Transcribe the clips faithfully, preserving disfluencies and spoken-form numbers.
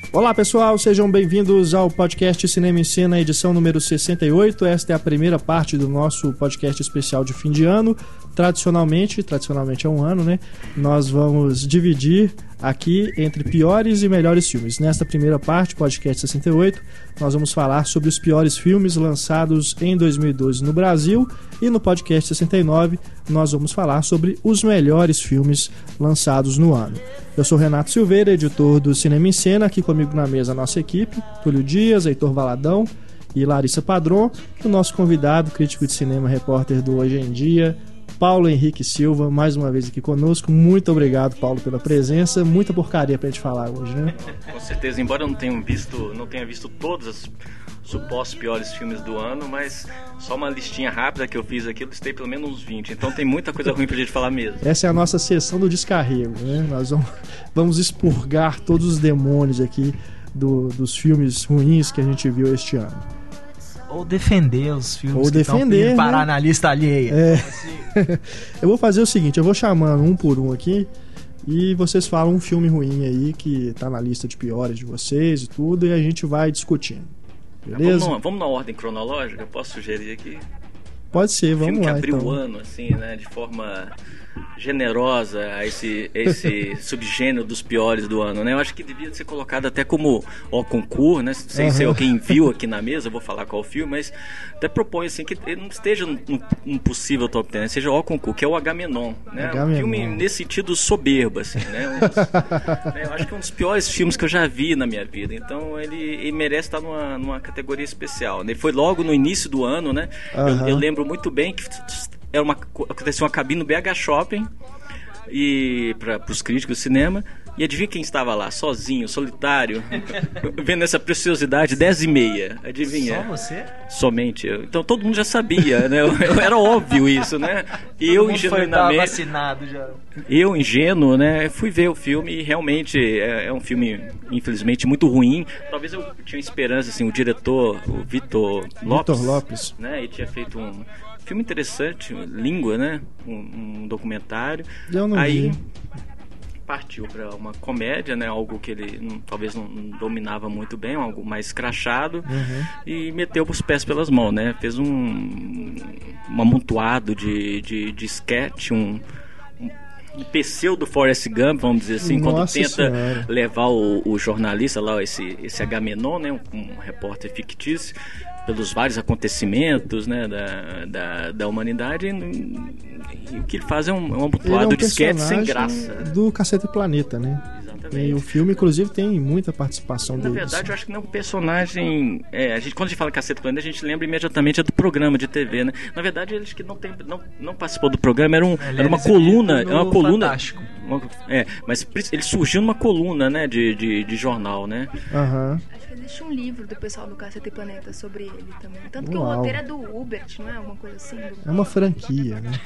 Olá pessoal, sejam bem-vindos ao podcast Cinema em Cena, edição número sessenta e oito. Esta é a primeira parte do nosso podcast especial de fim de ano. Tradicionalmente, tradicionalmente é um ano, né? Nós vamos dividir aqui entre piores e melhores filmes. Nesta primeira parte, podcast sessenta e oito, nós vamos falar sobre os piores filmes lançados em dois mil e doze no Brasil, e no podcast sessenta e nove nós vamos falar sobre os melhores filmes lançados no ano. Eu sou Renato Silveira, editor do Cinema em Cena, aqui comigo na mesa a nossa equipe, Túlio Dias, Heitor Valadão e Larissa Padron, e o nosso convidado, crítico de cinema, repórter do Hoje em Dia, Paulo Henrique Silva, mais uma vez aqui conosco. Muito obrigado, Paulo, pela presença. Muita porcaria pra gente falar hoje, né? Com certeza, embora eu não tenha visto, não tenha visto todos os supostos piores filmes do ano, mas só uma listinha rápida que eu fiz aqui, eu listei pelo menos uns vinte. Então tem muita coisa ruim pra gente falar mesmo. Essa é a nossa sessão do descarrego, né? Nós vamos, vamos expurgar todos os demônios aqui do, dos filmes ruins que a gente viu este ano. Ou defender os filmes Ou que defender, estão parar né? na lista alheia. É. Assim. Eu vou fazer o seguinte, eu vou chamando um por um aqui e vocês falam um filme ruim aí que tá na lista de piores de vocês e tudo, e a gente vai discutindo. Beleza? Vamos, numa, vamos na ordem cronológica? Eu posso sugerir aqui? Pode ser, vamos filme lá. que abriu então. o ano, assim, né, de forma generosa a esse, esse subgênero dos piores do ano, né? Eu acho que devia ser colocado até como ó concurso, né? Sem Uhum. ser quem viu aqui na mesa, eu vou falar qual filme, mas até propõe assim que ele não esteja num, num possível top dez, seja ó concurso, que é o Agamenon, né? Agamenon. Um filme nesse sentido soberbo, assim, né? Um dos, né? Eu acho que é um dos piores filmes que eu já vi na minha vida, então ele, ele merece estar numa, numa categoria especial, né? Ele foi logo no início do ano, né? Uhum. Eu, eu lembro muito bem que era uma, aconteceu uma cabine no B H Shopping e para os críticos de cinema, e adivinha quem estava lá, sozinho, solitário, vendo essa preciosidade, dez e meia, adivinha? Só você? Somente eu. Então todo mundo já sabia, né? Eu, eu, era óbvio isso, né? E eu ingenuamente, vacinado já. eu ingênuo, né? Fui ver o filme e realmente é, é um filme, infelizmente, muito ruim. Talvez eu tinha esperança, assim, o diretor, o Vitor Lopes, Vitor Lopes, né? Ele tinha feito um filme interessante, Língua, né? Um, um documentário. Eu não Aí vi. partiu para uma comédia, né? Algo que ele não, talvez não, não dominava muito bem, algo mais escrachado, Uhum. e meteu os pés pelas mãos, né? Fez um, um amontoado de, de, de sketch, um, um, um pseudo Forrest Gump, vamos dizer assim, Nossa quando tenta Senhora. levar o, o jornalista lá, esse, esse Agamenon, né? Um, um repórter fictício, pelos vários acontecimentos, né, da, da, da humanidade, e, e o que ele faz é um, é um amontoado Ele é um de sketch sem personagem graça. do Cacete Planeta, né? Exatamente. E o filme, inclusive, tem muita participação Na deles. verdade, eu acho que não é um personagem. É, a gente, quando a gente fala Cacete Planeta, a gente lembra imediatamente é do programa de T V, né? Na verdade, eles que não, tem, não, não participou do programa, era, um, Ele era uma é coluna. exibido Era uma no coluna. Fantástico. Uma, é, mas ele surgiu numa coluna, né? De, de, de jornal, né? Aham. Acho que existe um livro do pessoal do Cacete Planeta sobre ele também. Tanto que Uau. o roteiro é do Hubert, não é? Alguma coisa assim? Do... É uma franquia, né?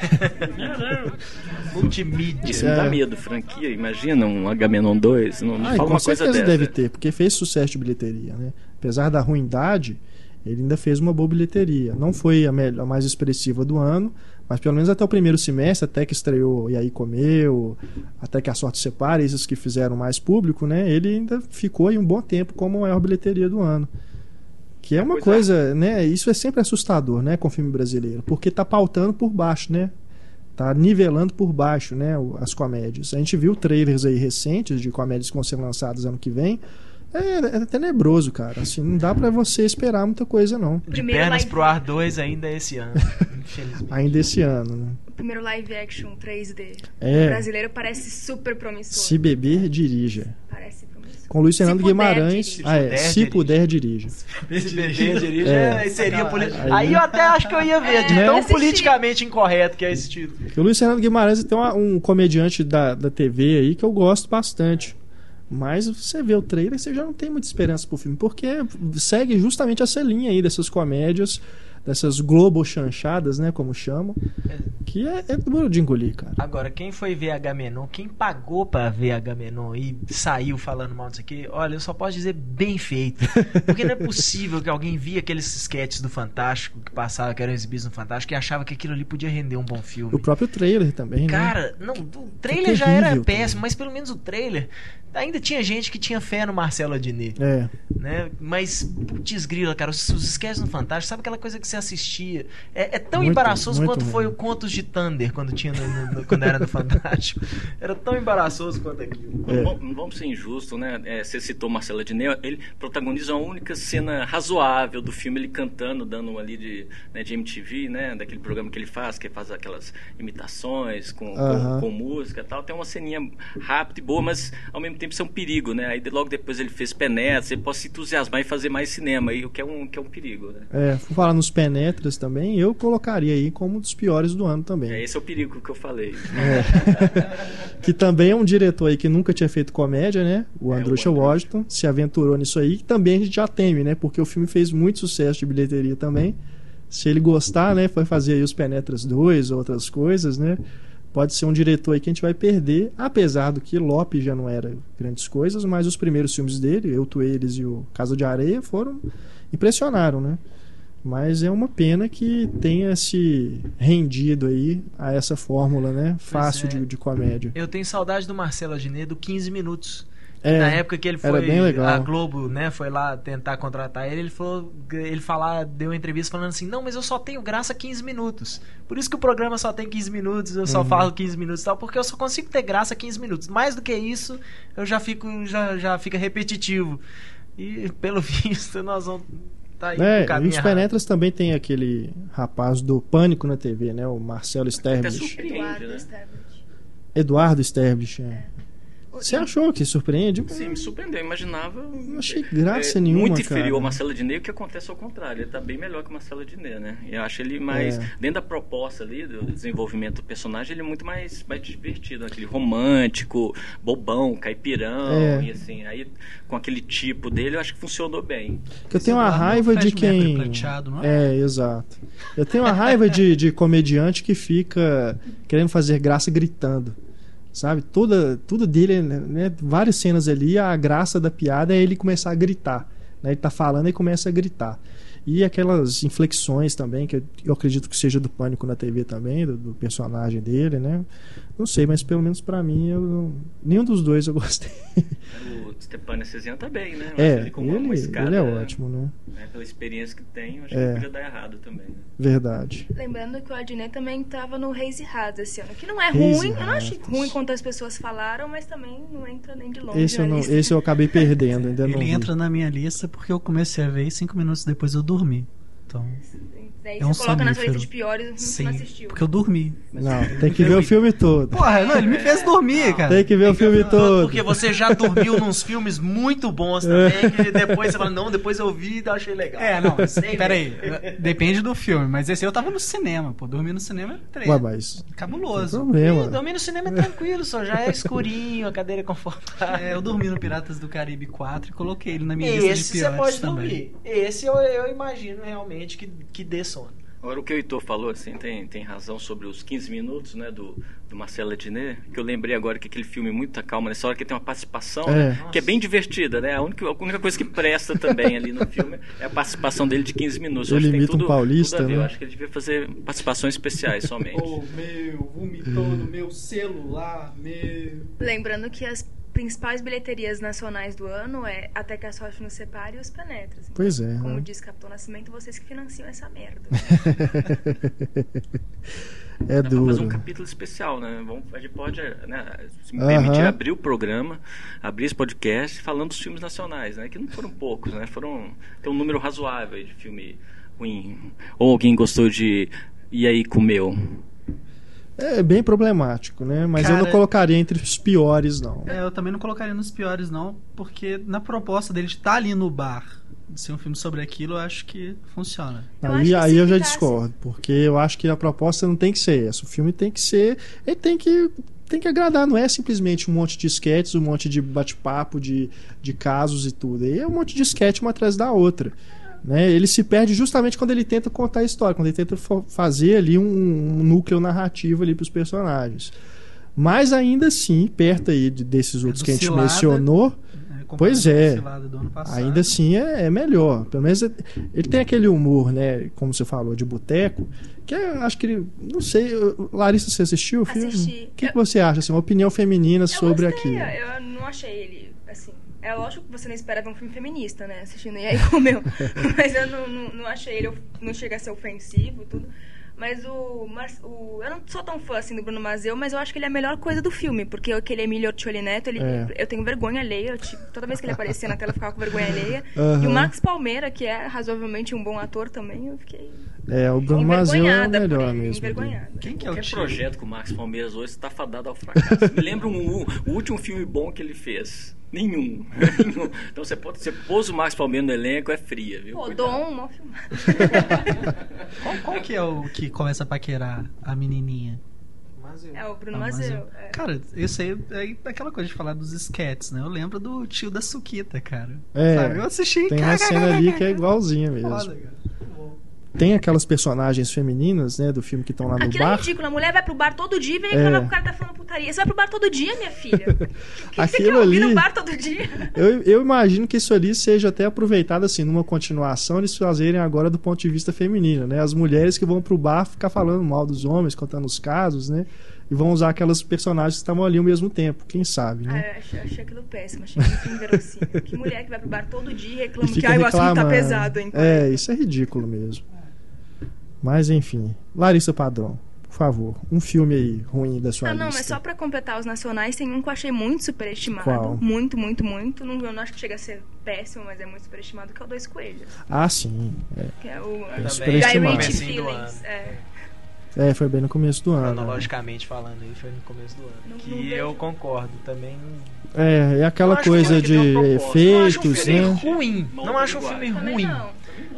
Multimídia. Isso me dá É. medo, franquia. Imagina um Agamenon dois. Não me Ah, e fala com uma coisa certeza dessa. deve ter, porque fez sucesso de bilheteria, né? Apesar da ruindade, ele ainda fez uma boa bilheteria. Não foi a, melhor, a mais expressiva do ano, mas pelo menos até o primeiro semestre, até que estreou E Aí Comeu, até que A Sorte Separe, esses que fizeram mais público, né? Ele ainda ficou aí um bom tempo como a maior bilheteria do ano. Que é uma Pois coisa, né? Isso é sempre assustador, né? Com o filme brasileiro, porque tá pautando por baixo, né? Tá nivelando por baixo, né? As comédias. A gente viu trailers aí recentes de comédias que vão ser lançadas ano que vem. É, é tenebroso, cara. Assim, não dá pra você esperar muita coisa, não. De Primeiro Pernas live- pro Ar dois ainda esse ano, infelizmente. Ainda esse ano, né? O primeiro live action três D É. brasileiro parece super promissor. Se beber, dirija. Parece promissor. Com Luiz Fernando Se puder, Guimarães. dirige. Ah, é. puder, Se dirige. puder, dirija. Esse bebê dirige É. é, seria poli... Aí- Aí eu até acho que eu ia ver, de Né? tão Assistir. politicamente incorreto que é esse título. Porque o Luiz Fernando Guimarães tem uma- um comediante da, da T V aí que eu gosto bastante. Mas você vê o trailer, você já não tem muita esperança pro filme, porque segue justamente essa linha aí dessas comédias dessas globo chanchadas, né, como chamam, que é, é duro de engolir, cara. Agora, quem foi ver Agamenon, quem pagou pra ver Agamenon e saiu falando mal disso aqui, olha, eu só posso dizer bem feito. Porque não é possível que alguém via aqueles sketches do Fantástico que passavam, que eram exibidos no Fantástico, e achava que aquilo ali podia render um bom filme. O próprio trailer também, Cara, né? não, o trailer É já era terrível péssimo, também. mas pelo menos o trailer ainda tinha gente que tinha fé no Marcelo Adnet. É. Né? Mas, putz grila, cara, os, os sketches no Fantástico, sabe aquela coisa que você assistia? É, é tão Muito, embaraçoso muito quanto ruim. foi o Contos de Thunder quando, tinha no, no- no- quando era no Fantástico. Era tão embaraçoso quanto aquilo. É. Não vamos- não vamos ser injustos, né? É, você citou Marcelo Adnet, ele protagoniza a única cena razoável do filme, ele cantando, dando um ali de, né, de M T V, né? Daquele programa que ele faz, que faz aquelas imitações com, Aham. com, com música e tal. Tem uma ceninha rápida e boa, mas ao mesmo tempo isso é um perigo, né? Aí de- logo depois ele fez Penetras, ele pode se entusiasmar e fazer mais cinema, aí, o que é um, que é um perigo, né? É, vou falar nos Penetras também, eu colocaria aí como um dos piores do ano também. É, esse é o perigo que eu falei. Que também é um diretor aí que nunca tinha feito comédia, né? O É, Andrusha o Andrusha. Washington se aventurou nisso aí, que também a gente já teme, né? Porque o filme fez muito sucesso de bilheteria também. Se ele gostar, né? Foi fazer aí os Penetras dois, outras coisas, né? Pode ser um diretor aí que a gente vai perder, apesar do que Lopes já não era grandes coisas, mas os primeiros filmes dele, Eu, Tu, Eles e o Casa de Areia, foram impressionaram, né? Mas é uma pena que tenha se rendido aí a essa fórmula, né? Fácil é. de, de comédia. Eu tenho saudade do Marcelo Adnet do quinze minutos. É, Na época que ele era foi, bem legal. a Globo, né, foi lá tentar contratar ele, ele falou, ele falar, deu uma entrevista falando assim, não, mas eu só tenho graça quinze minutos. Por isso que o programa só tem quinze minutos, eu só Uhum. falo quinze minutos e tal, porque eu só consigo ter graça quinze minutos. Mais do que isso, eu já fico, já, já fica repetitivo. E pelo visto, nós vamos tá aí É, no e caminho os errado. Penetras também tem aquele rapaz do Pânico na T V, né? O Marcelo Até Sterblich. surpreende, Eduardo né? Sterblich. Eduardo Sterblich, é. Você achou que surpreende? Sim, me surpreendeu. Eu imaginava. Não achei graça é, nenhuma, Muito inferior cara. ao Marcelo Adnet, o que acontece ao contrário. Ele tá bem melhor que o Marcelo Adnet, né? Eu acho ele mais. É. Dentro da proposta ali, do desenvolvimento do personagem, ele é muito mais, mais divertido. Aquele romântico, bobão, caipirão. É. E assim, aí com aquele tipo dele, eu acho que funcionou bem. Que eu tenho uma Eduardo raiva de Fred Mercury quem. prateado, não é? É, exato. Eu tenho uma raiva de, de comediante que fica querendo fazer graça gritando. Sabe? Toda, tudo dele, né? Várias cenas ali, a graça da piada é ele começar a gritar. Né? Ele tá falando e começa a gritar. E aquelas inflexões também, que eu, eu acredito que seja do Pânico na T V também, do, do personagem dele, né? Não sei, mas pelo menos pra mim, eu não- nenhum dos dois eu gostei. O Stepan Essesian tá bem, né? Eu acho É, ele como uma ele, escada, ele é ótimo, né? né? Pela experiência que tem, eu acho É. que não podia dar errado também. Né? Verdade. Lembrando que o Adnet também tava no Reis e Rados esse ano, que não é Reis ruim, e eu não achei Ratos. ruim quanto as pessoas falaram, mas também não entra nem de longe Esse eu, na não, lista. esse eu acabei perdendo, ainda não Ele vi. entra na minha lista porque eu comecei a ver e cinco minutos depois eu dormi. Então, Daí é um você coloca na sua lista sonífero. de piores o filme que você sim, não assistiu. porque eu dormi. Não, tem que ver o filme todo. Porra, não, ele me fez dormir, cara. Tem que ver o filme todo. Porque você já dormiu nos filmes muito bons também, que depois você fala, não, depois eu vi e achei legal. É, não, Sei, peraí, né? depende do filme, mas esse aí eu tava no cinema, pô, dormir no cinema é três. Ué, mas. Cabuloso. Não tem problema. Ih, dormir no cinema é tranquilo, só já é escurinho, a cadeira é confortável. É, eu dormi no Piratas do Caribe quatro e coloquei ele na minha lista de Esse você piores pode também. dormir. Esse eu, eu imagino realmente que, que dê sono. Agora, o que o Heitor falou, assim, tem, tem razão sobre os quinze minutos, né, do, do Marcelo Adnet, que eu lembrei agora que aquele filme Muita Calma, nessa hora que tem uma participação, É. né, que é bem divertida, né, a única, a única coisa que presta também ali no filme é a participação dele de quinze minutos. Eu Ele acho que tem imita um tudo, paulista, tudo a ver. né? Eu acho que ele devia fazer participações especiais somente. meu, vomitou no meu celular, meu. Lembrando que as principais bilheterias nacionais do ano é Até que a Sorte nos Separe e Os Penetras. Pois é. Como né? diz Capitão Nascimento, vocês que financiam essa merda. É Dá pra fazer um duro. capítulo especial, né? Vamos, a gente pode, né, se me Aham. permitir, abrir o programa, abrir esse podcast falando dos filmes nacionais, né? Que não foram poucos, né? Foram, tem um número razoável aí de filme ruim. Ou alguém gostou de E aí Comeu? É bem problemático, né? Mas eu Cara- não colocaria entre os piores, não. É, eu também não colocaria nos piores, não, porque na proposta dele de estar ali no bar, de ser um filme sobre aquilo, eu acho que funciona. Eu acho Aí, que aí se eu já ficasse- discordo, porque eu acho que a proposta não tem que ser essa. O filme tem que ser. Ele tem que. Tem que agradar, não é simplesmente um monte de sketches, um monte de bate-papo de, de casos e tudo. Aí é um monte de sketch uma atrás da outra. né? Ele se perde justamente quando ele tenta contar a história, quando ele tenta fo- fazer ali um, um núcleo narrativo ali para os personagens. Mas ainda assim, perto aí de- desses outros do que a gente Cilada, mencionou, É, comparado Pois com é. o Cilada do ano passado. ainda assim é, é melhor. Pelo menos é- ele tem aquele humor, né? Como você falou, de boteco, que eu acho que ele. Não sei, eu- Larissa, você assistiu o filme? Assisti. O que, Eu- que você acha? Assim, uma opinião feminina Eu sobre gostei, aquilo. Eu não achei ele, assim... É lógico que você não espera ver um filme feminista, né? Assistindo e aí comeu. Mas eu não, não, não achei ele... Não chega a ser ofensivo, tudo. Mas o, Mar- o... Eu não sou tão fã, assim, do Bruno Mazzeo, mas eu acho que ele é a melhor coisa do filme. Porque aquele Emílio Ortioli Neto, ele, É. eu tenho vergonha alheia. Eu, tipo, toda vez que ele aparecia na tela, eu ficava com vergonha alheia. Aham. E o Max Palmeira, que é razoavelmente um bom ator também, eu fiquei É, o Bruno Mazzeo é o envergonhada por melhor ele, mesmo. envergonhada. Quem que é o Qualquer tio? projeto com o Max Palmeiras hoje está fadado ao fracasso. Me lembra um, um- o último filme bom que ele fez. Nenhum. Nenhum. Então você, pode, você pôs o Max Palmeiras no elenco, é fria, viu? Pô, Cuidado. Dom, mó filme. Qual, qual que é o que começa a paquerar a menininha? É o Bruno Ah, mas Mazzeo. eu- é. Cara, eu sei, é aquela coisa de falar dos sketches, né? Eu lembro do tio da Suquita, cara. É, Sabe? Eu assisti Tem uma cena ali que é igualzinha mesmo. Foda, cara. Tem aquelas personagens femininas, né, do filme que estão lá no Aquilo é bar. ridículo. A mulher vai pro bar todo dia e vem É. reclamar que o cara tá falando putaria. Você vai pro bar todo dia, minha filha? O que, que você Aquilo quer ouvir ali- no bar todo dia? Eu, eu imagino que isso ali seja até aproveitado assim, numa continuação, eles fazerem agora do ponto de vista feminino, né? As mulheres que vão pro bar ficar falando mal dos homens, contando os casos, né? E vão usar aquelas personagens que estavam ali ao mesmo tempo, quem sabe, Ah, né? eu achei, achei aquilo péssimo. Achei muito inverossímil. Que mulher que vai pro bar todo dia e E reclama que fica ah, o assunto tá reclamando. pesado, hein? É, isso é ridículo mesmo. Mas enfim, Larissa Padrão, por favor, um filme aí ruim da sua Ah, lista. não, mas só pra completar os nacionais, tem um que eu achei muito superestimado. Qual? Muito, muito, muito. Não, eu não acho que chega a ser péssimo, mas é muito superestimado, que é o Dois Coelhos. Ah, sim. É, Que é o Bem Guy superestimado. Ritchie Comecinho do Feelings. ano. É. é, foi bem no começo do ano. né? Cronologicamente falando, aí foi no começo do ano. Não- que não vejo. eu concordo também. É, é aquela Eu acho coisa que de tem um propósito. Não acho um efeitos, filme né? ruim. Não acho um filme Também ruim. não.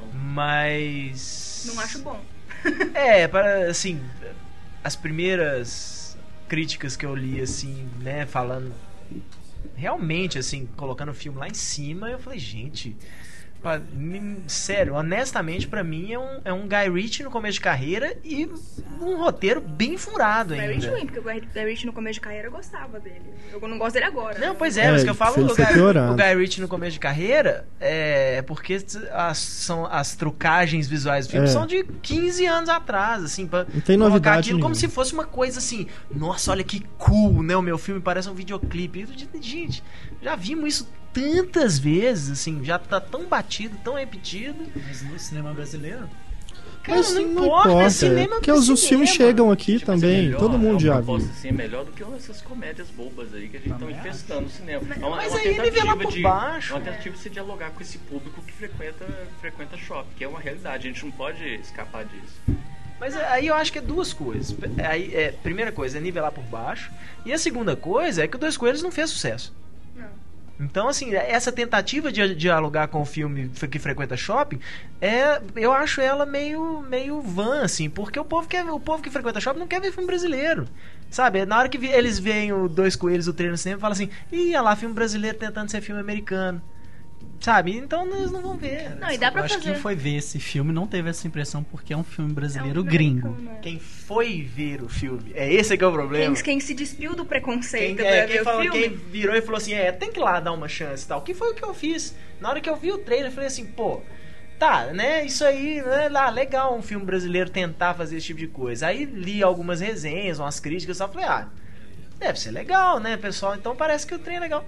Mas. Não acho bom. É, para assim, as primeiras críticas que eu li assim, né, falando realmente assim, colocando o filme lá em cima, eu falei, gente, pra mim, sério, honestamente pra mim é um, é um Guy Ritchie no começo de carreira e um roteiro bem furado O Guy Ritchie ainda. ruim, porque o Guy Guy Ritchie no começo de carreira eu gostava dele. Eu não gosto dele agora. Não, pois é, É, mas que eu falo, ele o foi Guy, piorando. o Guy Ritchie no começo de carreira é porque as, são, as trucagens visuais do filme É. são de quinze anos atrás, assim, pra Não tem colocar novidade aquilo como nenhuma. se fosse uma coisa assim, nossa, olha que cool, né, o meu filme parece um videoclipe. Eu digo, gente, já vimos isso tantas vezes, assim, já tá tão batido, tão repetido. Mas no cinema brasileiro? Cara, Mas não importa, é cinema porque os, os cinema. filmes chegam aqui Tipo, mas é também, melhor, todo mundo é já uma viu. proposta, assim, é melhor do que essas comédias bobas aí que a gente estão Também infestando no cinema. É uma, Mas é uma aí ele vê lá tentativa por de, baixo. é uma tentativa de se dialogar com esse público que frequenta, frequenta shopping, que é uma realidade, a gente não pode escapar disso. Mas aí eu acho que é duas coisas. Aí, é, primeira coisa é nivelar por baixo. E a segunda coisa é que o Dois Coelhos não fez sucesso. Não. Então, assim, essa tentativa de dialogar com o filme que frequenta shopping, é, eu acho ela meio, meio vã, assim, porque o povo, quer, o povo que frequenta shopping não quer ver filme brasileiro. Sabe? Na hora que vi- eles veem o Dois Coelhos, o trailer no cinema, falam assim, ih, olha lá, filme brasileiro tentando ser filme americano. Sabe? Então eles não vão ver. Não, e dá pra Eu acho que fazer. quem foi ver esse filme não teve essa impressão porque é um filme brasileiro É um gringo. americano, né? Quem foi ver o filme, é esse que é o problema. Quem, quem se despiu do preconceito Quem, pra é, ver quem, o falou, filme. quem virou e falou assim, é, tem que ir lá dar uma chance e tal. Que foi o que eu fiz. Na hora que eu vi o trailer, eu falei assim, pô, tá, né, isso aí, né, lá, legal um filme brasileiro tentar fazer esse tipo de coisa. Aí li algumas resenhas, umas críticas e tal, falei, ah, deve ser legal, né, pessoal? Então parece que o trem é legal.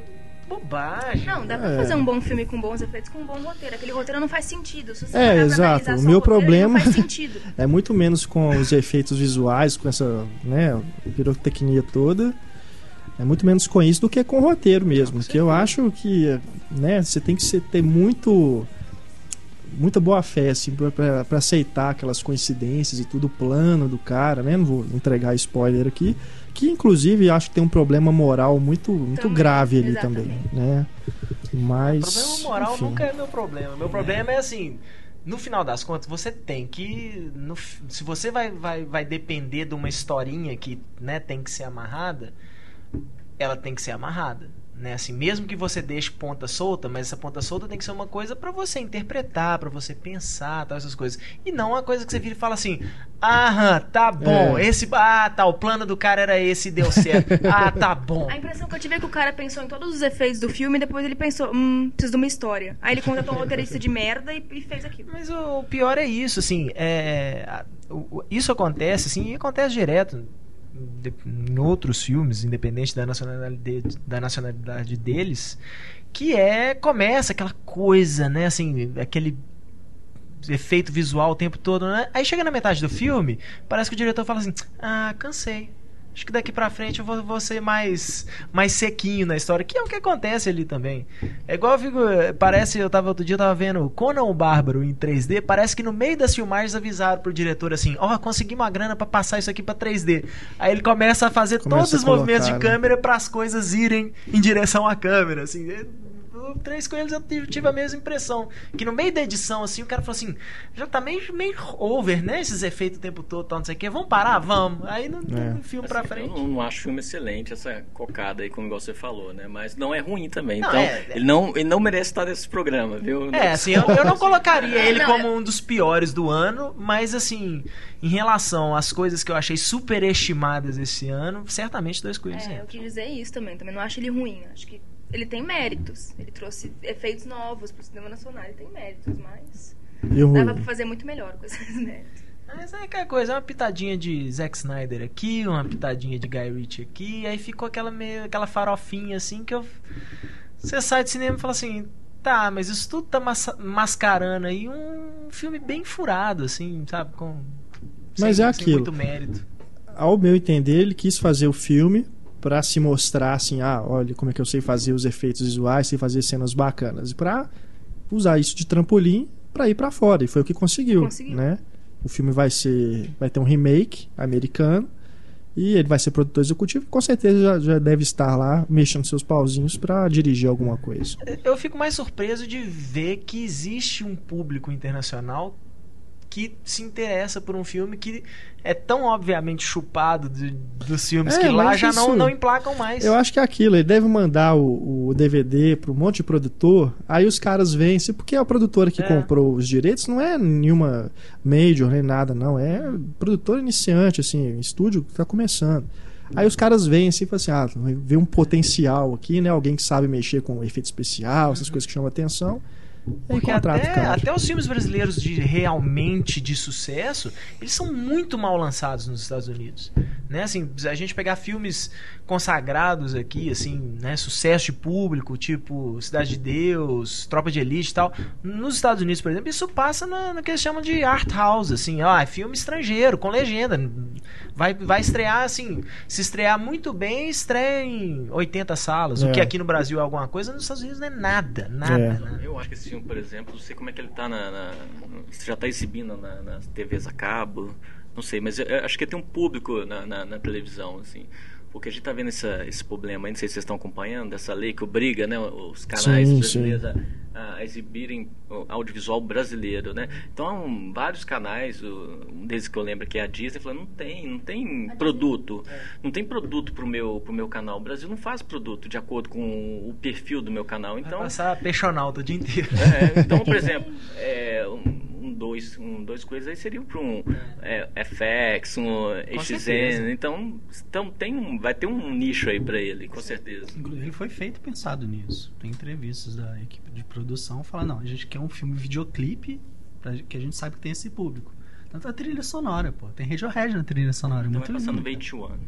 Bobagem. Não, dá pra É. fazer um bom filme com bons efeitos, com um bom roteiro. Aquele roteiro não faz sentido. Se você É, parar pra exato. analisar O só meu roteiro, ele problema- não faz sentido. É muito menos com os efeitos visuais, com essa, né, pirotecnia toda. É muito menos com isso do que com o roteiro mesmo. Porque eu acho que, né, você tem que ser- ter muito muita boa fé assim pra- pra pra aceitar aquelas coincidências e tudo, o plano do cara, né? Não vou entregar spoiler aqui, que inclusive acho que tem um problema moral muito muito Também, grave ali exatamente. também, né? Mas Problema moral enfim. nunca é meu problema. Meu problema é assim, no final das contas, você tem que. no f- se você vai, vai, vai depender de uma historinha que, né, tem que ser amarrada, ela tem que ser amarrada. né? Assim, mesmo que você deixe ponta solta, mas essa ponta solta tem que ser uma coisa pra você interpretar, pra você pensar, tal, essas coisas. E não uma coisa que você vira e fala assim: aham, tá bom, É. esse, ah, tá, o plano do cara era esse e deu certo. Ah, tá bom. A impressão que eu tive é que o cara pensou em todos os efeitos do filme e depois ele pensou, hum, preciso de uma história. Aí ele contratou um roteirista de merda e, e fez aquilo. Mas o, o pior é isso, assim, é, a- o- o- isso acontece, assim, e acontece direto de- em outros filmes, independente da nacionalidade, da nacionalidade deles, que é, começa aquela coisa, né, assim, aquele efeito visual o tempo todo, né? Aí chega na metade do filme, parece que o diretor fala assim: ah, cansei. Acho que daqui pra frente eu vou, vou ser mais, mais sequinho na história, que é o que acontece ali também. É igual eu fico, parece, eu tava outro dia eu tava vendo Conan o Bárbaro em três D, parece que no meio das filmagens avisaram pro diretor assim: ó, oh, conseguimos uma grana pra passar isso aqui pra três D. Aí ele começa a fazer Começa todos a os movimentos colocar, de né? câmera para as coisas irem em direção à câmera, assim. O Três Coelhos eu tive tive a mesma impressão. Que no meio da edição, assim, o cara falou assim: já tá meio, meio over, né? Esses efeitos o tempo todo, tal, não sei o que. Vamos parar? Vamos. Aí não tem É. um filme pra Assim, frente. eu não acho filme excelente, essa cocada aí, como igual você falou, né? Mas não é ruim também. Não, Então, é- ele, não, ele não merece estar nesse programa, viu? É, assim, eu, eu não colocaria É, ele não, como um dos piores do ano, mas assim, em relação às coisas que eu achei superestimadas esse ano, certamente Dois Coelhos É, eu entra. quis dizer isso também. Também não acho ele ruim. Acho que ele tem méritos. Ele trouxe efeitos novos pro cinema nacional. Ele tem méritos, mas E o dava ruim? pra fazer muito melhor com esses méritos. Mas é aquela coisa, é uma pitadinha de Zack Snyder aqui, uma pitadinha de Guy Ritchie aqui, aí ficou aquela, meio, aquela farofinha assim que eu. Você sai do cinema e fala assim: tá, mas isso tudo tá massa- mascarando aí um filme bem furado, assim, sabe? Com, Mas sem, é sem aquilo. muito mérito. Ao meu entender, ele quis fazer o filme pra se mostrar assim: ah, olha como é que eu sei fazer os efeitos visuais, sei fazer cenas bacanas. E pra usar isso de trampolim pra ir pra fora. E foi o que conseguiu, Conseguiu. né? O filme vai ser, vai ter um remake americano e ele vai ser produtor executivo. Com certeza já, já deve estar lá mexendo seus pauzinhos pra dirigir alguma coisa. Eu fico mais surpreso de ver que existe um público internacional que se interessa por um filme que é tão obviamente chupado de- dos filmes É, que lá mas já não, isso- não emplacam mais. Eu acho que é aquilo, ele deve mandar o, o D V D para um monte de produtor, aí os caras vencem, porque a produtora que É. comprou os direitos não é nenhuma major nem nada, não, é produtor iniciante, assim, estúdio que tá começando. Aí os caras vencem e falam assim: ah, vê um potencial aqui, né? Alguém que sabe mexer com efeito especial, essas coisas que chamam atenção. E aí Porque contrata o até, cara. até os filmes brasileiros de realmente de sucesso, eles são muito mal lançados nos Estados Unidos, né? Assim, a gente pegar filmes consagrados aqui, assim, né, sucesso de público, tipo Cidade de Deus, Tropa de Elite e tal, nos Estados Unidos, por exemplo, isso passa na, no que eles chamam de art house, assim, ó, é filme estrangeiro com legenda, vai, vai estrear assim, se estrear muito bem, estreia em oitenta salas, É. o que aqui no Brasil é alguma coisa, nos Estados Unidos não é nada, nada, É. nada. Eu acho que esse filme, por exemplo, não sei como é que ele tá na. na- se já tá exibindo na- nas T Vs a cabo, não sei, mas eu, eu acho que tem um público na, na- na televisão, assim. Porque a gente tá vendo essa, esse problema aí, não sei se vocês estão acompanhando, dessa lei que obriga, né, os canais Sim, brasileiros a, a exibirem o audiovisual brasileiro, né? Então, há um- vários canais, o- um deles que eu lembro que é a Disney, falando: não tem, não tem produto, não tem produto pro meu, pro meu canal. O Brasil não faz produto de acordo com o perfil do meu canal, Vai então... passar peixonal o dia inteiro. É, então, por exemplo, é, um, um dois, um dois coisas aí seriam para um é, F X, um X certeza. N, então, então tem um, vai ter um nicho aí para ele, com certeza. Inclusive foi feito pensado nisso. Tem entrevistas da equipe de produção falando: não, a gente quer um filme videoclipe pra, que a gente sabe que tem esse público. Tanto a trilha sonora, pô. Tem Radiohead na trilha sonora. Então muito vai passando lindo, V um.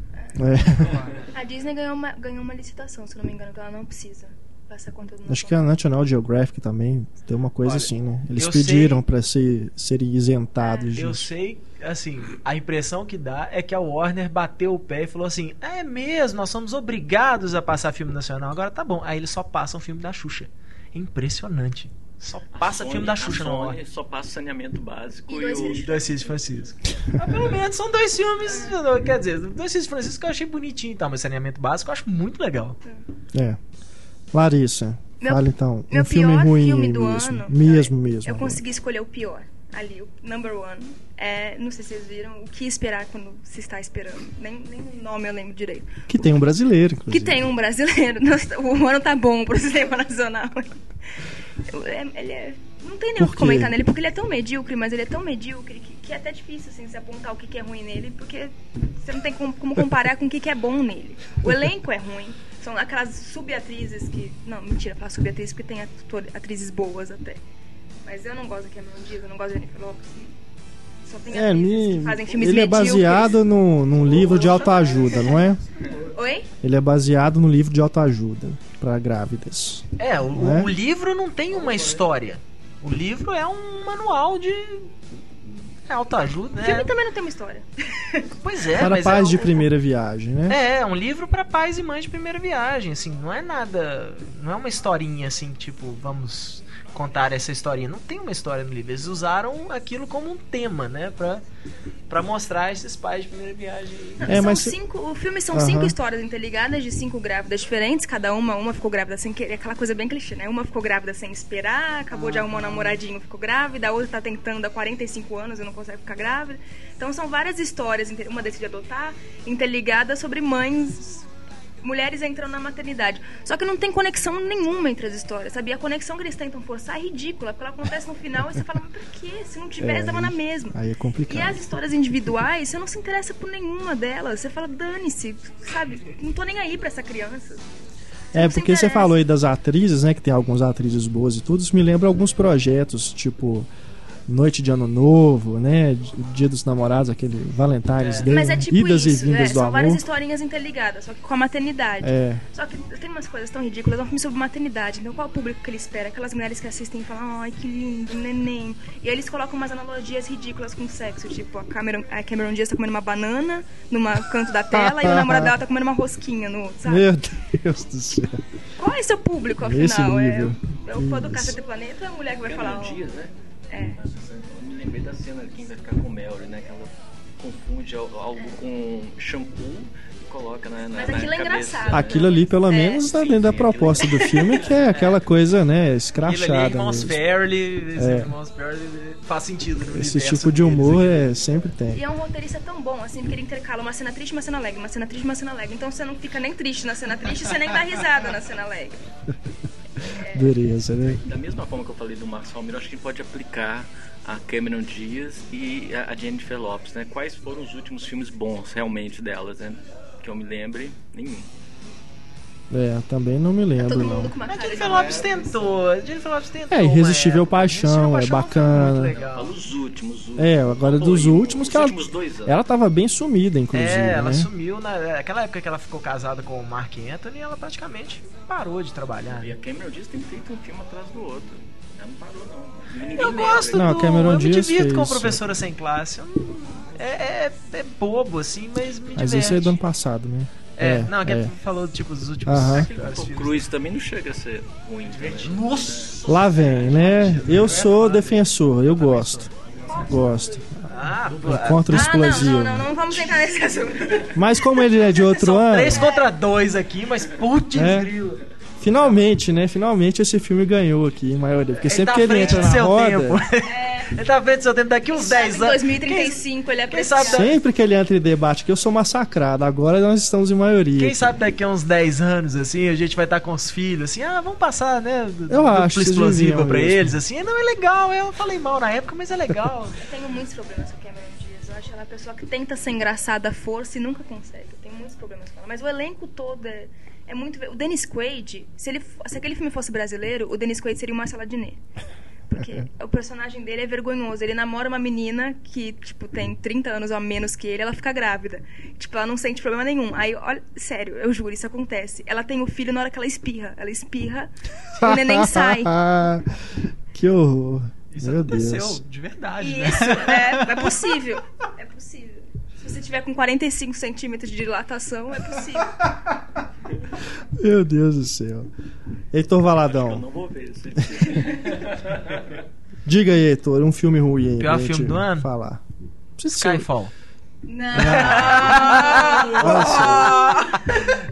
É. A Disney ganhou uma, ganhou uma licitação, se não me engano, que ela não precisa passar conteúdo na Acho que a National Geographic também tem uma coisa Olha, assim, né? Eles eu pediram sei- pra ser, serem isentados Eu disso. sei, assim, a impressão que dá é que a Warner bateu o pé e falou assim: é mesmo, nós somos obrigados a passar filme nacional, agora tá bom. Aí eles só passam filme da Xuxa. É impressionante. Só passa A filme da Sony- Xuxa a na Sony Warner. só passa saneamento básico E e, dois o... filhos. Dois Filhos de Francisco. Mas pelo menos são dois filmes. Quer dizer, Dois Filhos de Francisco que eu achei bonitinho e tal, mas saneamento básico eu acho muito legal. É. Larissa, Meu- fala então. meu Um filme pior ruim filme aí do mesmo. ano- Mesmo, mesmo. Eu consegui escolher o pior. ali, o number one, é, não sei se vocês viram, o que esperar quando se está esperando. Nem, nem o nome eu lembro direito. Que tem um brasileiro, inclusive. Que tem um brasileiro. Nossa, o ano tá bom pro cinema nacional. Ele é... Não tem nem o que comentar nele, porque ele é tão medíocre, mas ele é tão medíocre que, que é até difícil, assim, se apontar o que, que é ruim nele, porque você não tem como, como comparar com o que, que é bom nele. O elenco é ruim. São aquelas subatrizes que... Não, mentira, falar subatrizes porque tem atrizes boas até. Mas eu não gosto da Cameron Diaz, eu não gosto da Jennifer Lopez. Só tem É, atrizes me... que fazem filmes ele é medíocres. baseado no, num livro de autoajuda, não é? Oi? Ele é baseado no livro de autoajuda para grávidas. É, o, Né? o livro não tem uma história. O livro é um manual de é autoajuda, O né? filme também não tem uma história. Pois é, Para mas pais é, de um- primeira viagem, né? É, é um livro para pais e mães de primeira viagem, assim, não é nada, não é uma historinha assim, tipo, vamos contar essa historinha. Não tem uma história no livro. Eles usaram aquilo como um tema, né, pra, pra mostrar esses pais de primeira viagem. É, são mas se- cinco, o filme são Aham. cinco histórias interligadas de cinco grávidas diferentes, cada uma, uma ficou grávida sem querer, aquela coisa bem clichê, né? Uma ficou grávida sem esperar, acabou de arrumar um namoradinho, ficou grávida, a outra tá tentando há quarenta e cinco anos e não consegue ficar grávida. Então são várias histórias, inter- uma decide adotar, interligadas sobre mães, mulheres entrando na maternidade. Só que não tem conexão nenhuma entre as histórias, sabe? E a conexão que eles tentam forçar é ridícula, porque ela acontece no final e você fala, mas por quê? Se não tivesse, É, dava na mesma. Aí é E complicado. as histórias individuais, você não se interessa por nenhuma delas. Você fala, dane-se, sabe? Não tô nem aí pra essa criança. Você É, não se porque você interessa. falou aí das atrizes, né? Que tem algumas atrizes boas e tudo. Isso me lembra alguns projetos, tipo Noite de Ano Novo, né? Dia dos Namorados, aquele Valentine's Day. Mas é tipo Idas isso, e vindas é, do são amor. várias historinhas interligadas, só que com a maternidade. É. Só que tem umas coisas tão ridículas, é um filme sobre maternidade, então qual é o público que ele espera? Aquelas mulheres que assistem e falam, ai que lindo, neném. E aí eles colocam umas analogias ridículas com sexo, tipo, a Cameron, a Cameron Diaz tá comendo uma banana numa canto da tela e o namorado dela tá comendo uma rosquinha no outro, sabe? Meu Deus do céu. Qual é seu público, Nesse afinal? É, nível. é o fã do Isso. Cacete Planeta ou é a mulher que vai falar? Cameron ó, Diaz, né? É. Eu me lembrei da cena de quem vai ficar com Melry, né? Que ela confunde al- algo com shampoo e coloca na, na, Mas na aquilo é cabeça, engraçado. né? Aquilo ali, pelo É. menos, tá Sim, dentro da sim, aquilo proposta do filme, que é aquela coisa, né, Aquilo ali, escrachada Irmãos mesmo. Fairley, esse É. Irmãos Fairley faz sentido no Esse universo tipo de deles humor aqui. é, sempre tem. E é um roteirista tão bom, assim, porque ele intercala uma cena triste e uma cena alegre, uma cena triste e uma cena alegre. Então você não fica nem triste na cena triste, você nem dá risada na cena alegre. Dureza, né? Da mesma forma que eu falei do Marcos Almeida, acho que a gente pode aplicar a Cameron Diaz e a a Jennifer Lopez, né? Quais foram os últimos filmes bons, realmente, delas, né? Que eu me lembre, nenhum. É, também não me lembro, Todo não. mundo com uma A cara de... Jennifer Lopes tentou, a Jennifer Lopes tentou. É, Irresistível uma época. Paixão, Irresistível é Paixão um filme bacana. muito legal. Fala os últimos. os É, últimos. agora Faltou dos aí, últimos os que ela, últimos dois anos. ela tava bem sumida, inclusive, É, ela né? sumiu naquela época que ela ficou casada com o Mark Anthony, ela praticamente parou de trabalhar. E a Cameron Diaz tem feito um filme atrás do outro. Ela não parou, não. Ninguém Eu lembra. gosto Não, do. a Cameron eu me Diaz divirto com fez- Professora Sem Classe. Eu não- É, é, é bobo, assim, mas me Mas diverte. esse é do ano passado, né? É, não, é que é. falou tipo dos últimos. Aham. Aquele vários Tom filmes. Cruise também não chega a ser ruim. Divertido. Nossa! Lá vem, né? Eu sou defensor, eu gosto. Gosto. Ah, pô, Contra o Ah, não, explosivo. não, não, não vamos entrar nesse assunto. Mas como ele é de outro são ano, três contra dois aqui, mas putz, É. grilo. finalmente, né? Finalmente esse filme ganhou aqui, em maioria. Porque sempre tá que à ele frente entra do na seu roda, tempo. Ele tá à frente do seu tempo daqui uns dez Em anos. dois mil e trinta e cinco ele é quem sabe apreciado. sempre que ele entra em debate aqui, eu sou massacrado. Agora nós estamos em maioria. Quem sabe daqui a uns dez anos, assim, a gente vai estar com os filhos, assim, ah, vamos passar, né, do- Eu acho, dupla vocês explosiva deviam pra mesmo. eles, assim, não, é legal, eu falei mal na época, mas é legal. Eu tenho muitos problemas com a Cameron Diaz. Eu acho ela a pessoa que tenta ser engraçada à força e nunca consegue. Eu tenho muitos problemas com ela. Mas o elenco todo é, é muito... O Dennis Quaid, se, ele, se aquele filme fosse brasileiro, o Dennis Quaid seria o Marcelo Adnet. Porque o personagem dele é vergonhoso. Ele namora uma menina que, tipo, tem trinta anos a menos que ele, ela fica grávida. Tipo, ela não sente problema nenhum. Aí, olha, sério, eu juro, isso acontece. Ela tem o filho na hora que ela espirra. Ela espirra, o neném sai. Que horror. Isso Meu aconteceu, Deus. de verdade, né? Isso, é, é possível. É possível. Se você tiver com quarenta e cinco centímetros de dilatação, é possível. Meu Deus do céu. Heitor Eu Valadão, não vou ver esse filme. diga aí, Heitor, um filme ruim aí. Pior pra gente filme do ano? Falar. Precisa ser- Skyfall. Não. Olha só.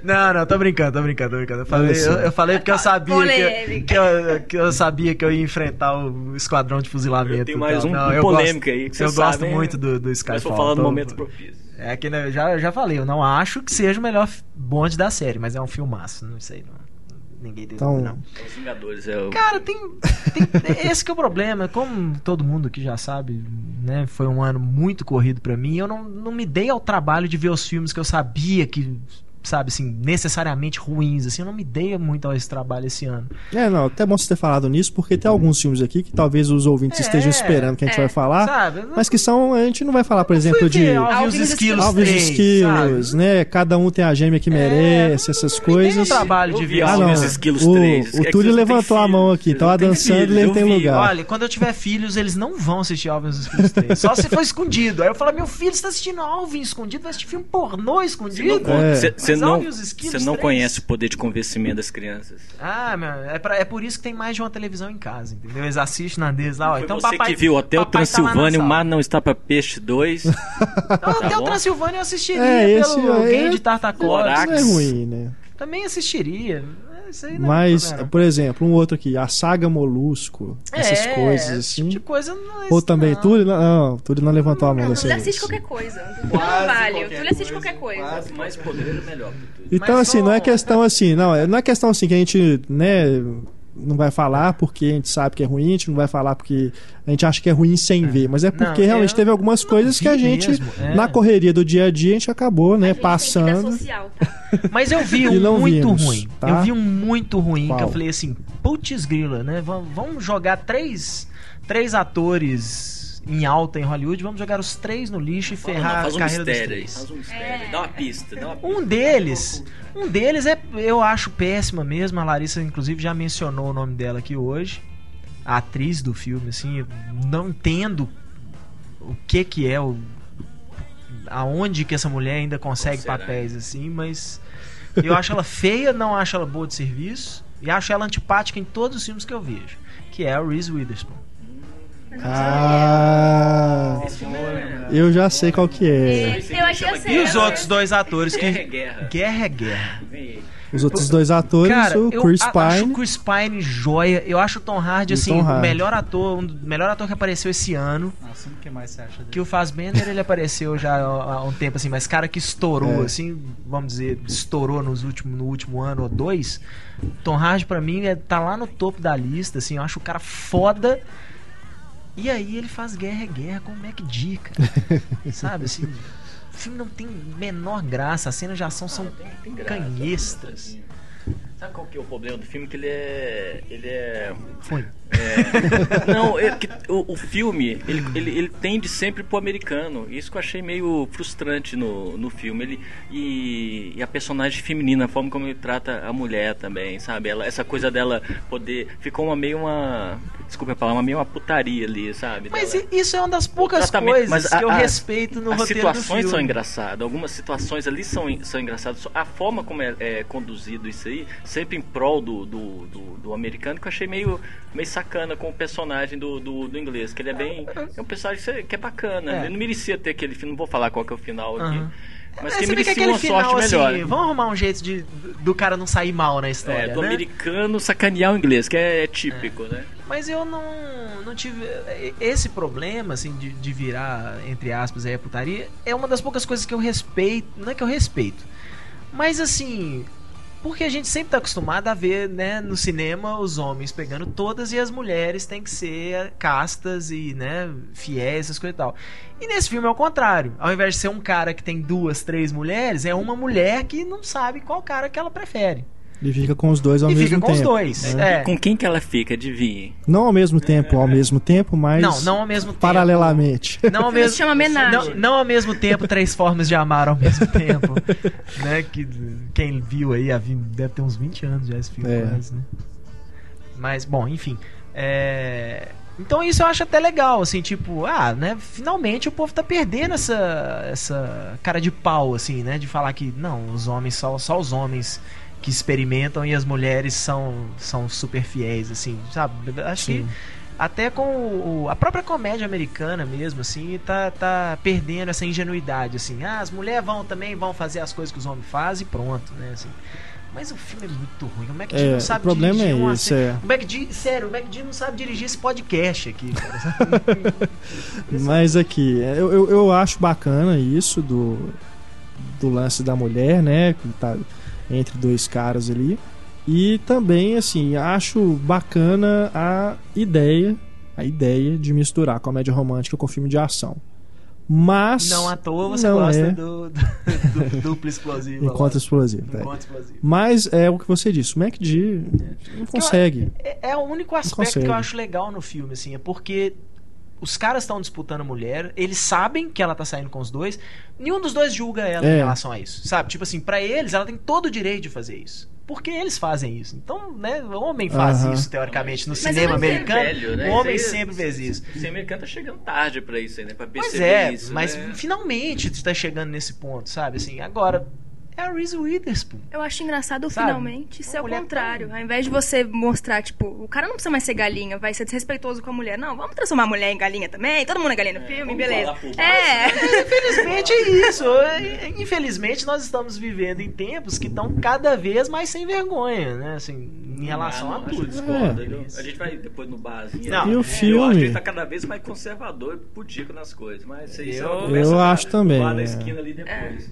Não, não, tô brincando, tô brincando, tô brincando. Eu falei, eu, eu falei porque eu sabia que, que, eu, que eu sabia que eu ia enfrentar o esquadrão de fuzilamento. Tem mais então. um, Não, um eu polêmica gosto, aí que você Eu sabe, gosto hein? muito do, do Skyfall. Eu vou falar no tô- momento propício. É que né, eu já, já falei, eu não acho que seja o melhor bonde da série, mas é um filmaço, não sei, não. Ninguém tem Então- dúvida, não. É Os Vingadores, é o... Cara, tem, tem- esse que é o problema. Como todo mundo aqui já sabe, né? Foi um ano muito corrido pra mim. Eu não, não me dei ao trabalho de ver os filmes que eu sabia que, sabe, assim, necessariamente ruins. Assim, eu não me dei muito a esse trabalho esse ano. É, não, até bom você ter falado nisso, porque tem alguns filmes aqui que talvez os ouvintes É, estejam esperando que a gente é, vai falar, sabe? mas que são, a gente não vai falar, por exemplo, Fui de ver Alvin e Alvin os e os Esquilos Alves três, Esquilos, sabe? né? Cada um tem a gêmea que merece, essas Não me dei coisas. o trabalho de Eu vi ver Ah, Alvin não. e os Esquilos O, três. o É que Túlio vocês não têm levantou a mão filhos, aqui, vocês então não a têm dançando filhos, ele eu tem vi. lugar. Olha, quando eu tiver filhos, eles não vão assistir Alvin e os Esquilos três. Só se for escondido. Aí eu falo, meu filho, você tá assistindo Alvin escondido? Vai assistir filme pornô escondido? É. Você Mas não, Alvin e os Esquilos você não três? conhece o poder de convencimento das crianças. Ah, meu, é, pra- é por isso que tem mais de uma televisão em casa, entendeu? Eles assistem na deles lá, ó. Foi Então você papai, que viu Hotel papai tá lá na Transilvânia, o sala. Mar Não Está Pra Peixe dois. Não, Tá Hotel bom? Transilvânia eu assistiria É, esse pelo é- Game de Isso Tartakovsky. não é ruim, né? Também assistiria. É, Isso aí não é Mas, problema. por exemplo, um outro aqui, a saga Molusco, essas É, coisas esse assim. tipo de coisa não é Ou isso, também, não. Túlio não, não, Túlio não levantou a mão Não, dessa Túlio vez. assiste qualquer coisa. Túlio Quase não vale. qualquer Túlio assiste coisa, qualquer coisa. quase. Mais poder é melhor. Então, Mas assim, só- não é questão assim, não, é- não é questão assim que a gente, né, não vai falar porque a gente sabe que é ruim, a gente não vai falar porque a gente acha que é ruim sem ver, mas é porque Não, realmente eu teve algumas não coisas que a vi gente, mesmo, é. na correria do dia a dia, a gente acabou, né, A gente tem vida passando. social, tá? Mas eu vi E um não muito vimos, ruim. tá? Eu vi um muito ruim Qual? que eu falei assim, putz grila, né? Vamos, vamos jogar três, três atores em alta em Hollywood, vamos jogar os três no lixo e Fala, ferrar não, faz a um carreira dos mistério aí. três. Faz um mistério. Dá uma pista. Dá uma pista. Um deles, um deles é, eu acho péssima mesmo. A Larissa, inclusive, já mencionou o nome dela aqui hoje. A atriz do filme, assim, eu não entendo o que que é o, aonde que essa mulher ainda consegue Qual será? papéis assim, mas eu acho ela feia, não acho ela boa de serviço e acho ela antipática em todos os filmes que eu vejo, que é a Reese Witherspoon. Ah, Esse filme é... eu já sei qual que é. Eu achei assim. E os outros dois atores Guerra é que guerra. guerra é guerra. Vem aí. Os outros dois atores, Cara, o eu Chris a- acho o Pine. Chris Pine joia. Eu acho o Tom Hardy E assim, Tom o Hardy. melhor ator, um do- melhor ator que apareceu esse ano. Nossa, o que mais você acha dele? Que o Fassbender ele apareceu já há há um tempo assim, mas cara que estourou É. assim, vamos dizer, estourou nos últimos, no último ano ou dois. Tom Hardy pra mim é, tá lá no topo da lista, assim, eu acho o cara foda. E aí ele faz Guerra é Guerra com o MacD, cara. Sabe assim, o filme não tem menor graça, as cenas de ação são Tem graça, canhestras. Sabe qual que é o problema do filme? Que ele é... Ele é... Foi. É, não, é que o, o filme, ele, ele, ele tende sempre pro americano. Isso que eu achei meio frustrante no, no filme. Ele, e, e a personagem feminina, a forma como ele trata a mulher também, sabe? Ela, essa coisa dela poder... Ficou uma meio uma... Desculpa a palavra, uma meio uma putaria ali, sabe? Mas Dela- i- isso é uma das poucas tratamento, coisas mas que a- eu a- respeito no As roteiro do situações filme. são engraçadas, algumas situações ali são, são engraçadas. A forma como é, é conduzido isso aí, sempre em prol do, do, do, do americano, que eu achei meio, meio sacana com o personagem do, do, do inglês, que ele é bem... É um personagem que é- que é bacana, É. ele não merecia ter aquele filme, não vou falar qual que é o final aqui, Aham. mas É, que você vê merecia aquele uma final, sorte melhor. assim, vamos arrumar um jeito de, do cara não sair mal na história, É, do né? americano sacanear o inglês, que é, é típico, né? Mas eu não, não tive... Esse problema, assim, de, de virar, entre aspas, aí a putaria, é uma das poucas coisas que eu respeito. Não é que eu respeito. Mas, assim... Porque a gente sempre tá acostumado a ver, né, no cinema, os homens pegando todas e as mulheres têm que ser castas e, né, fiéis, essas coisas e tal. E nesse filme é o contrário. Ao invés de ser um cara que tem duas, três mulheres, é uma mulher que não sabe qual cara que ela prefere. E fica com os dois ao e mesmo fica com tempo. os dois. né? É. Com quem que ela fica, adivinhe? Não ao mesmo tempo, ao mesmo tempo, mas Não, não ao mesmo tempo. paralelamente. Não ao Isso mesmo, chama homenagem. não, não ao mesmo tempo, três formas de amar ao mesmo tempo. Né? Que, quem viu aí, a vi- deve ter uns vinte anos já esse filme, É. quase, né? Mas, bom, enfim. É... Então isso eu acho até legal, assim, tipo, ah, né, finalmente o povo tá perdendo essa, essa cara de pau, assim, né, de falar que, não, os homens, só, só os homens que experimentam e as mulheres são, são super fiéis, assim, sabe? Acho Sim. que até com o, a própria comédia americana mesmo, assim, tá, tá perdendo essa ingenuidade, assim. Ah, as mulheres vão também, vão fazer as coisas que os homens fazem e pronto, né, assim. Mas o filme é muito ruim. O MacD É, não sabe o problema dirigir é uma esse, cena. é. O MacD, sério, o MacD não sabe dirigir esse podcast aqui, cara. Sabe? Mas aqui, eu, eu, eu acho bacana isso do, do lance da mulher, né? Que tá entre dois caras ali. E também, assim, acho bacana a ideia, a ideia de misturar comédia romântica com filme de ação. Mas Não à toa você não gosta é do, do, do duplo explosivo. encontro explosivo. Do é. encontro explosivo. Mas é o que você disse, o MacD não consegue. É, é o único aspecto consegue. que eu acho legal no filme, assim, é porque os caras estão disputando a mulher, eles sabem que ela tá saindo com os dois, nenhum dos dois julga ela É. em relação a isso, sabe? Tipo assim, pra eles, ela tem todo o direito de fazer isso. Porque eles fazem isso. Então, né, o homem faz Aham. isso, teoricamente, no Mas cinema é muito americano. velho, né? O homem Isso aí- sempre fez isso. O cinema americano tá chegando tarde pra isso aí, né? Pra Pois perceber é, isso, mas né? finalmente tu tá chegando nesse ponto, sabe? Assim, agora, é a Reese Witherspoon. Eu acho engraçado Sabe? finalmente ser Uma o mulher contrário. tão- Ao invés de você mostrar, tipo, o cara não precisa mais ser galinha, vai ser desrespeitoso com a mulher. Não, vamos transformar a mulher em galinha também. Todo mundo é galinha no filme, vamos beleza. falar por baixo, É. Infelizmente é isso. Infelizmente nós estamos vivendo em tempos que estão cada vez mais sem vergonha, né? Assim, em relação Ah, a não, acho tudo. que discorda, É. viu? A gente vai depois no barzinho. Não. E o Eu filme? acho que ele tá cada vez mais conservador e pudico nas coisas. Mas isso Eu- é uma eu conversa acho no também, bar da é. esquina ali depois.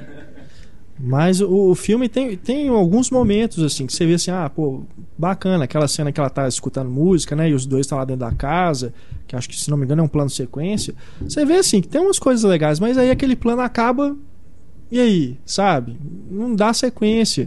Mas o, o filme tem, tem alguns momentos assim que você vê assim, ah, pô, bacana, aquela cena que ela tá escutando música, né? E os dois estão lá dentro da casa, que acho que, se não me engano, é um plano sequência. Você vê assim que tem umas coisas legais, mas aí aquele plano acaba. E aí, sabe? Não dá sequência.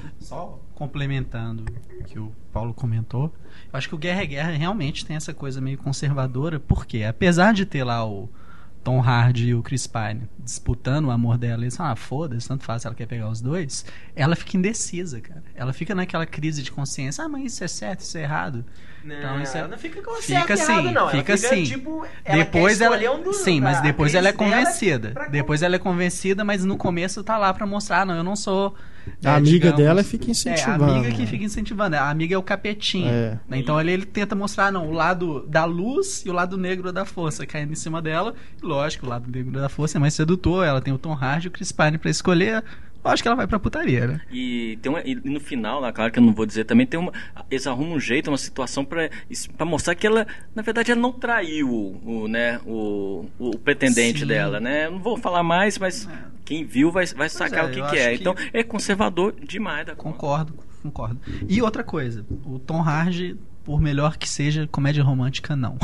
Só complementando o que o Paulo comentou, eu acho que o Guerra é Guerra realmente tem essa coisa meio conservadora, porque apesar de ter lá o Tom Hardy e o Chris Pine disputando o amor dela, eles falam, ah, foda-se, tanto faz, ela quer pegar os dois, ela fica indecisa, cara. Ela fica naquela crise de consciência, ah, mas isso é certo, isso é errado. Então, isso é- ela não fica com Fica certo e errado, assim, não. fica ela fica, assim. tipo, ela Depois quer ela, escolher um dos- sim, mas a depois ela é crise dela convencida. pra- Depois ela é convencida, mas no começo tá lá pra mostrar, ah, não, eu não sou. A é, amiga digamos- dela fica É, incentivando. a amiga que fica incentivando. A amiga é o capetinho. É. Né? Então ele, ele tenta mostrar, não, o lado da luz e o lado negro da força caindo em cima dela. E lógico, o lado negro da força é mais sedutor. Ela tem o Tom Hardy e o Chris Pine pra escolher. Lógico que ela vai pra putaria, né? E, tem uma, e no final, lá, claro que eu não vou dizer também, tem uma, eles arrumam um jeito, uma situação pra, pra mostrar que ela, na verdade, ela não traiu o, o, né, o, o pretendente Sim. dela, né? Eu não vou falar mais, mas quem viu vai, vai sacar é, o que, eu que acho é. que- Então, é conservador demais da conta. Concordo, concordo. E outra coisa, o Tom Hardy, por melhor que seja, comédia romântica, não.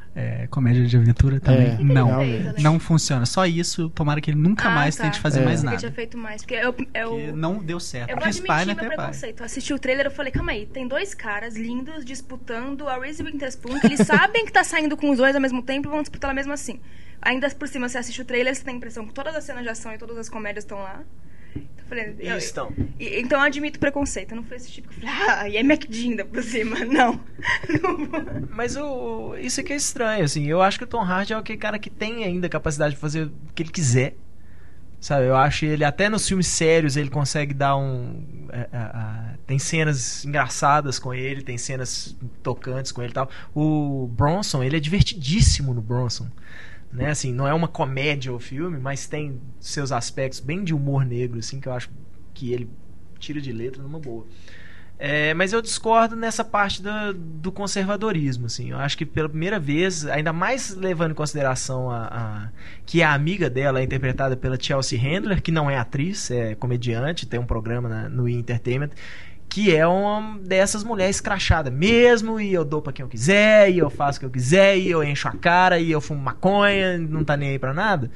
É, comédia de aventura também, É, não. realmente. Não funciona. Só isso, tomara que ele nunca Ah, mais tá. tente fazer É. mais Eu nada. tinha feito mais. Porque eu, eu, Porque não deu certo. eu O vou Chris admitir Pine meu até vai. preconceito. Eu assisti o trailer e falei, calma aí, tem dois caras lindos disputando a Reese Witherspoon, que eles sabem que tá saindo com os dois ao mesmo tempo e vão disputar ela mesmo assim. Ainda por cima, você assiste o trailer, você tem a impressão que todas as cenas de ação e todas as comédias estão lá. Então, eu falei, eu- Estão. e- então eu admito preconceito. Eu não fui esse tipo que eu falei, ah, e é MacD ainda por cima. Não. Não vou. Mas o, isso aqui é estranho, assim. Eu acho que o Tom Hardy é aquele cara que tem ainda capacidade de fazer o que ele quiser. Sabe, eu acho ele, até nos filmes sérios, ele consegue dar um. é, é, é, tem cenas engraçadas com ele, tem cenas tocantes com ele e tal. O Bronson, ele é divertidíssimo no Bronson. Né? Assim, não é uma comédia o filme, mas tem seus aspectos bem de humor negro, assim, que eu acho que ele tira de letra numa boa. É, mas eu discordo nessa parte do, do conservadorismo, assim. Eu acho que pela primeira vez, ainda mais levando em consideração a, a- que a amiga dela é interpretada pela Chelsea Handler, que não é atriz, é comediante, tem um programa na- no E! Entertainment, que é uma dessas mulheres crachadas mesmo, e eu dou pra quem eu quiser, e eu faço o que eu quiser, e eu encho a cara, e eu fumo maconha, não tá nem aí pra nada.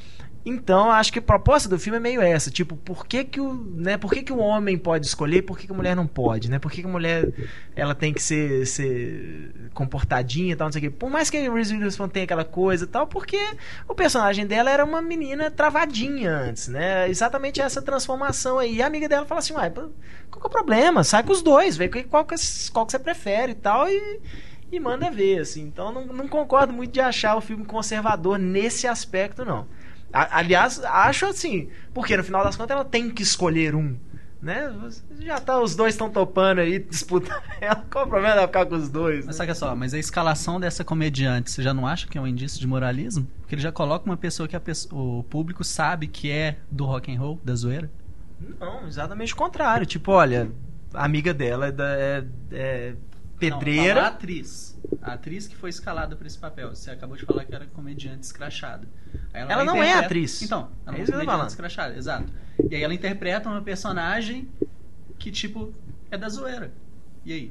Então, acho que a proposta do filme é meio essa, tipo, por que que o, né, por que que o homem pode escolher, por que que a mulher não pode, né? Por que que a mulher, ela tem que ser, ser comportadinha e tal, não sei o quê. Por mais que a Reese Witherspoon tenha aquela coisa e tal, porque o personagem dela era uma menina travadinha antes, né? Exatamente essa transformação aí. E a amiga dela fala assim, uai, qual que é o problema? Sai com os dois, vê qual que, qual que você prefere e tal, e... e manda ver, assim. Então, não, não concordo muito de achar o filme conservador nesse aspecto, não. A- aliás, acho assim, porque no final das contas ela tem que escolher um, Né? Já tá, os dois estão topando aí, disputando ela. Qual o problema de ficar com os dois? Mas Né? saca só, mas a escalação dessa comediante, você já não acha que é um indício de moralismo? Porque ele já coloca uma pessoa que a pessoa, o público sabe que é do rock and roll, da zoeira. Não, exatamente o contrário. Tipo, olha, a amiga dela é, da, é, é pedreira. Não, a atriz. A atriz que foi escalada para esse papel. Você acabou de falar que era comediante escrachada. Aí Ela não é atriz. Então, ela É é isso uma que eu tô comediante falando. escrachada, exato. E aí ela interpreta uma personagem que, tipo, é da zoeira. E aí?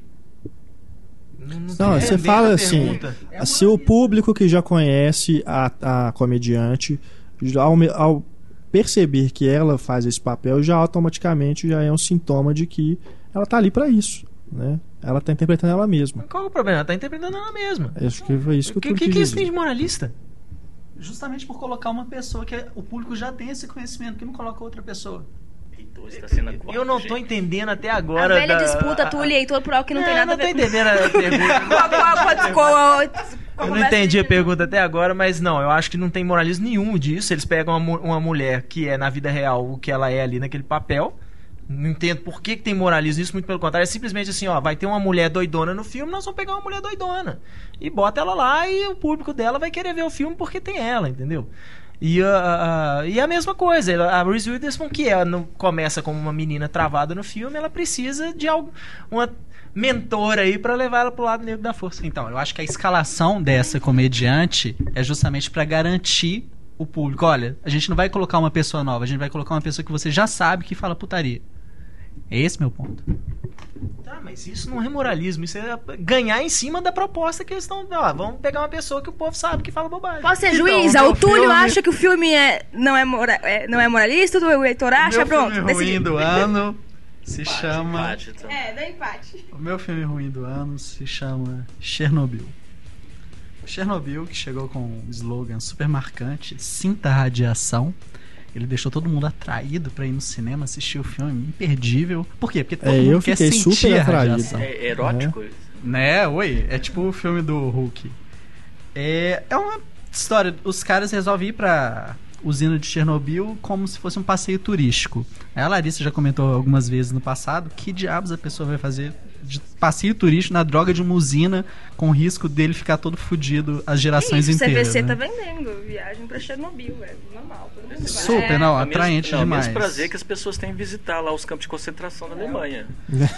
Não, Não, tem você bem fala a assim, pergunta. É se o moralismo. público que já conhece a, a comediante, já ao, me- ao perceber que ela faz esse papel, já automaticamente já é um sintoma de que ela tá ali pra isso, né? Ela tá interpretando ela mesma. Qual é o problema? Ela tá interpretando ela mesma. Acho que foi isso que O eu que, tudo que, quis que isso dizer. tem de moralista? Justamente por colocar uma pessoa que é- o público já tem esse conhecimento, que não coloca outra pessoa. Heitor está sendo acuado, Eu não tô gente. entendendo até A agora. velha da- disputa, a- Túlio e Heitor, por algo que não, tem É, nada não a ver tô entendendo a pergunta. Qual- qual- qual- qual- qual a Eu não conversa entendi a de- pergunta até agora, mas não, eu acho que não tem moralismo nenhum disso. Eles pegam uma, mu- uma mulher que é na vida real o que ela é ali naquele papel. Não entendo por que, que tem moralismo nisso, muito pelo contrário. É simplesmente assim, ó, vai ter uma mulher doidona no filme, nós vamos pegar uma mulher doidona. E bota ela lá e o público dela vai querer ver o filme porque tem ela, entendeu? E, a e a mesma coisa, ela- a Reese Witherspoon, que ela não começa como uma menina travada no filme, ela precisa de algo, uma mentora aí pra levar ela pro lado negro da força. Então, eu acho que a escalação dessa comediante é justamente pra garantir o público. Olha, a gente não vai colocar uma pessoa nova, a gente vai colocar uma pessoa que você já sabe que fala putaria. É esse meu ponto. Tá, mas isso não é moralismo, isso é ganhar em cima da proposta que eles estão. Ó, vamos pegar uma pessoa que o povo sabe que fala bobagem. Posso ser Então, juíza? meu O Túlio filme- acha que o filme é, não, é mora- é- não é moralista, o Heitor acha, meu pronto. filme ruim decidido. do ano se Empate, chama... empate, então. É, dá empate. O meu filme ruim do ano se chama Chernobyl. Chernobyl, que chegou com um slogan super marcante, sinta a radiação. Ele deixou todo mundo atraído pra ir no cinema assistir o filme, imperdível. Por quê? Porque todo É, mundo eu quer fiquei sentir super a atraído. radiação. É erótico isso. Né, oi, é tipo o filme do Hulk. É, é uma história, os caras resolvem ir pra usina de Chernobyl como se fosse um passeio turístico. A Larissa já comentou algumas vezes no passado, que diabos a pessoa vai fazer de passeio turístico na droga de uma usina com risco dele ficar todo fudido as gerações Isso, o inteiras. C V C né? tá vendendo viagem pra Chernobyl, é normal, todo mundo vai. Super, não, É o atraente mesmo, não, demais. É o mesmo prazer que as pessoas têm em visitar lá os campos de concentração da Alemanha.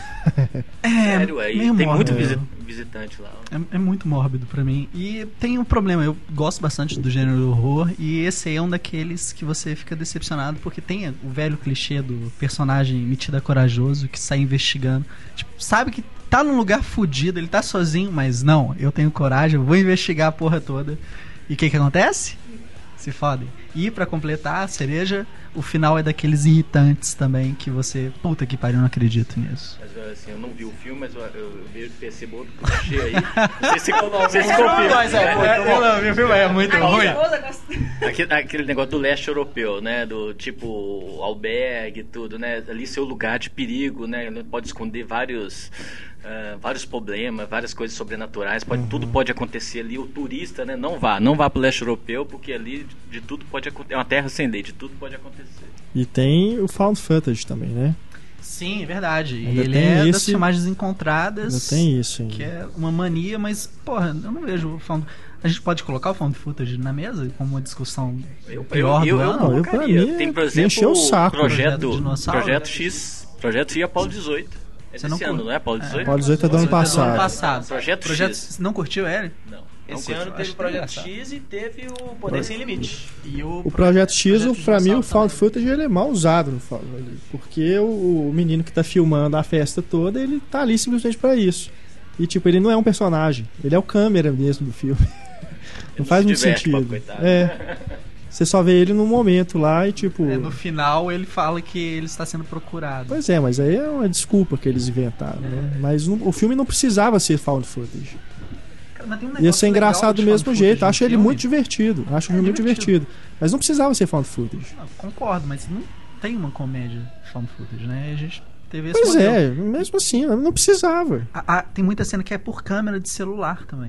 É, Sério, aí meio tem muito mórbido. visi- visitante lá. É, é muito mórbido pra mim. E tem um problema, eu gosto bastante do gênero do horror, e esse aí é um daqueles que você fica decepcionado, porque tem o velho clichê do personagem metido a corajoso que sai investigando. Tipo, sabe que tá num lugar fudido, ele tá sozinho, mas não, eu tenho coragem, eu vou investigar a porra toda. E o que que acontece? Se fodem. E pra completar a cereja, o final é daqueles irritantes também, que você, puta que pariu, não acredito nisso. Mas assim, eu não vi o filme, mas eu, eu, eu percebo outro clichê aí. Não sei se vocês confirmam. Mas é, né? eu não vi o filme, é muito A ruim. esposa gosta. Aquele, aquele negócio do leste europeu, né? Do tipo albergue e tudo, né? Ali seu lugar de perigo, né? Pode esconder vários, ah, vários problemas, várias coisas sobrenaturais. Pode, Tudo pode acontecer ali. O turista, né? Não vá, não vá pro leste europeu, porque ali de, de tudo pode acontecer. É uma terra sem lei, de tudo pode acontecer. E tem o found footage também, né? Sim, é verdade. E Ainda ele tem é das esse- filmagens encontradas. Ainda tem isso ainda. Que é uma mania, mas, porra, eu não vejo o found... A gente pode colocar o found footage na mesa como uma discussão Eu, pior eu, do eu, ano? Não, eu, pra colocaria. mim, Tem, por me encheu exemplo, o saco. o projeto, Projeto Dinossauro. projeto X, Projeto X e Apolo dezoito. É Você desse não ano, cur- não é Apolo dezoito? Apolo dezoito é do ano Do ano passado. passado. Projeto Projeto X. Não curtiu ele? Não. Esse não ano curti. teve Acho o Projeto engraçado. X e teve o Poder Sem Limite. E o, O Projeto X, Projeto pra mim, o Dinossauro found também. footage ele é mal usado no found ali, porque o, o menino que tá filmando a festa toda, ele tá ali simplesmente pra isso. E tipo, ele não é um personagem, ele é o câmera mesmo do filme. Não não faz se muito diverte, sentido. pobre coitado. É. Você só vê ele num momento lá e tipo. É, no final ele fala que ele está sendo procurado. Pois é, mas aí é uma desculpa que eles inventaram, né? Mas não- o filme não precisava ser found footage. Cara, mas tem um Ia negócio ser legal engraçado do de mesmo found jeito. footage no Acho ele filme. muito divertido. Acho ele É muito divertido. divertido. Mas não precisava ser found footage. Não, concordo, mas não tem uma comédia found footage, né? A gente teve esse Pois modelo. é, mesmo assim, não precisava. Ah, ah, tem muita cena que é por câmera de celular também.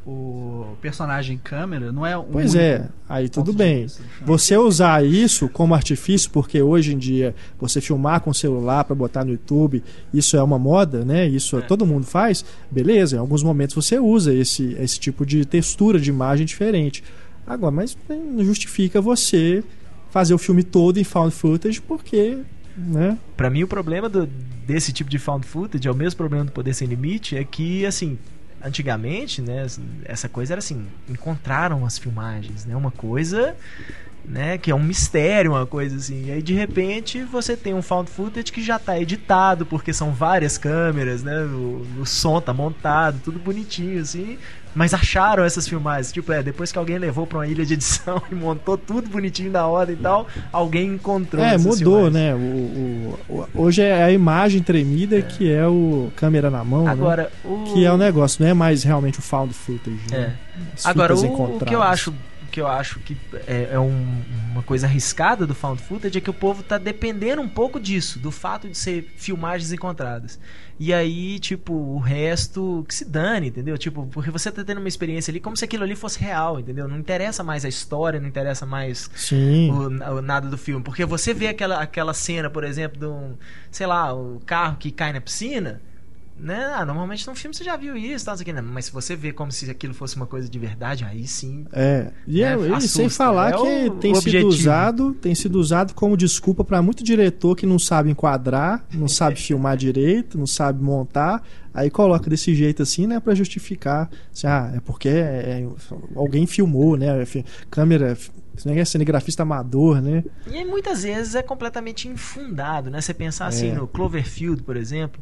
o personagem câmera não é um Pois é, aí tudo ponto de bem. vista. Você usar isso como artifício, porque hoje em dia você filmar com celular para botar no YouTube, isso é uma moda, né? Isso É. todo mundo faz, beleza, em alguns momentos você usa esse, esse tipo de textura de imagem diferente. Agora, mas não justifica você fazer o filme todo em found footage, porque, né? Pra mim, o problema do- desse tipo de found footage é o mesmo problema do Poder Sem Limite, é que, assim, antigamente, né, assim, essa coisa era assim, encontraram as filmagens, né, uma coisa, né, que é um mistério, uma coisa assim, e aí de repente você tem um found footage que já tá editado, porque são várias câmeras, né, o, o som tá montado, tudo bonitinho, assim, mas acharam essas filmagens, tipo, é, depois que alguém levou pra uma ilha de edição e montou tudo bonitinho na hora e tal, alguém encontrou É, essas mudou, filmagens. né? O, o- o- hoje é a imagem tremida que é o câmera na mão, né? Agora, o... Que é o negócio, não é mais realmente o found footage. É. Né? As Agora, fitas o, o que eu encontradas. acho, o que eu acho que é, é um- uma coisa arriscada do found footage é que o povo tá dependendo um pouco disso, do fato de ser filmagens encontradas. E aí, tipo, o resto que se dane, entendeu? Tipo, porque você tá tendo uma experiência ali como se aquilo ali fosse real, entendeu? Não interessa mais a história, não interessa mais Sim. o, o nada do filme. Porque você vê aquela, aquela cena, por exemplo, de um, sei lá, o carro que cai na piscina, né? Ah, normalmente num filme você já viu isso, tal, não sei o que, né? Mas se você vê como se aquilo fosse uma coisa de verdade, aí sim. É, e, é, Né? e Assusta. sem falar É que o- tem o sido objetivo. usado, tem sido usado como desculpa para muito diretor que não sabe enquadrar, não sabe filmar direito, não sabe montar, aí coloca desse jeito assim, né, para justificar, assim, ah, é porque é- é- alguém filmou, né, enfim, câmera, esse negócio é cinegrafista amador, né? E aí, muitas vezes é completamente infundado, né? Você pensar assim É. no Cloverfield, por exemplo,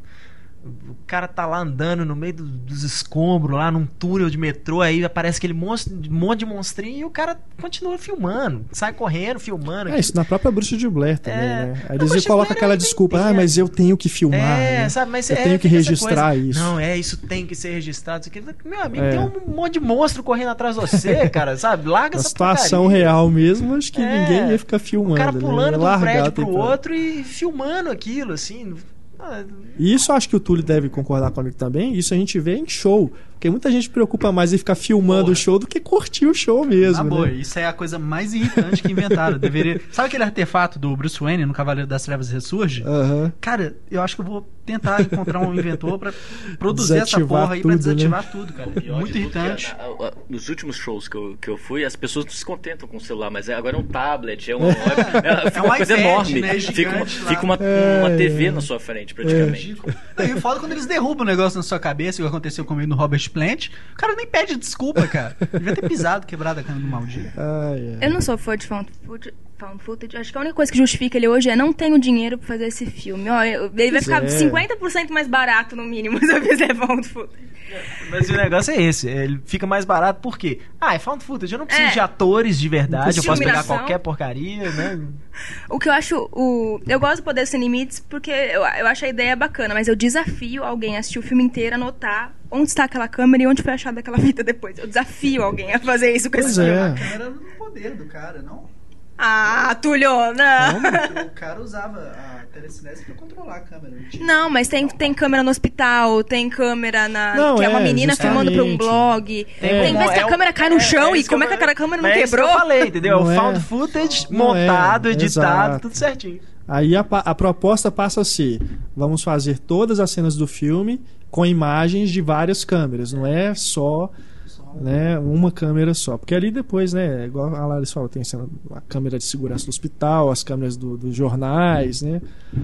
o cara tá lá andando no meio do- dos escombros, lá num túnel de metrô, aí aparece aquele monstro, um monte de monstrinho e o cara continua filmando, sai correndo, filmando. É isso, na própria Bruxa de Blair também, É. né? Aí Não, eles mas colocam Blair aquela eu desculpa, entendo. ah, mas eu tenho que filmar, É, né? sabe, mas eu é, tenho que fica essa registrar coisa. isso. Não, é, isso tem que ser registrado. Isso aqui. Meu amigo, É. tem um monte de monstro correndo atrás de você, cara, sabe? Larga Na essa situação porcaria. real mesmo, acho que É. ninguém ia ficar filmando. O cara né? pulando Ia de um largar prédio a pro temporada. outro e filmando aquilo, assim. Ah, E isso acho que o Túlio deve concordar comigo também. Isso a gente vê em show. Porque muita gente preocupa mais em ficar filmando Porra. o show do que curtir o show mesmo. Na boa, né? isso é a coisa mais irritante que inventaram. Deveria... Sabe aquele artefato do Bruce Wayne no Cavaleiro das Trevas Ressurge? Aham. Cara, eu acho que eu vou tentar encontrar um inventor pra produzir essa Desativar porra aí pra tudo, desativar tudo, cara. Pior Muito de tudo que irritante. a- a- a- nos últimos shows que eu, que eu fui, as pessoas não se contentam com o celular, mas é- agora é um tablet, é, um, é, é, fica um uma coisa iPad, enorme. né, fica uma, gigante lá. fica uma, É, uma T V é. na sua frente, praticamente. Ridículo. E o foda é quando eles derrubam o negócio na sua cabeça, o que aconteceu comigo no Robert Plant, o cara nem pede desculpa, cara. Devia ter pisado, quebrado a cana do maldito. Ai, ai. Eu não sou fã de found footage, found footage. Acho que a única coisa que justifica ele hoje é não tenho dinheiro pra fazer esse filme. Ó, eu- ele vai Pois ficar é. cinquenta por cento mais barato, no mínimo, se eu fizer found footage. Mas o negócio é esse, ele fica mais barato por quê? Ah, é found footage, eu não preciso É. de atores de verdade, eu posso pegar Iluminação. qualquer porcaria, né? O que eu acho. O, eu gosto do Poder Sem Limites porque eu, eu acho a ideia bacana, mas eu desafio alguém a assistir o filme inteiro, anotar onde está aquela câmera e onde foi achada aquela fita depois. Eu desafio alguém a fazer isso com esse Pois filme. é. A câmera no poder do cara, não? Ah, Túlio, não. O cara usava a telecinese pra controlar a câmera. Tinha- Não, mas tem, tem câmera no hospital, tem câmera na. Não, que é, uma é, menina filmando pra um justamente. blog. É. Tem vezes que a É o- câmera cai no é- chão é e isso como é eu- que aquela câmera não é isso quebrou? que eu falei, entendeu? Não o é. found footage Não montado, é, editado, exato. tudo certinho. Aí a, pa- a proposta passa a ser: vamos fazer todas as cenas do filme com imagens de várias câmeras, não é só, né, uma câmera só. Porque ali depois, né, igual a Larissa falou, tem cena, a câmera de segurança do hospital, as câmeras do- dos jornais, né?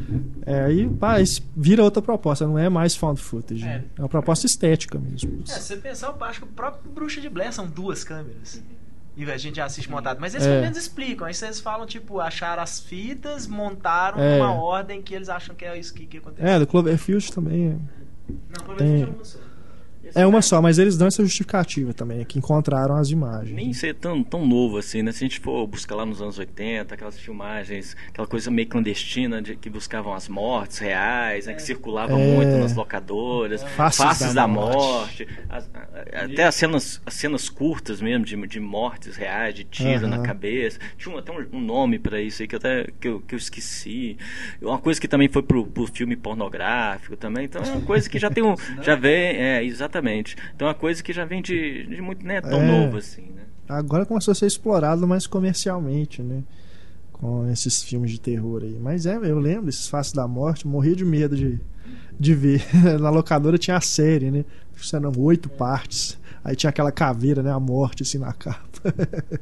É, aí pá, isso vira outra proposta, não é mais found footage. É. É, uma proposta estética mesmo. É, se você pensar, eu acho que o próprio Bruxa de Blair são duas câmeras. E a gente já assiste montado. Mas eles É. pelo menos explicam. Aí vocês falam, tipo, acharam as fitas, montaram É. uma ordem que eles acham que é isso que, que aconteceu. É, do Cloverfield também é. Não, pelo tem- menos é uma só. É uma só, mas eles dão essa justificativa também, é que encontraram as imagens. Nem ser tão, tão novo assim, né? Se a gente for buscar lá nos anos oitenta, aquelas filmagens, aquela coisa meio clandestina de que buscavam as mortes reais, né? Que circulavam É. muito nas locadoras, Faces faces, da da, morte. morte, as- a- a- até as cenas, as cenas curtas mesmo de, de mortes reais, de tiro Aham. na cabeça. Tinha um- até um, um nome pra isso aí que eu até que eu, que eu esqueci. Uma coisa que também foi pro, pro filme pornográfico também. Então é uma coisa que já tem um, já vem, é, exatamente. exatamente. Então é uma coisa que já vem de, de muito, não é tão É. novo assim, né? Agora começou a ser explorado mais comercialmente, né? Com esses filmes de terror aí. Mas é, eu lembro, esses Faces da Morte, eu morria de medo de, de ver. Na locadora tinha a série, né? Eram oito partes. Aí tinha aquela caveira, né? A morte, assim, na capa.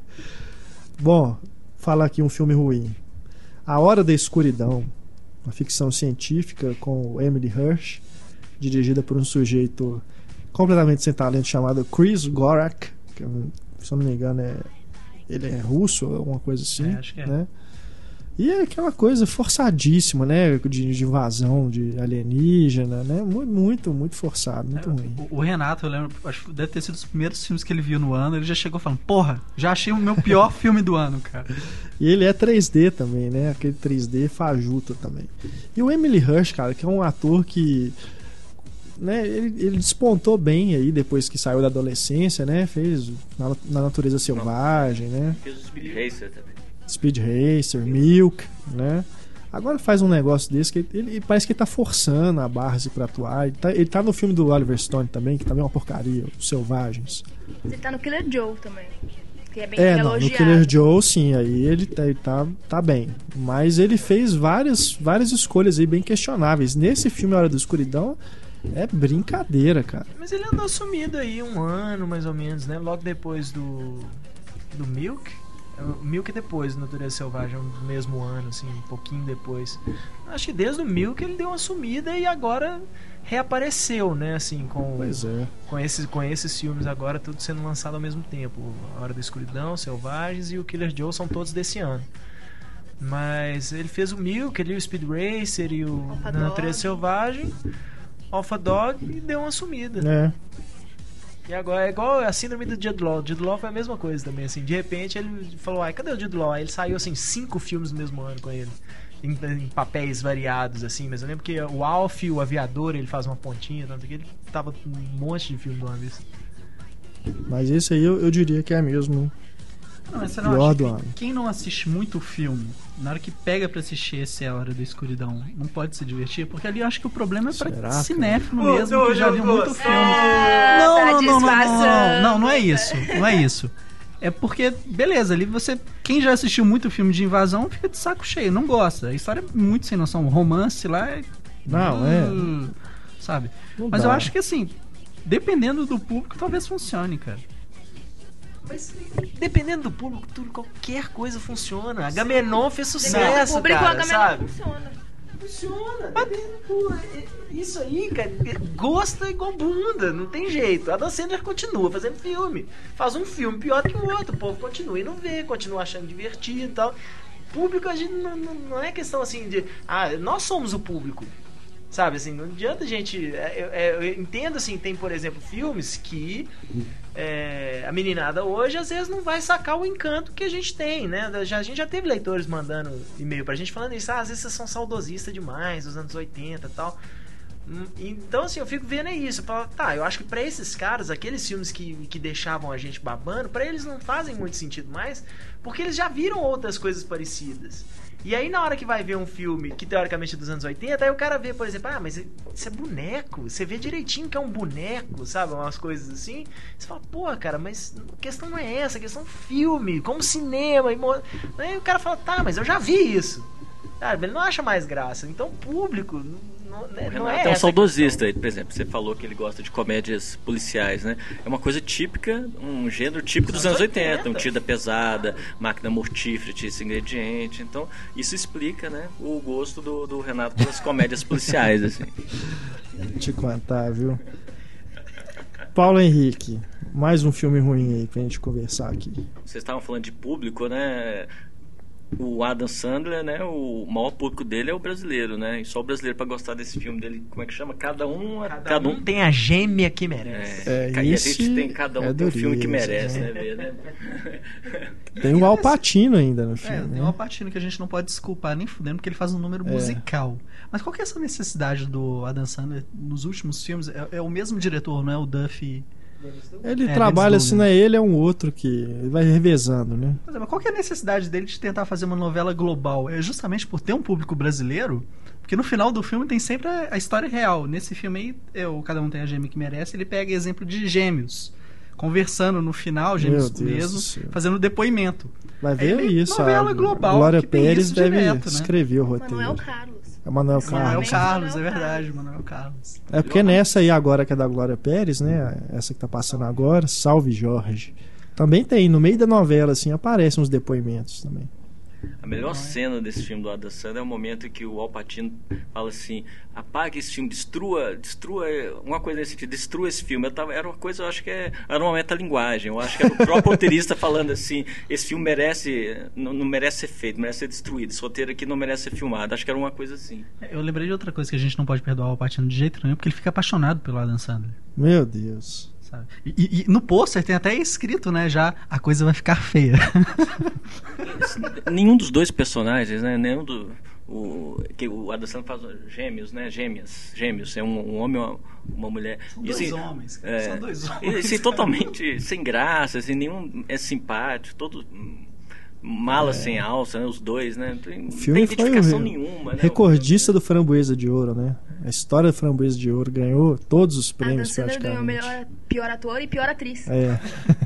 Bom, fala aqui um filme ruim. A Hora da Escuridão, uma ficção científica com Emily Hirsch, dirigida por um sujeito completamente sem talento chamado Chris Gorak, que, se eu não me engano, é, ele é russo, alguma coisa assim. É, acho que é. Né? E é aquela coisa forçadíssima, né? De, de invasão de alienígena, né? Muito, muito, muito forçado, muito É, ruim. o, o Renato, eu lembro, acho que deve ter sido os primeiros filmes que ele viu no ano. Ele já chegou falando: porra, já achei o meu pior filme do ano, cara. E ele é três D também, né? Aquele três D fajuto também. E o Emily Hirsch, cara, que é um ator que, né, ele, ele despontou bem aí depois que saiu da adolescência, né? Fez na, na Natureza Selvagem, né? Fez o Speed Racer também. Speed Racer, Milk, né? Agora faz um negócio desse que ele, ele parece que ele tá forçando a barra assim, pra atuar. Ele tá, ele tá no filme do Oliver Stone também, que também é uma porcaria, Os Selvagens. Ele tá no Killer Joe também. Que é bem É, não, no elogiado. Killer Joe, sim, aí ele tá, ele tá, tá bem. Mas ele fez várias, várias escolhas aí bem questionáveis. Nesse filme Hora da Escuridão, é brincadeira, cara. Mas ele andou sumido aí um ano, mais ou menos, né? Logo depois do. Do Milk. O Milk depois, Natureza Selvagem, no mesmo ano, assim, um pouquinho depois. Acho que desde o Milk ele deu uma sumida e agora reapareceu, né? Assim, com, Pois é. com, esses, com esses filmes agora, tudo sendo lançado ao mesmo tempo. A Hora da Escuridão, Selvagens e o Killer Joe são todos desse ano. Mas ele fez o Milk, ele, o Speed Racer e o Alpha Natureza Dog. Selvagem, Alpha Dog, e deu uma sumida. É. E agora é igual a síndrome do Jude Law. Jude Law foi a mesma coisa também, assim. De repente ele falou: ai, cadê o Jude Law? Aí ele saiu, assim, cinco filmes no mesmo ano com ele. Em, em papéis variados, assim. Mas eu lembro que o Alf, o Aviador, ele faz uma pontinha, tanto que ele tava com um monte de filme de uma vez. Mas esse aí eu, eu diria que é mesmo. Não, mas você não Pior acha do que ano. quem não assiste muito filme, na hora que pega pra assistir esse É a Hora da Escuridão, não pode se divertir? Porque ali eu acho que o problema é pra Será, cinéfilo cara? mesmo, Ô, que já ô, viu ô, muito ô, filme. Ah, Não, tá não, não, não, não, não, disfarçando. não, não é isso, não é isso. É porque, beleza, ali você, quem já assistiu muito filme de invasão fica de saco cheio, não gosta. A história é muito sem noção, o romance lá é... Não, é. Uh, sabe? Não Mas dá. eu acho que assim, dependendo do público, talvez funcione, cara. Mas dependendo do público, tudo, qualquer coisa funciona. A Gamenon fez Dependendo sucesso, do público, cara, a câmera sabe? não funciona. Funciona. Pô, isso aí, cara, gosto é igual bunda, não tem jeito. A Adam Sandler continua fazendo filme. Faz um filme pior que o outro. O povo continua e não vê, continua achando divertido e tal. Público, a gente não, não, não é questão assim de. Ah, nós somos o público. Sabe, assim, não adianta a gente. Eu, eu, eu entendo, assim, tem, por exemplo, filmes que é, a meninada hoje às vezes não vai sacar o encanto que a gente tem, né? Já, a gente já teve leitores mandando e-mail pra gente falando isso, ah, às vezes vocês são saudosistas demais, dos anos oitenta e tal. Então, assim, eu fico vendo é isso. Eu falo, tá, eu acho que pra esses caras, aqueles filmes que, que deixavam a gente babando, pra eles não fazem muito sentido mais, porque eles já viram outras coisas parecidas. E aí, na hora que vai ver um filme que teoricamente é dos anos oitenta, aí o cara vê, por exemplo, ah, mas isso é boneco. Você vê direitinho que é um boneco, sabe? Umas coisas assim. Você fala, pô, cara, mas a questão não é essa, a questão é filme, como cinema. E mo... Aí o cara fala, tá, mas eu já vi isso. Sabe? Ele não acha mais graça. Então, o público. Não, O não Renato é é um essa saudosista, questão. por exemplo, você falou que ele gosta de comédias policiais, né? É uma coisa típica, um gênero típico dos anos oitenta, um tida pesada, máquina mortífera, tinha esse ingrediente. Então, isso explica, né, o gosto do, do Renato pelas comédias policiais, assim. Vou te contar, viu? Paulo Henrique, mais um filme ruim aí pra gente conversar aqui. Vocês estavam falando de público, né? O Adam Sandler, né? O maior público dele é o brasileiro, né? E só o brasileiro pra gostar desse filme dele, como é que chama? Cada um, Cada, cada um um tem a gêmea que merece. É, É, e a esse gente tem cada um é tem um filme que dureza, merece, né? né? Ver, né? Tem o Al Pacino ainda no É, filme. tem né? uma partida que a gente não pode desculpar nem fudendo, porque ele faz um número É. musical. Mas qual que é essa necessidade do Adam Sandler nos últimos filmes? É, é o mesmo diretor, não é o Duffy? Ele É, trabalha Dennis assim, não é ele, é um outro que vai revezando, né? Pois é, mas qual que é a necessidade dele de tentar fazer uma novela global? É justamente por ter um público brasileiro, porque no final do filme tem sempre a, a história real. Nesse filme aí, é, o Cada Um Tem a Gêmea que Merece, ele pega exemplo de gêmeos, conversando no final, gêmeos Meu Deus mesmo, do céu. fazendo depoimento. Vai É ver meio isso. novela a global, Glória que tem Pérez isso deve direto, né? escrever o roteiro. Manuel Carlos. É Manuel Sim, Manuel Carlos. Manuel Carlos, é Carlos. verdade, Manuel Carlos. É porque nessa aí agora que é da Glória Pérez, né? Essa que tá passando agora, Salve Jorge. Também tem, no meio da novela, assim, aparecem uns depoimentos também. A melhor cena desse filme do Adam Sandler é o momento em que o Al Pacino fala assim: apague esse filme, destrua, destrua, uma coisa nesse sentido, destrua esse filme. Eu tava, era uma coisa, eu acho que é, era uma metalinguagem. Eu acho que era o próprio roteirista falando assim: esse filme merece, não, não merece ser feito, merece ser destruído. Esse roteiro aqui não merece ser filmado. Acho que era uma coisa assim. Eu lembrei de outra coisa que a gente não pode perdoar o Al Pacino de jeito nenhum, porque ele fica apaixonado pelo Adam Sandler. Meu Deus. Sabe? E, e- e no pôster tem até escrito, né, já, a coisa vai ficar feia. Nenhum dos dois personagens, né? Nenhum do. O, que o Adam Sandler faz gêmeos, né? Gêmeas, gêmeos, é um, um homem e uma, uma mulher. São E, dois assim, homens, cara. é, São dois e, homens. assim, totalmente sem graça, assim, nenhum é simpático, todo hum, mala sem alça, né? Os dois, né? Não tem, O não filme tem foi o identificação re- nenhuma, né? recordista do Framboesa de Ouro, né? A história do Framboesa de Ouro ganhou todos os Adam prêmios Sandler ganhou praticamente. melhor, pior ator e pior atriz. É.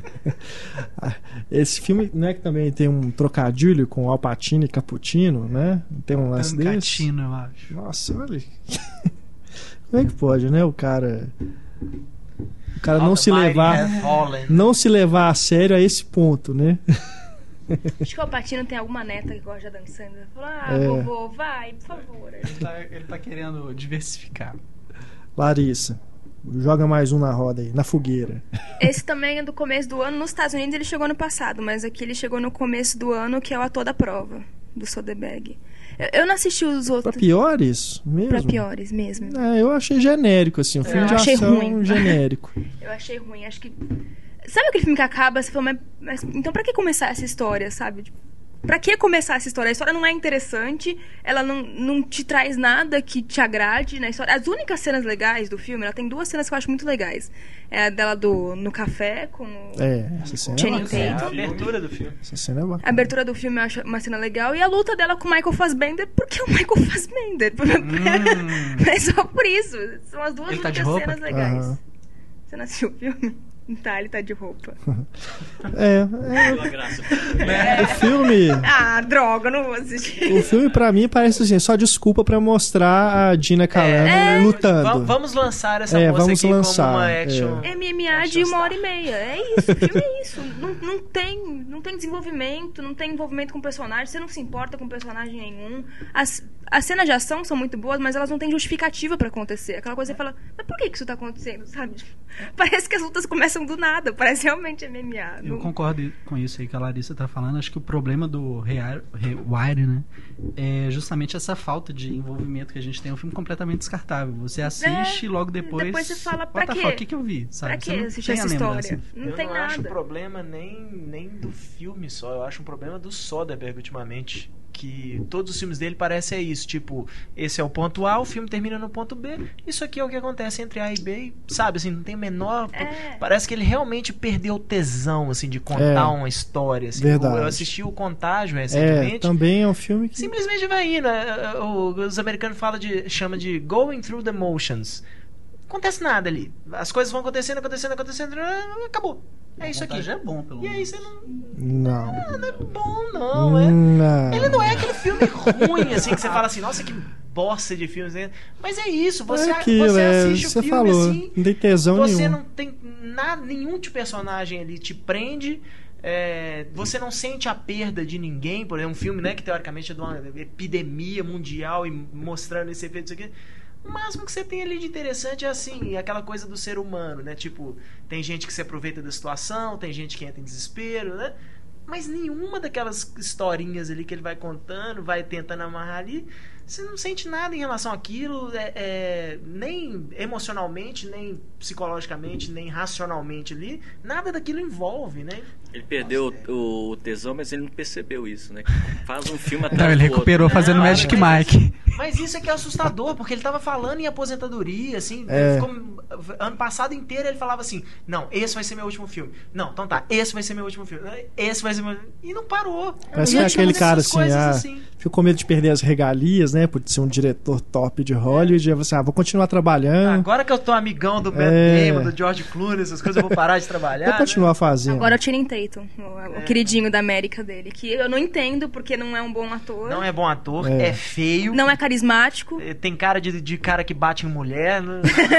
Esse filme, não é que também tem um trocadilho com Al Pacino e Cappuccino, né? Tem um lance desse. Tancatino, eu acho. Nossa, olha. Como é que pode, né? O cara. O cara não se levar. Não se levar a sério a esse ponto, né? Acho que o Patino tem alguma neta que gosta de Adam Sandler. Fala, ah, É. vovô, vai, por favor. Ele tá, ele tá querendo diversificar. Larissa, joga mais um na roda aí, na fogueira. Esse também é do começo do ano. Nos Estados Unidos ele chegou no passado, mas aqui ele chegou no começo do ano, que é o Ator da Prova, do Soderbergh. Eu, eu não assisti os Pra outros. piores mesmo? Pra piores mesmo. É, eu achei genérico, assim, um filme Eu de achei ação ruim. genérico. Eu achei ruim. Acho que. Sabe aquele filme que acaba, você fala, mas, mas então pra que começar essa história, sabe? Tipo, pra que começar essa história? A história não é interessante, ela não, não te traz nada que te agrade na história. As únicas cenas legais do filme, ela tem duas cenas que eu acho muito legais. É a dela do, no café com o É, essa cena é Channing bacana. É a Tatum. abertura do filme. Essa cena é A bacana. abertura do filme eu acho uma cena legal. E a luta dela com o Michael Fassbender, porque é o Michael Fassbender. Hum. É só por isso. São as duas Ele tá de únicas roupa? cenas legais. Aham. Você não assistiu o filme? Tá, ele tá de roupa. É, Pela graça. é, o filme. Ah, droga, eu não vou assistir. O filme, pra mim, parece assim, só desculpa pra mostrar a Gina Carano É. lutando. Va- Vamos lançar essa É, moça vamos aqui lançar, como uma é. action. M M A de uma hora e meia. É isso, o filme é isso. Não, não, tem, não tem desenvolvimento, não tem envolvimento com o personagem, você não se importa com personagem nenhum. As, as cenas de ação são muito boas, mas elas não têm justificativa pra acontecer. Aquela coisa que você fala, mas por que que isso tá acontecendo, sabe? Tipo, parece que as lutas começam do nada, parece realmente M M A. Eu Não- concordo com isso aí que a Larissa tá falando. Acho que o problema do Rewire, Rewire, né, é justamente essa falta de envolvimento que a gente tem. É um filme completamente descartável. Você assiste e logo depois. depois você fala, pra what the quê? fuck, o que, que eu vi? Sabe? Pra que Você não assistir tem essa a lembrança. história? Não eu tem não nada. acho problema nem, nem do filme só, eu acho um problema do Soderbergh ultimamente. Que todos os filmes dele parecem é isso, tipo, esse é o ponto A, o filme termina no ponto B, isso aqui é o que acontece entre A e B, e, sabe, assim, não tem o menor... É. Parece que ele realmente perdeu o tesão, assim, de contar É. uma história, assim. Verdade. Eu assisti o Contágio É, recentemente, também é um filme que. simplesmente vai indo, é, o- os americanos falam de, chama de going through the motions. Não acontece nada ali, as coisas vão acontecendo, acontecendo, acontecendo, ah, acabou. É isso aqui. Já é bom, pelo E aí menos. você não... Não. Não é bom, não, é... Não. Ele não é aquele filme ruim, assim, que você fala assim, nossa, que bosta de filme. né? Mas é isso, você, é aquilo, você é, assiste você o filme falou. assim, Não tem tesão você nenhum. não tem nada, nenhum de personagem ali te prende, é, você não sente a perda de ninguém, por exemplo, um filme, né, que teoricamente é de uma epidemia mundial e mostrando esse efeito, isso aqui. O máximo que você tem ali de interessante é assim, aquela coisa do ser humano, né? Tipo, tem gente que se aproveita da situação, tem gente que entra em desespero, né? Mas nenhuma daquelas historinhas ali que ele vai contando, vai tentando amarrar ali, você não sente nada em relação àquilo, é, é, nem emocionalmente, nem psicologicamente, nem racionalmente ali, nada daquilo envolve, né? Ele perdeu o, o tesão, mas ele não percebeu isso, né? Faz um filme atrás Não, ele do outro. recuperou fazendo Não, Magic mas- Mike. Mas isso é que é assustador, porque ele tava falando em aposentadoria, assim. É. Ficou, ano passado inteiro ele falava assim: não, esse vai ser meu último filme. Não, então tá, esse vai ser meu último filme. Esse vai ser meu. E não parou. Parece E que é ele aquele fazendo cara essas assim, coisas ah, assim. ficou com medo de perder as regalias, né? Por ser um diretor top de Hollywood. E você, ah, vou continuar trabalhando, Agora que eu tô amigão do Matt É. Damon, do George Clooney, essas coisas, eu vou parar de trabalhar. vou continuar né? fazendo. Agora é o Channing Tatum, o, o queridinho da América dele. Que eu não entendo porque não é um bom ator. Não é bom ator, É. é, feio. Não é carismático. eh, Tem cara de, de cara que bate em mulher. Né?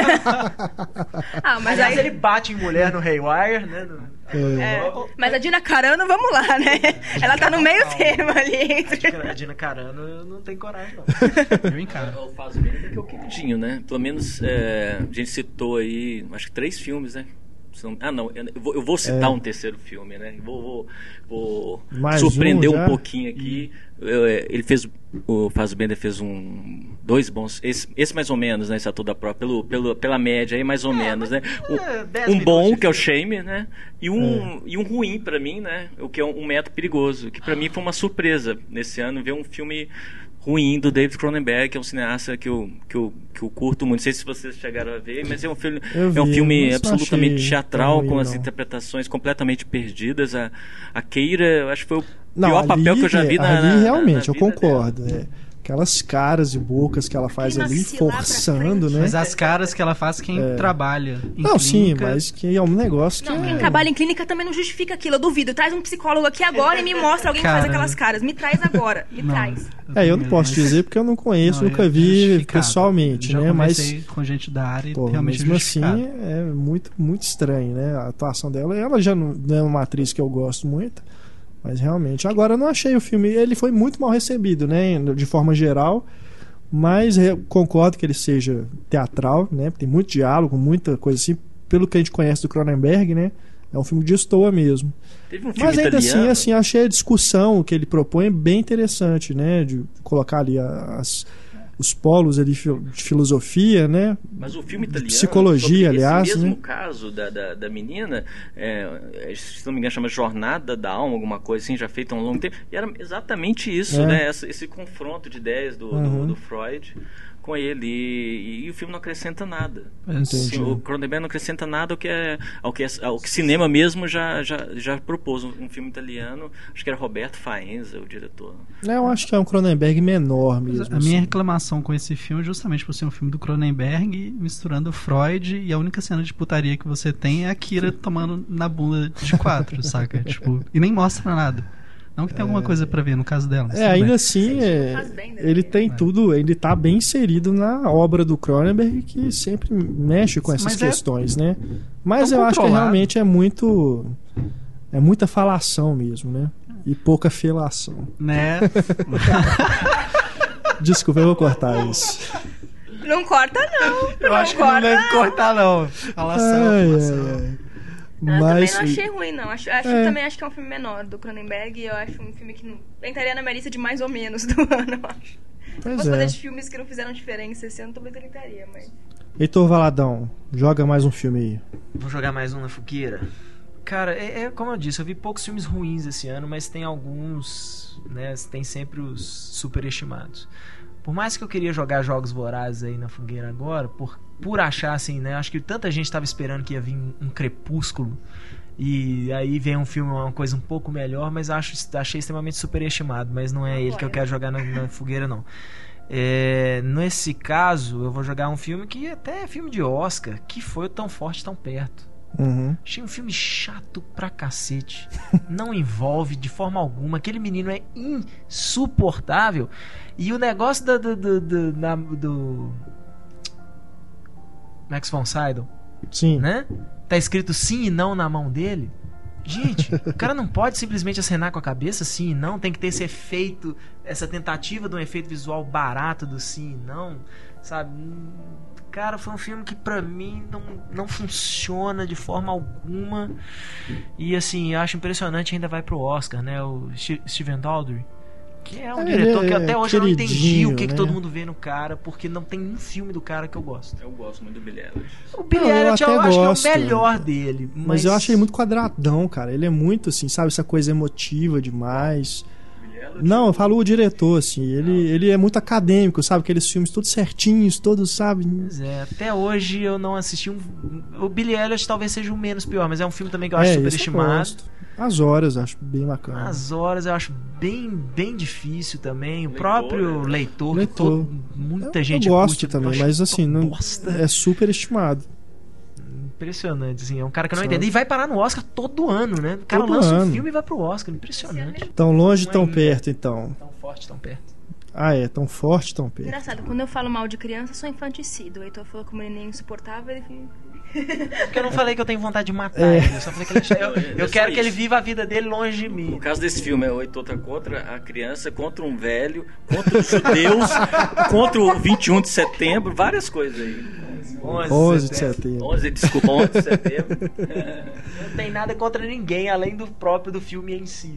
Ah, mas Aliás, aí. ele bate em mulher no Haywire, né? No- É, mas a Dina Carano, vamos lá, né? Ela tá no meio termo ali entre. A Dina Carano não tem coragem, não. Eu encaro. O Fassbender que é o queridinho, né? Pelo menos é, a gente citou aí, acho que três filmes, né? São- Ah, não, eu vou, eu vou citar É. um terceiro filme, né? Vou, vou, vou Mais surpreender um um, já? pouquinho aqui. Eu, é, ele fez, o Fassbender fez um, dois bons, esse, esse mais ou menos, né? Esse ator da própria, pelo, pelo, pela média aí, mais ou menos, né? O- é, dez um bom, minutos de que é o filme. Shame, né? E um, e um ruim pra mim, né? O que é um, um método perigoso, que pra mim foi uma surpresa nesse ano ver um filme ruim do David Cronenberg, que é um cineasta que eu, que eu, que eu curto muito. Não sei se vocês chegaram a ver, mas é um filme, Eu é um vi, filme mas não absolutamente achei teatral, tão com ruim, as não. interpretações completamente perdidas. A, a Keira, eu acho que foi o Não, pior ali, papel que eu já vi é, na, ali na- realmente, na eu vida concordo. É. Aquelas caras e bocas que ela faz Aquele ali, maxilar pra forçando, frente. né? Mas as caras que ela faz quem trabalha em Não, sim, clínica- mas que é um negócio que Não, quem é... trabalha em clínica também não justifica aquilo. Eu duvido. Traz um psicólogo aqui agora e me mostra alguém que faz Cara. aquelas caras. Me traz agora. Me Não, traz. É, eu não tenho posso medo, mas- dizer porque eu não conheço, Não, nunca é vi justificado. pessoalmente, Já né? Mas, conversei com gente da área e pô, realmente mesmo é assim, justificado. é muito, muito estranho, né? A atuação dela, ela já não não é uma atriz que eu gosto muito, mas realmente. Agora, eu não achei o filme, ele foi muito mal recebido, né? De forma geral, mas eu concordo que ele seja teatral, né? Tem muito diálogo, muita coisa assim, pelo que a gente conhece do Cronenberg, né? É um filme de estoa mesmo. Teve um filme Mas ainda italiano. assim, assim, achei a discussão que ele propõe bem interessante, né? De colocar ali as, os polos ali de filosofia, né? Mas o filme italiano, psicologia, sobre aliás, esse mesmo né? caso da, da, da menina, é, se não me engano chama Jornada da Alma, alguma coisa assim, já feita há um longo tempo, e era exatamente isso, É. né? Esse, esse confronto de ideias do, Uhum. do, do Freud com ele, e, e o filme não acrescenta nada. Entendi. Assim, o Cronenberg não acrescenta nada ao que, é, ao que, é, ao que cinema mesmo já, já, já propôs, um, um filme italiano, acho que era Roberto Faenza, o diretor. É, eu acho que é um Cronenberg menor mesmo. A minha assim. reclamação com esse filme é justamente por ser um filme do Cronenberg misturando Freud, e a única cena de putaria que você tem é a Kira tomando na bunda de quatro, saca? Tipo, e nem mostra nada. Não que tenha alguma coisa pra ver no caso dela. mas É, tudo ainda bem. assim, é, Faz bem, né? ele tem tudo, ele tá bem inserido na obra do Cronenberg, que sempre mexe com essas Mas é questões, né? Mas tão eu acho que controlado. realmente é muito. É muita falação mesmo, né? E pouca felação. Né? Desculpa, eu vou cortar isso. Não corta, não. Eu acho que não deve cortar, não. Falação, Ai, falação. ai, ai. Eu Mas. também não achei ruim, não. Acho, acho, É. Também acho que é um filme menor do Cronenberg. E eu acho um filme que não, entraria na minha lista de mais ou menos do ano, eu acho. Se Pois fosse é. fazer de filmes que não fizeram diferença esse ano, talvez ele entraria, mas... Heitor Valadão, joga mais um filme aí. Vou jogar mais um na fogueira. Cara, é, é como eu disse, eu vi poucos filmes ruins esse ano, mas tem alguns, né? Tem sempre os superestimados. Por mais que eu queria jogar Jogos Vorazes aí na fogueira agora, por, por achar assim, né? Acho que tanta gente estava esperando que ia vir um Crepúsculo. E aí vem um filme, uma coisa um pouco melhor, mas acho, achei extremamente superestimado. Mas não é ele que eu quero jogar na, na fogueira, não. É, nesse caso, eu vou jogar um filme que até é filme de Oscar, que foi o Tão Forte, Tão Perto. Uhum. Achei um filme chato pra cacete. Não envolve de forma alguma. Aquele menino é insuportável. E o negócio do, do, do, do, da- do Max von Sydow, Sim. né? Tá escrito sim e não na mão dele. Gente, o cara não pode simplesmente acenar com a cabeça sim e não. Tem que ter esse efeito, essa tentativa de um efeito visual barato do sim e não, sabe? Cara, foi um filme que pra mim não, não funciona de forma alguma. E assim, eu acho impressionante, ainda vai pro Oscar, né? O Ste- Steven Daldry Que é um É, diretor ele que é até hoje eu não entendi queridinho, o que, que né? todo mundo vê no cara, porque não tem um filme do cara que eu gosto. Eu gosto muito do Billy Elliot. O Billy Não, eu Elliot eu, até acho gosto. que é o melhor dele. Mas, Mas eu acho ele muito quadradão, cara. Ele é muito, assim, sabe? Essa coisa emotiva demais. Billy Elliot, Não, eu falo o diretor, assim. Ele, ele é muito acadêmico, sabe? Aqueles filmes todos certinhos, todos, sabe? Pois é, até hoje eu não assisti um. O Billy Elliot talvez seja o menos pior, mas é um filme também que eu acho É, super esse eu estimado. gosto. As horas, eu acho bem bacana. As horas eu acho bem, bem difícil também. O Leitor, próprio né? leitor, que Leitor. todo- muita eu, gente eu gosto curte, também, eu acho mas uma assim, não, bosta. é super estimado. Impressionante, assim. É um cara que eu não Sabe? entendo. E vai parar no Oscar todo ano, né? O cara Todo lança ano. um filme e vai pro Oscar. Impressionante. Tão longe, tão Ainda. perto, então. Tão forte, tão perto. Ah, é, tão forte, tão perto. Engraçado, quando eu falo mal de criança, eu sou infanticida. O Heitor falou que o menino é insuportável, ele fica... Porque eu não falei que eu tenho vontade de matar É. ele. Eu só falei que ele é... Eu, Não, é eu só quero que isso. ele viva a vida dele longe de mim. O caso desse filme é oito outra contra a criança, contra um velho, contra os judeus, contra o vinte e um de setembro, várias coisas aí. onze de setembro. onze, desculpa, onze de setembro. Não tem nada contra ninguém, além do próprio do filme em si.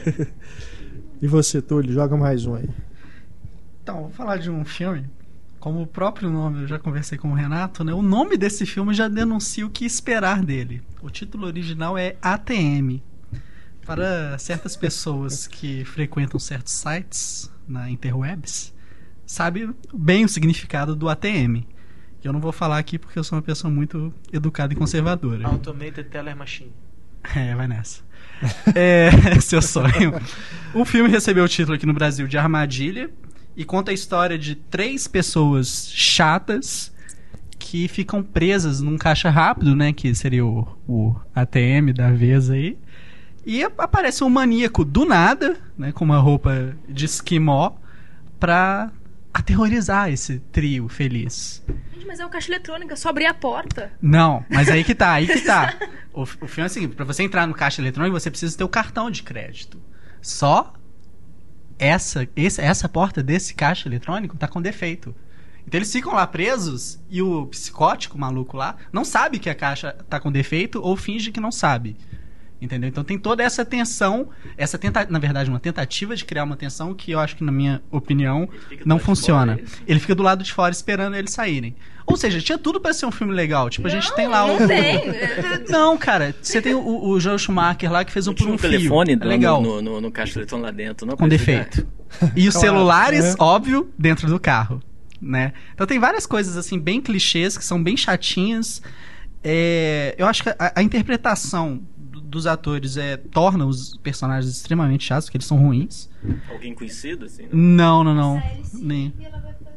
E você, Túlio, joga mais um aí. Então, vou falar de um filme. Como o próprio nome, eu já conversei com o Renato, né? O nome desse filme já denuncia o que esperar dele. O título original é A T M. Para certas pessoas que frequentam certos sites na interwebs, sabe bem o significado do A T M. Que eu não vou falar aqui porque eu sou uma pessoa muito educada e conservadora. Automated Teller Machine. É, vai nessa. É, seu sonho. O filme recebeu o título aqui no Brasil de Armadilha e conta a história de três pessoas chatas que ficam presas num caixa rápido, né, que seria o, o A T M da vez aí. E ap- aparece um maníaco do nada, né, com uma roupa de esquimó, pra aterrorizar esse trio feliz. Gente, mas é um caixa eletrônico, é só abrir a porta. Não, mas aí que tá, aí que tá. O, o filme é assim, pra você entrar no caixa eletrônico, você precisa ter o cartão de crédito. Só essa, esse, essa porta desse caixa eletrônico tá com defeito. Então eles ficam lá presos e o psicótico maluco lá não sabe que a caixa tá com defeito ou finge que não sabe. Entendeu? Então tem toda essa tensão, essa tenta... na verdade, uma tentativa de criar uma tensão que eu acho que, na minha opinião, fica do não lado de funciona. fora, é isso? Ele fica do lado de fora esperando eles saírem. Ou seja, tinha tudo pra ser um filme legal. Tipo, a gente tem lá não o. tem. Não, cara, você tem o, o Joel Schumacher lá que fez um Não por tinha um um telefone fio. É no, legal. no, no, no caixa eletrônico lá dentro, não? Com Pra defeito. explicar. E os Claro, celulares, é. óbvio, dentro do carro, né? Então tem várias coisas assim bem clichês que são bem chatinhas. É, eu acho que a, a interpretação do- dos atores é, torna os personagens extremamente chatos, porque eles são ruins. Alguém conhecido, assim? né? Não, não, não. A Alice Nem. ela vai fazer...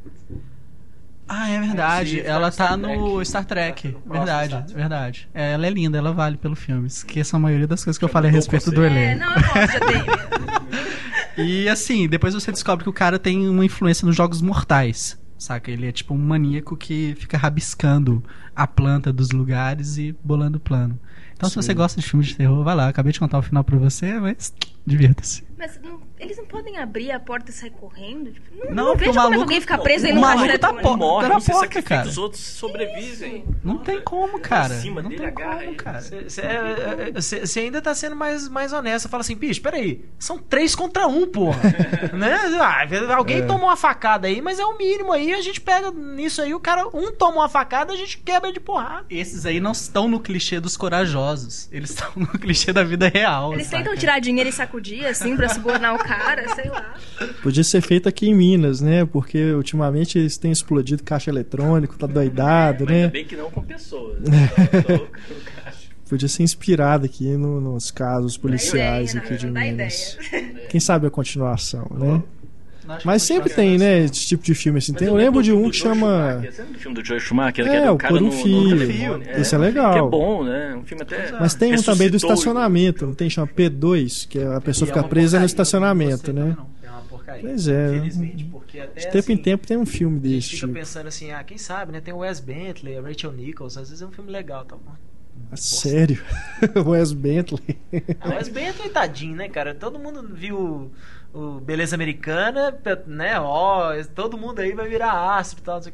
Ah, é verdade. Alice, Ela Star tá no Star Trek. Tá no próximo Verdade, Star Trek. verdade. É, ela é linda, ela vale pelo filme. Esqueça a maioria das coisas que eu falei a Tô respeito com do você. É, elenco. não, eu gosto de ter. E assim, depois você descobre que o cara tem uma influência nos jogos mortais, saca? Ele é tipo um maníaco que fica rabiscando a planta dos lugares e bolando plano. Então, se Sim. você gosta de filmes de terror, vai lá. Acabei de contar o final pra você, mas divirta-se. Mas não- eles não podem abrir a porta e sair correndo? Tipo, não, Não, não porque vejo o como é que maluco- alguém fica preso aí o no maluco caixa tá eletrônico. po- Morre, tá na se porta, sacrifica, cara. os outros sobrevivem. Não tem como, cara. Em cima Não dele, tem agarra como, ele. cara. Você ainda tá sendo mais, mais honesto. Você fala assim, bicho, peraí, são três contra um, porra. Né? Ah, alguém É. tomou uma facada aí, mas é o mínimo aí. A gente pega nisso aí, o cara, um toma uma facada, a gente quebra de porrada. Esses aí não estão no clichê dos corajosos. Eles estão no clichê da vida real. Eles saca? tentam tirar dinheiro e sacudir, assim, pra subornar o cara, sei lá. Podia ser feito aqui em Minas, né? Porque ultimamente eles têm explodido caixa eletrônico, tá doidado, Mas ainda né? bem que não com pessoas. né? Só- só o caixa. Podia ser inspirado aqui no- nos casos policiais Dá aqui ideia, de não, dá Minas. ideia. Quem sabe a continuação, né? Não, acho que Mas eu sempre vou tem, te né? Esse tipo de filme assim. Mas Tem, eu lembro de do- um do que Joe chama. Schumacher. Você lembra do filme do Joe Schumacher? que É, era o cara Por um no- no Fio. telefone? Esse é Que legal. é bom, né? Um filme até... Mas tem um também do ressuscitou estacionamento, não tem? Chama P dois, que a pessoa E é fica uma presa no porcaria, estacionamento, não né? gostei também, não. É uma porcaria. Pois é. Infelizmente, porque até De tempo assim, em tempo tem um filme a gente desse fica tipo. pensando assim, ah, quem sabe, né? Tem o Wes Bentley, a Rachel Nichols, às vezes é um filme legal, tá bom? Ah, sério? O Wes Bentley. Ah, o Wes Bentley, tadinho, né, cara? Todo mundo viu o Beleza Americana, né? Ó, todo mundo aí vai virar astro e tal, não sei o quê.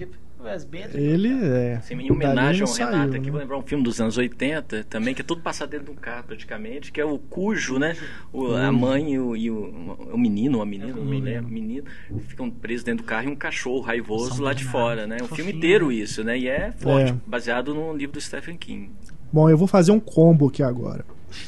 o Wes Bentley. Ele é. Assim, em homenagem Dali ao não Renato saiu, aqui, né? vou lembrar um filme dos anos oitenta também, que é tudo passado dentro de um carro praticamente, que é o Cujo, né? O, a mãe e o, e o, o menino, ou a menina, não lembro, o menino, ficam presos dentro do carro e um cachorro raivoso São lá de Bernardo. fora, né? O filme Fofinho, inteiro né? isso, né? E é forte, É. baseado no livro do Stephen King. Bom, eu vou fazer um combo aqui agora.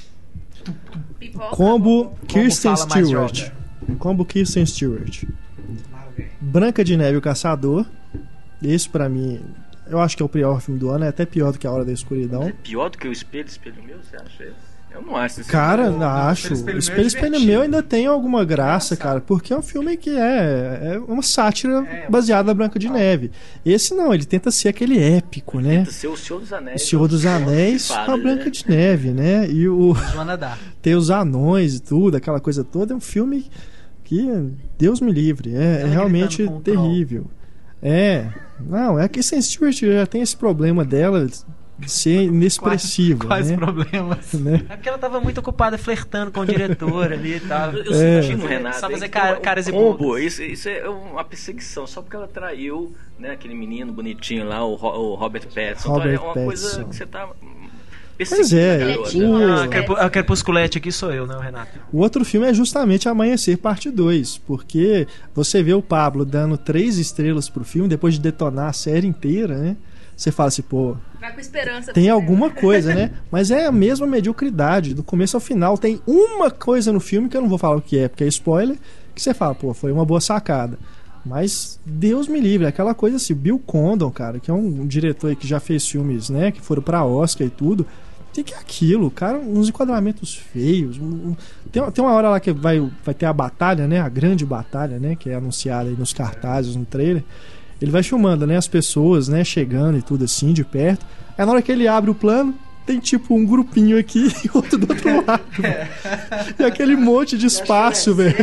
Pipoca, Combo bombom. Kirsten fala mais, Stewart. Jota? Combo Kirsten Stewart. Branca de Neve e o Caçador. Esse pra mim, eu acho que é o pior filme do ano, é até pior do que A Hora da Escuridão. É pior do que o Espelho, Espelho Meu, você acha isso? Eu não acho esse Cara, filme. acho. Espelho, Espelho O Espelho Meu é Espelho divertido. Meu ainda tem alguma graça, engraçado. cara, porque é um filme que é, é uma sátira É, baseada na Branca de Neve. Esse não, ele tenta ser aquele épico, né? Tenta ser o Senhor dos O Anéis. Senhor dos Anéis com a Branca de Neve, né? E o Joana Dark. tem os anões e tudo, aquela coisa toda. É um filme que, Deus me livre, é, é Ela realmente gritando com o troll. terrível. É, não, é que Kristen Stewart já tem esse problema dela de ser inexpressiva, Quais né? problemas? Né? É porque ela tava muito ocupada flertando com o diretor ali e tal. Eu, eu É. senti no Renato Só aí fazer que cara- tem uma- caras um e combo. bocas. Isso, isso é uma perseguição, só porque ela traiu, né, aquele menino bonitinho lá, o, Ro- o Robert Pattinson. Robert Então, é uma coisa Pattinson. que você tá hum, Pois perseguindo é, a garota. Netinho, o- né? Ah, crepu- a crepusculete aqui sou eu, né, o Renato? O outro filme é justamente Amanhecer Parte dois, porque você vê o Pablo dando três estrelas pro filme, depois de detonar a série inteira, né? Você fala assim, pô, Vai com esperança. tem pro alguma cinema. coisa, né? Mas é a mesma mediocridade, do começo ao final. Tem uma coisa no filme, que eu não vou falar o que é, porque é spoiler, que você fala, pô, foi uma boa sacada. Mas, Deus me livre, aquela coisa assim, Bill Condon, cara, que é um, um diretor aí que já fez filmes, né, que foram pra Oscar e tudo. O que, que é aquilo? Cara, uns enquadramentos feios. um- um- Tem, tem uma hora lá que vai, vai ter a batalha, né, a grande batalha, né, que é anunciada aí nos cartazes, no trailer. Ele vai filmando, né, as pessoas, né, chegando e tudo assim, de perto. Aí na hora que ele abre o plano, tem tipo um grupinho aqui e outro do outro lado. E aquele monte de espaço, velho.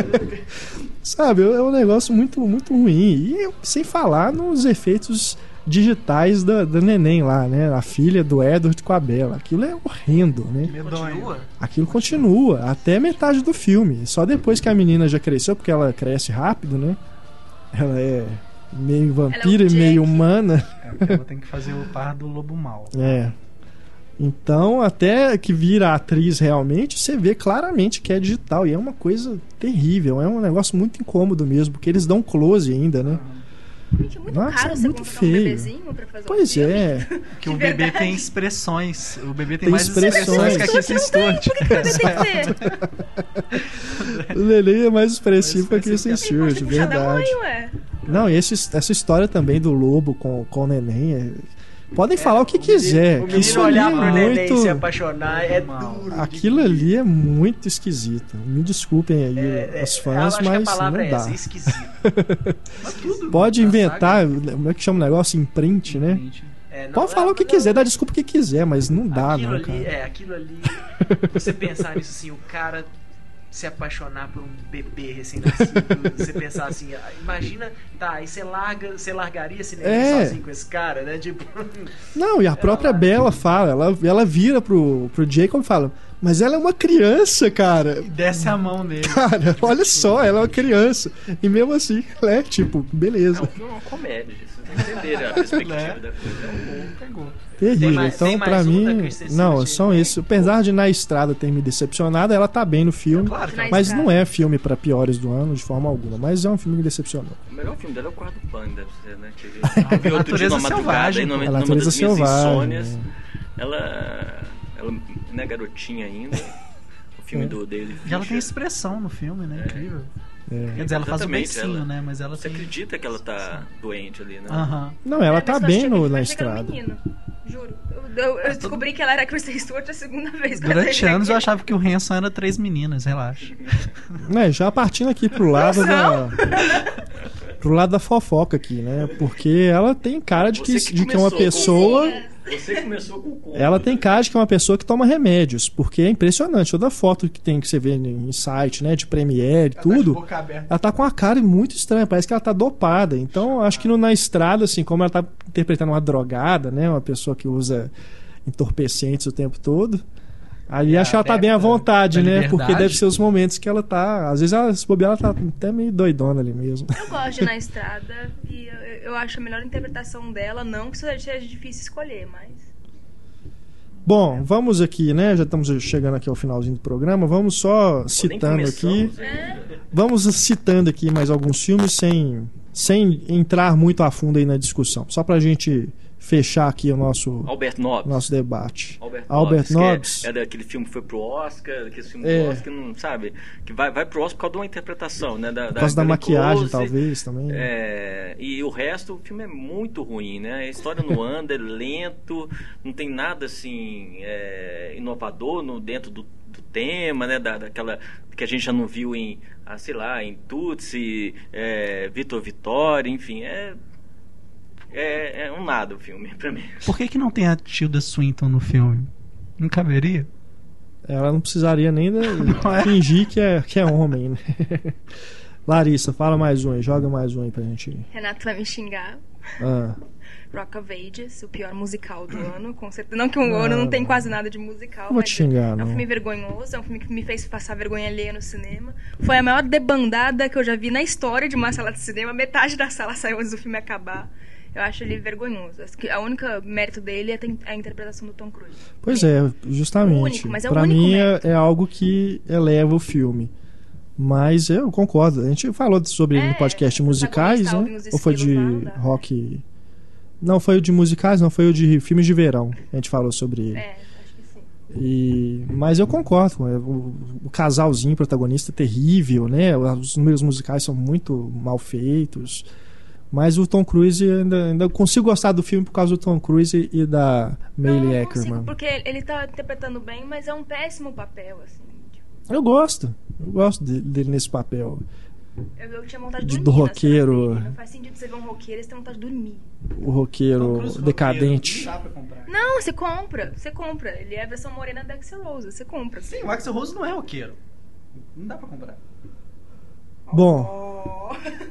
Sabe, é um negócio muito, muito ruim. E sem falar nos efeitos digitais da, da neném lá, né? A filha do Edward com a Bella. Aquilo é horrendo, né? Continua? Aquilo continua até metade do filme. Só depois que a menina já cresceu, porque ela cresce rápido, né? Ela é meio vampira Ela é e o meio Jack. humana. É, porque ela tem que fazer o par do lobo mal. É. Então, até que vira atriz realmente, você vê claramente que é digital. E é uma coisa terrível. É um negócio muito incômodo mesmo, porque eles dão close ainda, né? Gente, é muito Nossa, caro é você muito contratar feio. um bebezinho pra fazer um Pois filme. é. Porque De o bebê verdade. tem expressões. O bebê tem, Tem mais expressões, expressões. que a Kristen Stewart. Por que que o bebê tem que ser? O Lele é mais expressivo que a Kristen Mais Stewart, Tem que puxar da verdade. mãe, ué. Não, e esse, essa história também do lobo com, com o neném. é- Podem falar o que quiser. O que isso menino ali olhar é pro neném e se muito. apaixonar é Mal. duro. Aquilo ali é muito esquisito. Me desculpem aí É, é, os eu fãs, acho que a mas palavra não é dá. essa, esquisito. Mas tudo. Pode na inventar, saga. como é que chama o negócio? Imprint, né? É, não, Pode falar é, o que não, quiser, dá desculpa o que quiser, mas não dá, aquilo não, ali, cara. é, aquilo ali. Você pensar nisso assim, o cara se apaixonar por um bebê recém-nascido, você pensar assim, ah, imagina, tá, aí você larga, você largaria esse neném É. sozinho com esse cara, né? Tipo, Não, e a própria Bella fala, ela, ela vira pro, pro Jacob e fala, mas ela é uma criança, cara. E desce a mão dele. Cara, olha só, ela é uma criança. E mesmo assim, ela é tipo, É beleza. um filme, é uma comédia, vocês não entenderam a perspectiva da coisa. É um humor. Pegou. Terrível. Tem mais- então, tem mais pra um da mim, Kristen não, Stewart são aí? isso. Apesar de Na Estrada ter me decepcionado, ela tá bem no filme. claro que Na Mas Estrada. não é filme pra piores do ano, de forma alguma. Mas é um filme que me decepcionou. O melhor filme dela é o Quarto Pano, deve ser, né? Que eu vi outro dia Natureza numa madrugada, Selvagem, aí, pô. numa, A numa Natureza das minhas Selvagem, insônias, né? ela, ela não é garotinha ainda. O filme É. do David E ela tem Fincher. expressão no filme, né? Incrível. É. Quer dizer, ela faz o Exatamente, beicinho, ela- né? Mas ela Você tem. acredita que ela tá doente ali, né? Aham. Não, ela É, tá mas eu bem achei no, que na parecia que era um estrada. menino, juro. Eu, eu- eu descobri que ela era Kristen Stewart a segunda vez que eu Durante assisti anos eu aquilo. achava que o Hanson era três meninas, relaxa. É, já partindo aqui pro lado Não. da. Pro lado da fofoca aqui, né? Porque ela tem cara de que, Você que de que é uma começou com- pessoa. Você começou com o conto. Ela tem cara de que é uma pessoa que toma remédios, porque é impressionante. Toda foto que tem que você vê em site, né, de Premiere, tudo, ela tá com a cara muito estranha, parece que ela tá dopada. Então, acho que no, na estrada, assim, como ela tá interpretando uma drogada, né, uma pessoa que usa entorpecentes o tempo todo, Ali acho que ela tá bem à vontade, da né? liberdade. Porque deve ser os momentos que ela tá. Às vezes ela, se bobear, ela tá até meio doidona ali mesmo. Eu gosto de Ir na Estrada e eu, eu acho a melhor interpretação dela, não que seja difícil escolher, mas... Bom, vamos aqui, né? Já estamos chegando aqui ao finalzinho do programa. Vamos só Pô, nem citando aqui. começamos É. ainda. Vamos citando aqui mais alguns filmes sem, sem entrar muito a fundo aí na discussão. Só pra gente fechar aqui o nosso, Albert Nobbs. nosso debate. Albert, Albert Nobbs, Nobbs. que é, é daquele filme que foi pro Oscar, aquele filme É. do Oscar, não sabe? Que vai, vai pro Oscar por causa de uma interpretação, né? Da, Por causa da Glenn maquiagem, Close. talvez, também. né? É, e o resto, o filme é muito ruim, né? A história não anda, é lento, não tem nada assim é, inovador no, dentro do, do tema, né? Da, daquela que a gente já não viu em, ah, sei lá, em Tutsi, é, Vitor Vittoria, enfim, é, é, é um nada o filme pra mim. Por que que não tem a Tilda Swinton no filme? Não caberia? Ela não precisaria nem da- Não é? fingir que é, que é homem, né? Larissa, fala mais um aí, joga mais um aí pra gente. Renato vai me xingar. Ah, Rock of Ages, o pior musical do ano, com certeza. Não que o Não, ano não tem não. quase nada de musical, Não vou mas te xingar, é um não. filme vergonhoso, é um filme que me fez passar vergonha alheia no cinema. Foi a maior debandada que eu já vi na história de uma sala de cinema. Metade da sala saiu antes do filme acabar. Eu acho ele vergonhoso. Acho que a única mérito dele é ten- a interpretação do Tom Cruise. pois é, justamente. O único, mas é o pra único mim é, mérito. é algo que eleva o filme. Mas eu concordo. A gente falou sobre ele É, no podcast o musicais, protagonista, né? Alvin, os Ou foi de esquilos lá, não dá. rock. Não, foi o de musicais, não, foi o de filmes de verão. A gente falou sobre ele. É, acho que sim. E, mas eu concordo, com ele. o, o casalzinho protagonista é terrível, né? Os números musicais são muito mal feitos. Mas o Tom Cruise, ainda, ainda consigo gostar do filme por causa do Tom Cruise e da Não, Miley não consigo, Ackerman. porque ele tá interpretando bem, mas é um péssimo papel, assim. Eu gosto, eu gosto de- dele nesse papel. Eu, eu tinha vontade de De- dormir. do na cena roqueiro. dele. Não faz sentido você ver um roqueiro e você tem vontade de dormir. O roqueiro decadente. Não dá pra comprar. Não, você compra, você compra. Ele é a versão morena da Axl Rose, você compra. Sim, o Axl Rose não é roqueiro. Não dá pra comprar. Bom,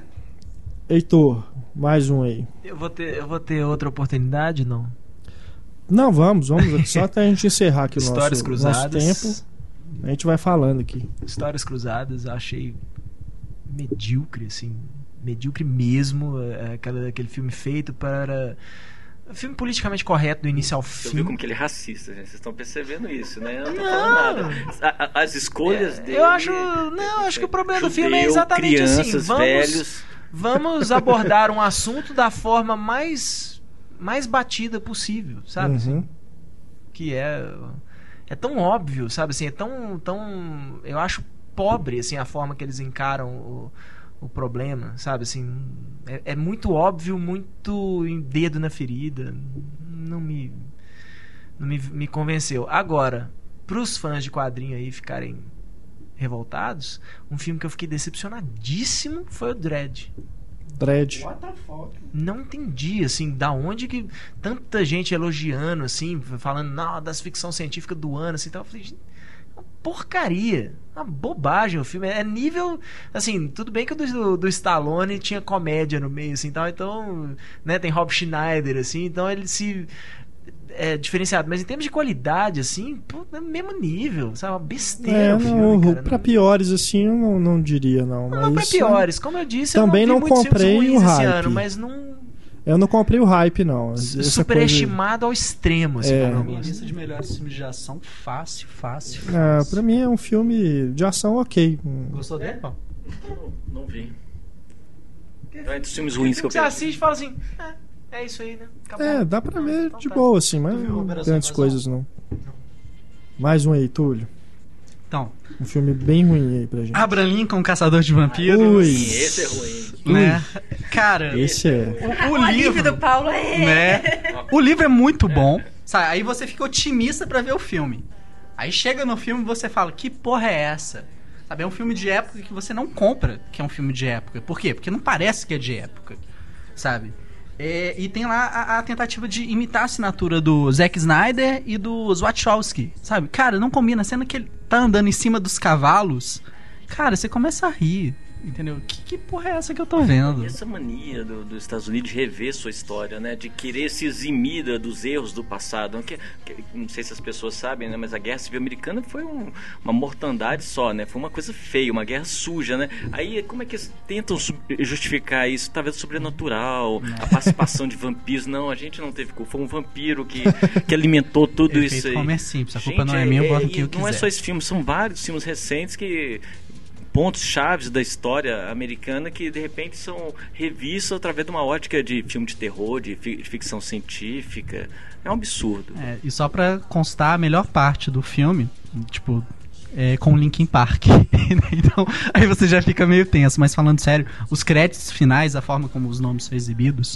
Heitor, mais um aí. Eu vou ter, eu vou ter outra oportunidade, não? Não, vamos, vamos. Só até a gente encerrar aqui o Histórias nosso, Cruzadas. nosso tempo. A gente vai falando aqui. Histórias Cruzadas, eu achei medíocre, assim. Medíocre mesmo. é, Aquela, aquele filme feito para. Um filme politicamente correto do início ao Você fim. viu como que ele é racista, gente? Vocês estão percebendo isso, né? Eu não tô falando nada. A- a- As escolhas dele... Eu acho. Não, acho que o problema do filme é judeu, exatamente assim. crianças, Vamos, velhos... vamos abordar um assunto da forma mais, mais batida possível, sabe? assim? Uhum. Que é é tão óbvio, sabe assim, é tão tão eu acho pobre assim a forma que eles encaram o, o problema, sabe assim, é, é muito óbvio, muito em dedo na ferida, não me não me, me convenceu. Agora, pros fãs de quadrinho aí ficarem revoltados, um filme que eu fiquei decepcionadíssimo foi o Dredd. Dredd. What the fuck? Não entendi, assim, da onde que tanta gente elogiando, assim, falando, não, das ficção científica do ano, assim, então eu falei, gente, uma porcaria, uma bobagem o filme, é nível, assim, tudo bem que o do, do Stallone tinha comédia no meio, assim, tal, então, né, tem Rob Schneider, assim, então ele se é diferenciado, mas em termos de qualidade, assim, pô, é o mesmo nível, sabe, uma besteira É, o filme, não, cara, pra piores assim eu não, não diria não. não, Mas não pra piores, como eu disse, também eu não não vi muitos comprei filmes o ruins esse hype. ano, mas não eu não comprei o hype não. Essa coisa- superestimado ao extremo, assim, É. pra Na mim. minha lista de melhores filmes de ação, fácil, fácil. Ah, fácil. pra mim é um filme de ação ok. Gostou dele, Paulo? Não, não vi. É dos filmes ruins que eu Você vejo. assiste e fala assim, é, é isso aí, né? Acabou. É, dá pra ver Então de tá. boa assim, mas Tu viu não Operação grandes Invasão? coisas não. Mais um aí, Túlio. Então, Um filme bem ruim aí pra gente. Abraham Lincoln, Caçador de Vampiros. Ui. Sim, esse é ruim. Né? Cara, Esse é. o, o O alívio livro, do Paulo é... né? O livro é muito bom. Sabe? Aí você fica otimista pra ver o filme. Aí chega no filme e você fala, que porra é essa? Sabe, é um filme de época que você não compra que é um filme de época. Por quê? Porque não parece que é de época. Sabe? É, e tem lá a, a tentativa de imitar a assinatura do Zack Snyder e do Wachowski. Sabe? Cara, não combina. A cena que ele tá andando em cima dos cavalos, cara, você começa a rir. Entendeu? Que, que porra é essa que eu tô vendo? E essa mania do- dos Estados Unidos de rever sua história, né? De querer se eximir da- dos erros do passado. Não, que- que- não sei se as pessoas sabem, né? Mas a Guerra Civil Americana foi um- uma mortandade só, né? Foi uma coisa feia, uma guerra suja, né? Aí como é que eles tentam su- justificar isso? Talvez sobrenatural, a participação de vampiros. Não, a gente não teve culpa. Foi um vampiro que, que alimentou tudo Efeito isso aí. Homer Simpson, a culpa Gente, não é minha, eu boto é- o que eu Não é quiser. só esse filme, são vários filmes recentes que pontos chaves da história americana que de repente são revistos através de uma ótica de filme de terror, de fi- de ficção científica. É um absurdo. É, e só pra constar, a melhor parte do filme, tipo, é com o Linkin Park. Então, aí você já fica meio tenso. Mas falando sério, os créditos finais, a forma como os nomes são exibidos,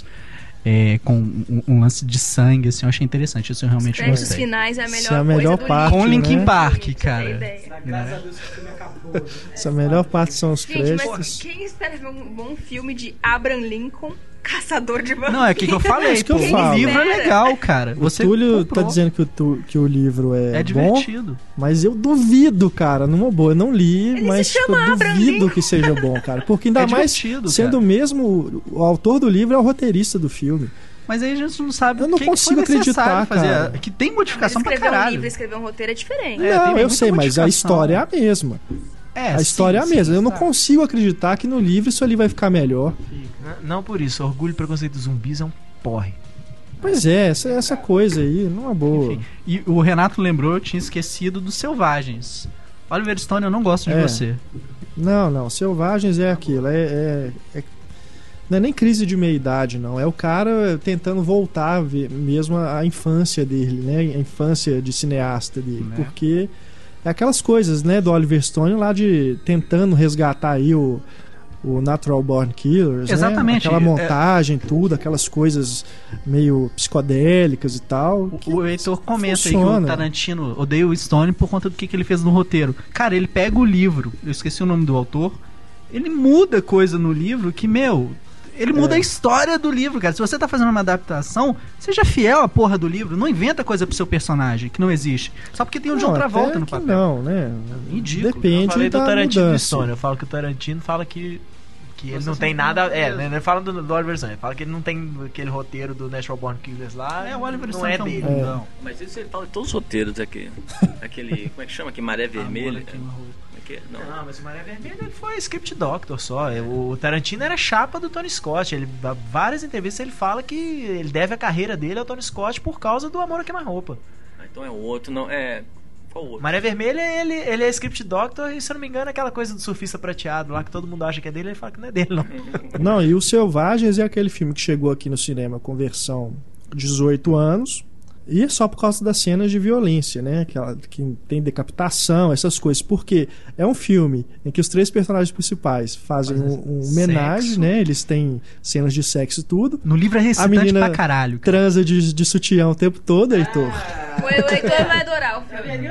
é, com um, um lance de sangue, assim, eu achei interessante. Isso eu realmente Créditos gostei. finais é a melhor Isso é a coisa melhor do parte, livro. Com Linkin né? Park, Pra você ter cara. ideia. Graças a Deus que o filme acabou. Essa melhor parte são os Gente, mas créditos. quem espera ver um bom filme de Abraham Lincoln, caçador de vampiros? Não, é o que, que eu falei, isso que eu pô. falo. O livro é Espera. legal, cara. O Você Túlio comprou. tá dizendo que o, tu- que o livro é, É bom, divertido. mas eu duvido, cara, numa boa. Eu não li, Ele mas se tipo, chama eu Abraham duvido Lincoln. que seja bom, cara. Porque ainda É mais divertido, sendo cara. mesmo o autor do livro é o roteirista do filme. Mas aí a gente não sabe Eu não o que, que consigo foi necessário acreditar, fazer. cara. Que tem Mas modificação pra escrever um caralho. livro e escrever um roteiro é diferente. É, não, tem eu muita sei, mas a modificação. história é a mesma. É, a sim, história é a sim, mesma. Eu não tá. consigo acreditar que no livro isso ali vai ficar melhor. N- Não por isso, Orgulho e Preconceito dos Zumbis é um porre. Pois é, essa, essa coisa aí, não é boa. Enfim, e o Renato lembrou, eu tinha esquecido dos Selvagens. Oliver Stone, eu não gosto de É. você. Não, não. Selvagens é aquilo. É, é- é- não é nem crise de meia-idade, não. É o cara tentando voltar a ver mesmo a, a infância dele, né? A infância de cineasta dele. Né? Porque é aquelas coisas, né, do Oliver Stone lá de tentando resgatar aí o, o Natural Born Killers, Exatamente. né? Aquela É- montagem, tudo, aquelas coisas meio psicodélicas e tal. O, que o Heitor comenta aí que funciona. o Tarantino odeia o Stone por conta do que, que ele fez no roteiro. Cara, ele pega o livro, eu esqueci o nome do autor, ele muda coisa no livro que, meu, ele muda É. a história do livro, cara. Se você tá fazendo uma adaptação, seja fiel à porra do livro. Não inventa coisa pro seu personagem que não existe. Só porque tem o John Não, Travolta até no que papel. Não, né? Ridículo. Eu Depende falei do da Tarantino e do mudança. Stone. Eu falo que o Tarantino fala que, que ele Você não tem sempre nada. fala É, mesmo. né? Ele fala do, do Oliver Stone. Ele fala que ele não tem aquele roteiro do Natural Born Killers lá. É, o Oliver não Stone é tá um dele. bundão. Mas isso ele fala em todos os roteiros aqui. Aquele, como é que chama? Que Maré Vermelha. Amor aqui no rolo. Aqui, não. Não, mas o Maré Vermelha ele foi script doctor só. É, O Tarantino era chapa do Tony Scott. Ele, há várias entrevistas ele fala que ele deve a carreira dele ao Tony Scott por causa do Amor a Queima-Roupa. Ah, então é o outro, não. É. Qual o outro? Maré Vermelha, ele, ele é script doctor e, se eu não me engano, aquela coisa do surfista prateado lá que todo mundo acha que é dele, ele fala que não é dele, não. Não, e o Selvagens é aquele filme que chegou aqui no cinema com versão dezoito anos. E é só por causa das cenas de violência, né? Aquela, que tem decapitação, essas coisas. Porque é um filme em que os três personagens principais fazem um, um homenagem, Sexo. né? Eles têm cenas de sexo e tudo. No livro é recitante menina pra caralho. Cara. Transa de, de sutiã o tempo todo, Heitor. O Heitor vai adorar o filme.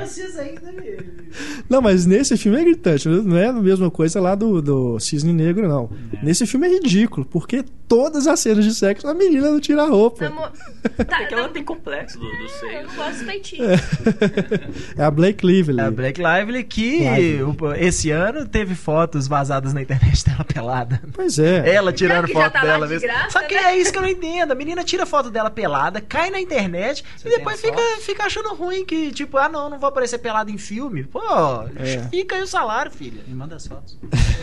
Não, mas nesse filme é gritante. Não é a mesma coisa lá do, do Cisne Negro, não. Nesse filme é ridículo, porque todas as cenas de sexo a menina não tira a roupa. Namo- Tá, É que ela tá- tem complexo do, do Eu seio. não gosto dos peitinhos. É a Blake Lively. É a Black Lively que Lively. o- esse ano teve fotos vazadas na internet dela pelada. Pois é. Ela tirando que já foto tá lá dela de mesmo. graça, Só que né? é isso que eu não entendo. A menina tira foto dela pelada, cai na internet Você e depois tem as fica, fica achando ruim que, tipo, ah não, não vou aparecer pelada em filme. Pô, É. fica aí o salário, filha. Me manda as fotos.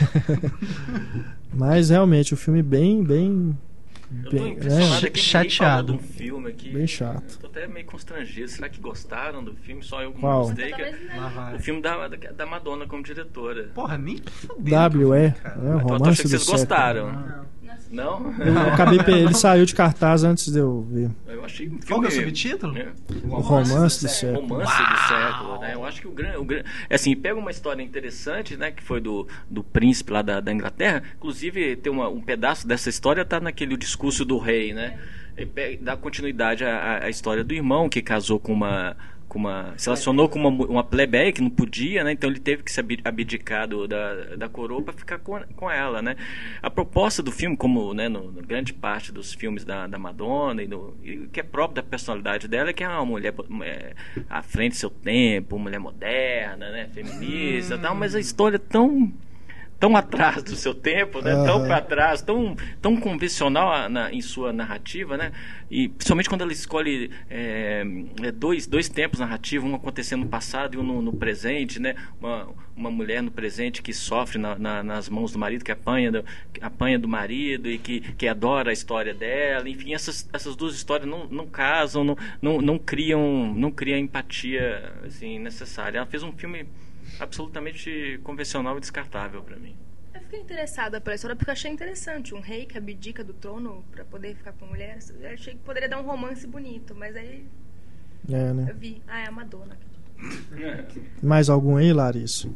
Mas realmente o filme bem, bem, Eu tô bem, impressionado né? aqui. ninguém Chateado. falou de um filme aqui. Bem chato. Tô até meio constrangido. Será que gostaram do filme? Só eu Qual? gostei. que- Talvez não. Lá vai. O filme da, da, da Madonna como diretora. Porra, nem fudeu. W é, cara. né, o Eu tô achando romance que do vocês século. gostaram. Não? Eu acabei pe- ele saiu de cartaz antes de eu ver. Eu achei um filme... Qual que é o subtítulo? É. O romance do século. Romance do século, né? Eu acho que o grande, o grande, assim, pega uma história interessante, né, que foi do, do príncipe lá da, da Inglaterra. Inclusive tem uma, um pedaço dessa história tá naquele o discurso do rei, né? Ele pega- dá continuidade à, à história do irmão que casou com uma com uma se relacionou com uma, mu- uma plebeia que não podia, né? Então ele teve que se abi- abdicar do, da, da coroa para ficar com, com ela, né? A proposta do filme, como, né, no, no grande parte dos filmes da, da Madonna e, do, e o que é próprio da personalidade dela é que é uma mulher é, à frente do seu tempo, mulher moderna, né? Feminista, e tal, mas a história é tão tão atrás do seu tempo, né? Uhum. Tão para trás, tão, tão convencional na, em sua narrativa, né? E principalmente quando ela escolhe é, dois, dois tempos narrativos, um acontecendo no passado e um no, no presente, né? Uma, uma mulher no presente que sofre na, na, nas mãos do marido, que apanha do, que apanha do marido e que, que adora a história dela. Enfim, essas, essas duas histórias não, não casam, não, não, não criam, não criam empatia assim, necessária. Ela fez um filme absolutamente convencional e descartável para mim. Eu fiquei interessada pela história porque eu achei interessante. Um rei que abdica do trono pra poder ficar com mulher. Eu achei que poderia dar um romance bonito, mas aí É, né? eu vi. Ah, é a Madonna. Mais algum aí, Larissa?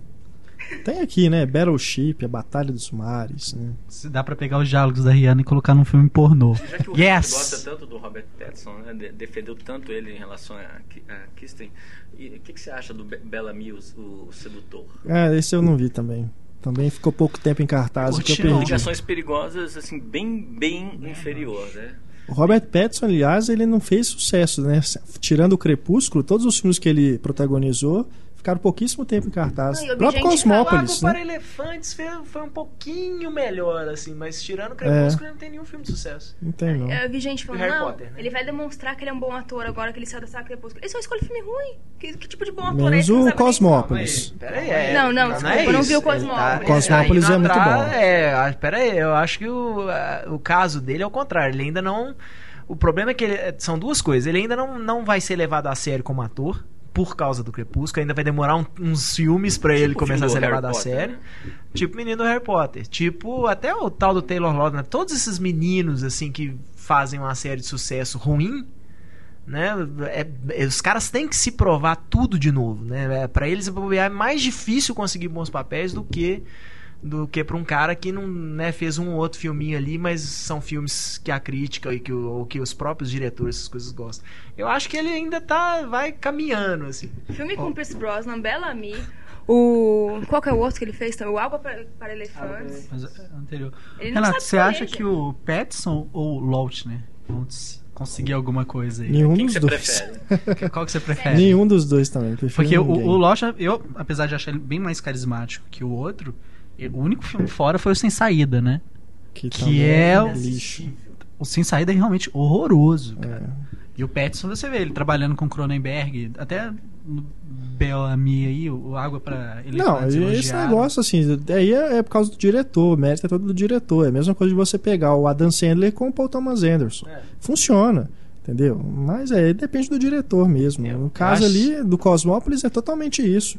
Tem aqui, né? Battleship, a Batalha dos Mares, né? Se dá pra pegar os diálogos da Rihanna e colocar num filme pornô. Já que o Yes! Rick gosta tanto do Robert Pattinson, né? de- defendeu tanto ele em relação a, Ki- a Kirsten, e o que, que você acha do Be- Bellamy, o, o sedutor? Ah, esse eu não vi também. Também ficou pouco tempo em cartaz, o que eu Curti, não. perdi. Ligações Perigosas, assim, bem, bem inferior, né? O Robert Pattinson, aliás, ele não fez sucesso, né? Tirando o Crepúsculo, todos os filmes que ele protagonizou ficaram pouquíssimo tempo em cartaz. Não, e O eu vi próprio gente Cosmópolis, Água para né? Elefantes foi, foi um pouquinho melhor, assim, mas tirando o Crepúsculo, ele não tem nenhum filme de sucesso. Não tem, não. Eu vi gente falando, Harry não, Potter, né? ele vai demonstrar que ele é um bom ator agora que ele saiu da saga Crepúsculo. Ele só escolhe filme ruim. Que, que tipo de bom ator é Menos esse? Não o sabe nem- Cosmópolis. Pera aí, é, Não, não, desculpa, eu não vi o isso. Cosmópolis. Ele Cosmópolis tá é indo muito atrás- bom. É, ah, pera aí, eu acho que o, a- o caso dele é o contrário. Ele ainda não... O problema é que ele, são duas coisas. Ele ainda não, não vai ser levado a sério como ator, por causa do Crepúsculo. Ainda vai demorar um- uns filmes pra ele Tipo o começar a filme ser do Harry levado a Potter, sério. né? Tipo o menino do Harry Potter. Tipo, até o tal do Taylor Lautner. Todos esses meninos, assim, que fazem uma série de sucesso ruim, né? É- é- os caras têm que se provar tudo de novo, né? É, pra eles é mais difícil conseguir bons papéis do que do que pra um cara que não, né, fez um ou outro filminho ali, mas são filmes que a crítica e que, o, ou que os próprios diretores, essas coisas gostam. Eu acho que ele ainda tá vai caminhando, assim. Filme com Pierce Brosnan, Bellamy, o... Qual que é o outro que ele fez também? O Água para, para Elefantes. Mas, é, anterior. Ele não Renato, sabe você escolher, acha gente. que o Pattinson ou o Lautner vão s- conseguir alguma coisa aí? Nenhum Quem que dos você dois. prefere? Qual que você prefere? Nenhum dos dois também. Prefiro Porque o, ninguém. o Lautner, eu, apesar de achar ele bem mais carismático que o outro, ele- o único filme fora foi o Sem Saída, né? que, que também é um o- lixo. O Sem Saída é realmente horroroso, cara. É. E o Pattinson, você vê ele trabalhando com Cronenberg, até no Bellamy aí, o Água pra Não, Elefantes esse elogiaram. negócio assim, aí é, é por causa do diretor, o mérito é todo do diretor. É a mesma coisa de você pegar o Adam Sandler com o Paul Thomas Anderson. É. Funciona, entendeu? Mas é, depende do diretor mesmo. Eu No caso acho- ali do Cosmópolis é totalmente isso.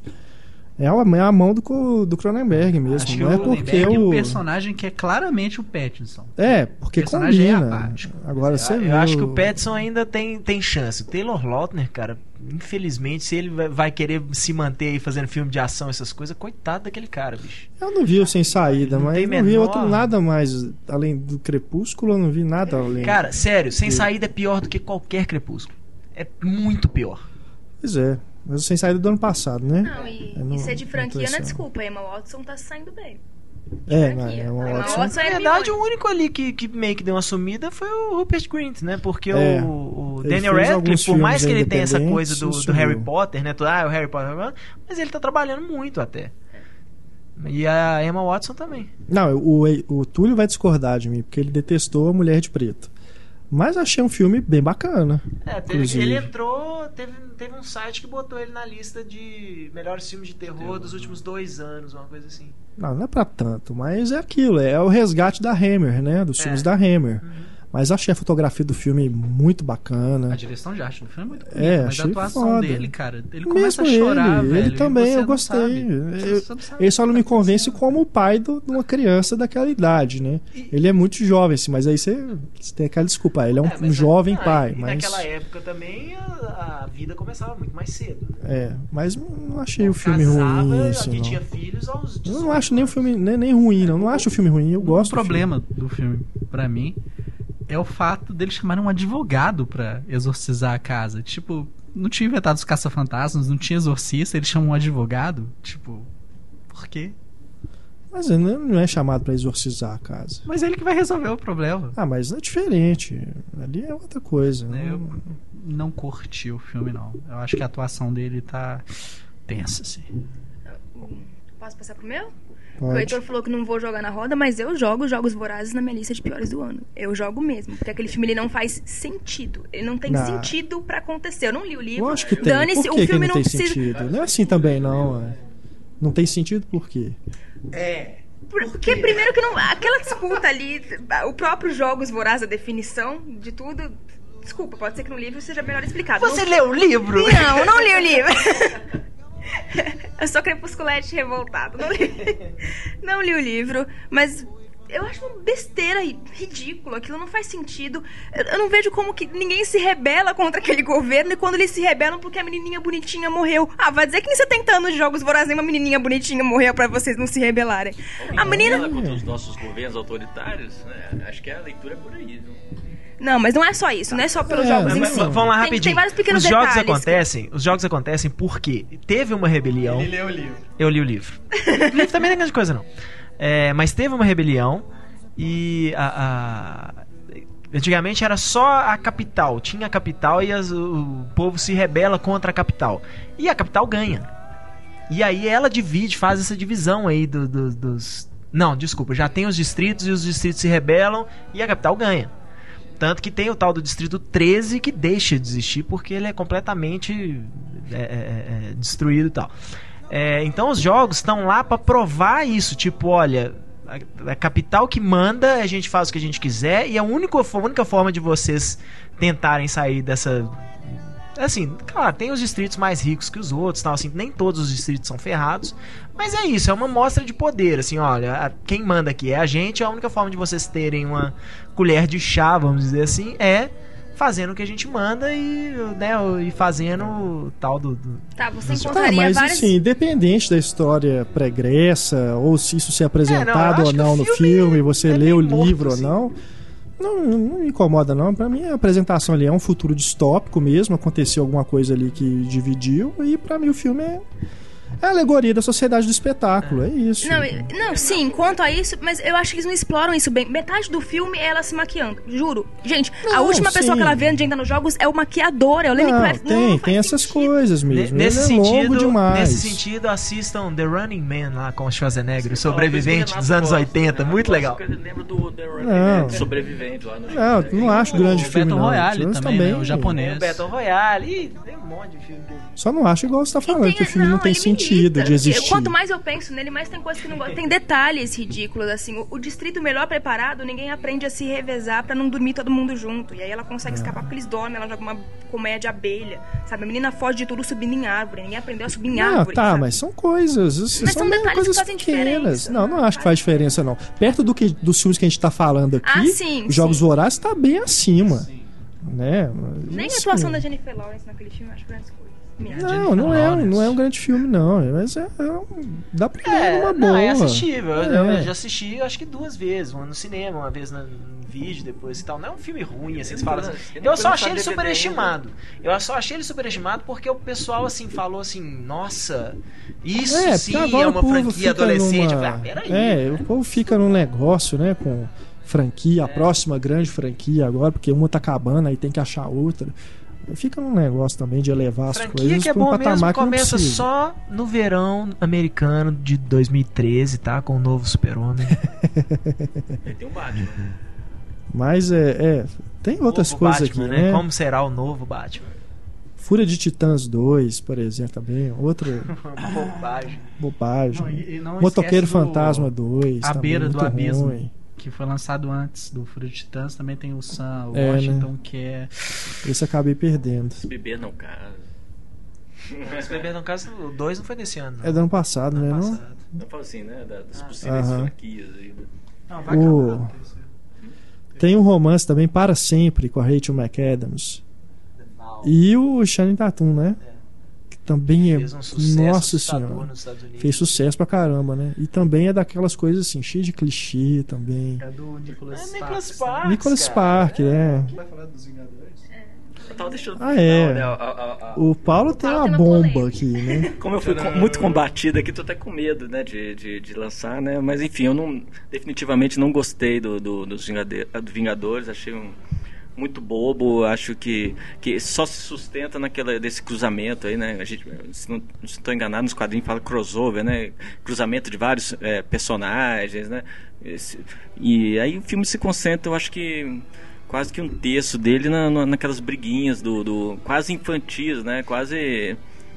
É a, é a mão do, co- do Cronenberg mesmo. Acho que não é o porque Cronenberg é o. um personagem que é claramente o Pattinson. É, porque O personagem é combina. apático. Agora você Eu vê acho que o Pattinson ainda tem, tem chance. O Taylor Lautner, cara, infelizmente, se ele vai, vai querer se manter aí fazendo filme de ação, essas coisas, coitado daquele cara, bicho. Eu não vi o Sem Saída, Não mas tem não vi menor- outro nada mais. Além do Crepúsculo, eu não vi nada além. Cara, sério, Sem Sim. Saída é pior do que qualquer Crepúsculo. É muito pior. Pois é. Mas o Sem Saída do ano passado, né? Não, e, Eu não- e ser de não tô franquia, essa- não é desculpa. A Emma Watson tá saindo bem. É, franquia. mas é uma A Emma ótima. Watson Na é verdade, milhões. o único ali que, que meio que deu uma sumida foi o Rupert Grint, né? Porque É. o, o Ele Daniel fez alguns Radcliffe, por mais que filmes ele tenha essa independentes, coisa do, do sumiu. Harry Potter, né? Ah, o Harry Potter, mas ele tá trabalhando muito até. E a Emma Watson também. Não, o, o Túlio vai discordar de mim, porque ele detestou a Mulher de Preto. Mas achei um filme bem bacana. É, teve- Inclusive. ele entrou, teve, teve um site que botou ele na lista de melhores filmes de terror dos últimos dois anos, uma coisa assim. Não, não é pra tanto, mas é aquilo, é o resgate da Hammer, né? Dos É. filmes da Hammer. Mas achei a fotografia do filme muito bacana. A direção de arte do filme é muito bonita, É, mas a achei atuação foda. dele, cara, ele começa Mesmo a chorar, ele, velho. ele e também, você eu não gostei. sabe. Eu- Você não sabe Ele só o não que me tá convence acontecendo. como o pai do- de uma criança daquela idade, né? Ele é muito jovem, assim, mas aí você, você tem aquela desculpa. Ele é um, É, um mas- jovem ah, pai, e mas. naquela época também a, a vida começava muito mais cedo. Né? É, mas não achei o filme Casava, ruim, a assim, que não. tinha filhos aos Eu dezoito não acho nem o anos. filme nem, nem ruim, não. Não acho o filme ruim, eu gosto. O problema do filme, pra mim, é o fato deles chamarem um advogado pra exorcizar a casa. Tipo, não tinha inventado os caça-fantasmas, não tinha exorcista, eles chamam um advogado. Tipo, por quê? Mas ele não é chamado pra exorcizar a casa. Mas é ele que vai resolver o problema. Ah, mas é diferente. Ali é outra coisa. Eu Não- não curti o filme, não. Eu acho que a atuação dele tá tensa, assim. Posso passar pro meu? O Heitor falou que não vou jogar na roda, mas eu jogo Jogos Vorazes na minha lista de piores do ano. Eu jogo mesmo, porque aquele filme ele não faz sentido. Ele não tem Não. sentido pra acontecer. Eu não li o livro. Lógico que tem. Dane-se, Por que o que filme não não tem precisa. sentido? Não é assim também, não. é. Não tem sentido por quê? É. Por- Porque primeiro que não. Aquela disputa ali, o próprio Jogos Vorazes, a definição de tudo. Desculpa, pode ser que no livro seja melhor explicado. Você não... leu o livro? Não, não li o livro. Eu sou crepusculete revoltado. Não li... não li o livro, mas eu acho uma besteira ridícula. Aquilo não faz sentido. Eu eu não vejo como que ninguém se rebela contra aquele governo e quando eles se rebelam porque a menininha bonitinha morreu. Ah, vai dizer que em setenta anos de Jogos Vorazes nenhuma menininha bonitinha morreu pra vocês não se rebelarem. A menina... Ela contra os nossos governos autoritários, né? Acho que a leitura é por aí, viu? Não, mas não é só isso, não é só pelos É, jogos em mas si. vamos Vamos lá Tem- rapidinho. Tem vários pequenos os jogos detalhes. acontecem, os jogos acontecem porque teve uma rebelião. Ele leu o livro. Eu li o livro. O livro também não é grande coisa, não. É, mas teve uma rebelião e a, a- antigamente era só a capital. Tinha a capital e as- o povo se rebela contra a capital. E a capital ganha. E aí ela divide, faz essa divisão aí do- do- dos... Não, desculpa, já tem os distritos e os distritos se rebelam e a capital ganha. Tanto que tem o tal do Distrito treze que deixa de existir porque ele é completamente é, é, é, destruído e tal. É, então os jogos estão lá para provar isso. Tipo, olha, a, a capital que manda, a gente faz o que a gente quiser e a única, a única forma de vocês tentarem sair dessa... Assim, claro, tem os distritos mais ricos que os outros, tal, assim, nem todos os distritos são ferrados, mas é isso, é uma mostra de poder, assim, olha, a- quem manda aqui é a gente, a única forma de vocês terem uma colher de chá, vamos dizer assim, é fazendo o que a gente manda e, né, e fazendo o tal do... do- Tá, você Tá, encontraria mas várias... assim, independente da história pregressa, ou se isso ser apresentado É, não, eu ou acho que não o no filme filme, você é lê meio o morto, livro assim. ou não, não, não me incomoda não. Pra mim a apresentação ali é um futuro distópico mesmo, aconteceu alguma coisa ali que dividiu, e pra mim o filme é, é a alegoria da sociedade do espetáculo, é isso. Não, e- não, sim, quanto a isso, mas eu acho que eles não exploram isso bem. Metade do filme é ela se maquiando, juro. Gente, a Não, última pessoa sim. que ela vê de ainda nos jogos é o maquiador, é o Lenny Não, Kravitz. tem, não tem faz essas sentido. coisas mesmo. Ne- Nesse Ele é longo sentido, demais. nesse sentido, assistam The Running Man lá com o Schwarzenegger, o sobrevivente dos anos oitenta, muito legal. Eu lembro do The Running Não. Man, sobrevivente lá no Não, não acho grande O filme Battle não. Royale Mas também, né? O japonês. Tem o Battle Royale, ih, tem um monte de filme que eu vi. Só não acho igual você tá E falando, que o filme não, tem ele me sentido irrita. de existir. Quanto mais eu penso nele, mais tem coisas que não gosto. Tem detalhes ridículos, assim. O, o distrito melhor preparado, ninguém aprende a se revezar pra não dormir todo mundo junto. E aí ela consegue escapar porque eles dormem, ela joga uma comédia abelha, sabe? A menina foge de tudo subindo em árvore. Ninguém aprendeu a subir em Não, árvore. tá, sabe? mas são coisas. assim, Mas são são meio detalhes que coisas fazem pequenas. diferença. Não, não acho que faz diferença, não. Perto do que, dos filmes que a gente tá falando aqui, Ah, sim, os Jogos sim. Vorazes tá bem acima. Né? Nem a Assim, atuação da Jennifer Lawrence naquele filme eu acho grandes coisas. Minha. Não, não é, um- não é um grande filme, não. Mas é, é um, dá pra ir É, numa não, boa. é assistível. Eu, É. eu já assisti, eu acho que duas vezes. Uma no cinema, uma vez no, no vídeo, depois e tal. Não é um filme ruim, assim, você fala assim. Eu só achei ele superestimado. Eu só achei ele superestimado porque o pessoal, assim, falou assim, nossa, isso É, sim porque é agora o uma povo franquia fica adolescente. numa- Eu falei, ah, peraí. É, o povo fica num negócio, né, com franquia, a próxima grande franquia agora, porque uma tá acabando, aí tem que achar outra. Fica num negócio também de elevar as Franquia coisas que é pra um bom patamar mesmo que não começa precisa. só no verão americano de dois mil e treze, tá? Com o novo Super-Homem. Ele tem um Batman. Mas é, é, tem outras Novo coisas Batman, aqui, né? Como será o novo Batman? Fúria de Titãs dois, por exemplo, também. Outra Bobagem. bobagem. Não, e- e não Motoqueiro esquece do- Fantasma dois. A também, Beira do muito Abismo, ruim. que foi lançado antes do Fúria de Titãs. Também tem o Sam o É, Washington, que é... Esse acabei perdendo. Beber não casa. Mas Beber no caso, o dois não foi desse ano. Não. É do ano passado, né? Não? Passado. Eu falo assim, né? da- Das possíveis Aham. franquias aí. né? Não, vai O- acabar. Tem um romance também, Para Sempre, com a Rachel McAdams. E o Channing Tatum, né? Que também é. Fez um sucesso Nossa assustador senhora. nos Estados Unidos. Fez sucesso pra caramba, né? E também é daquelas coisas assim, cheio de clichê também. É do Nicholas É Nicholas Sparks, Sparks. Nicholas cara. Spark, né? Vai falar dos Vingadores? Eu tava deixando pro Ah, final, é. né, a- a- a- O Paulo tem Paulo uma tem uma bomba polêmica. aqui, né? Como eu fui com- muito combatido aqui, tô até com medo, né, de, de, de lançar, né? Mas enfim, eu não, definitivamente não gostei do, do, dos Vingade- do Vingadores, achei um, muito bobo, acho que, que só se sustenta naquela, desse cruzamento aí, né? A gente, se não estou enganado, nos quadrinhos fala crossover, né? Cruzamento de vários é, personagens, né? Esse, e aí o filme se concentra, eu acho que quase que um terço dele na, na, naquelas briguinhas do, do quase infantis, né? Quase,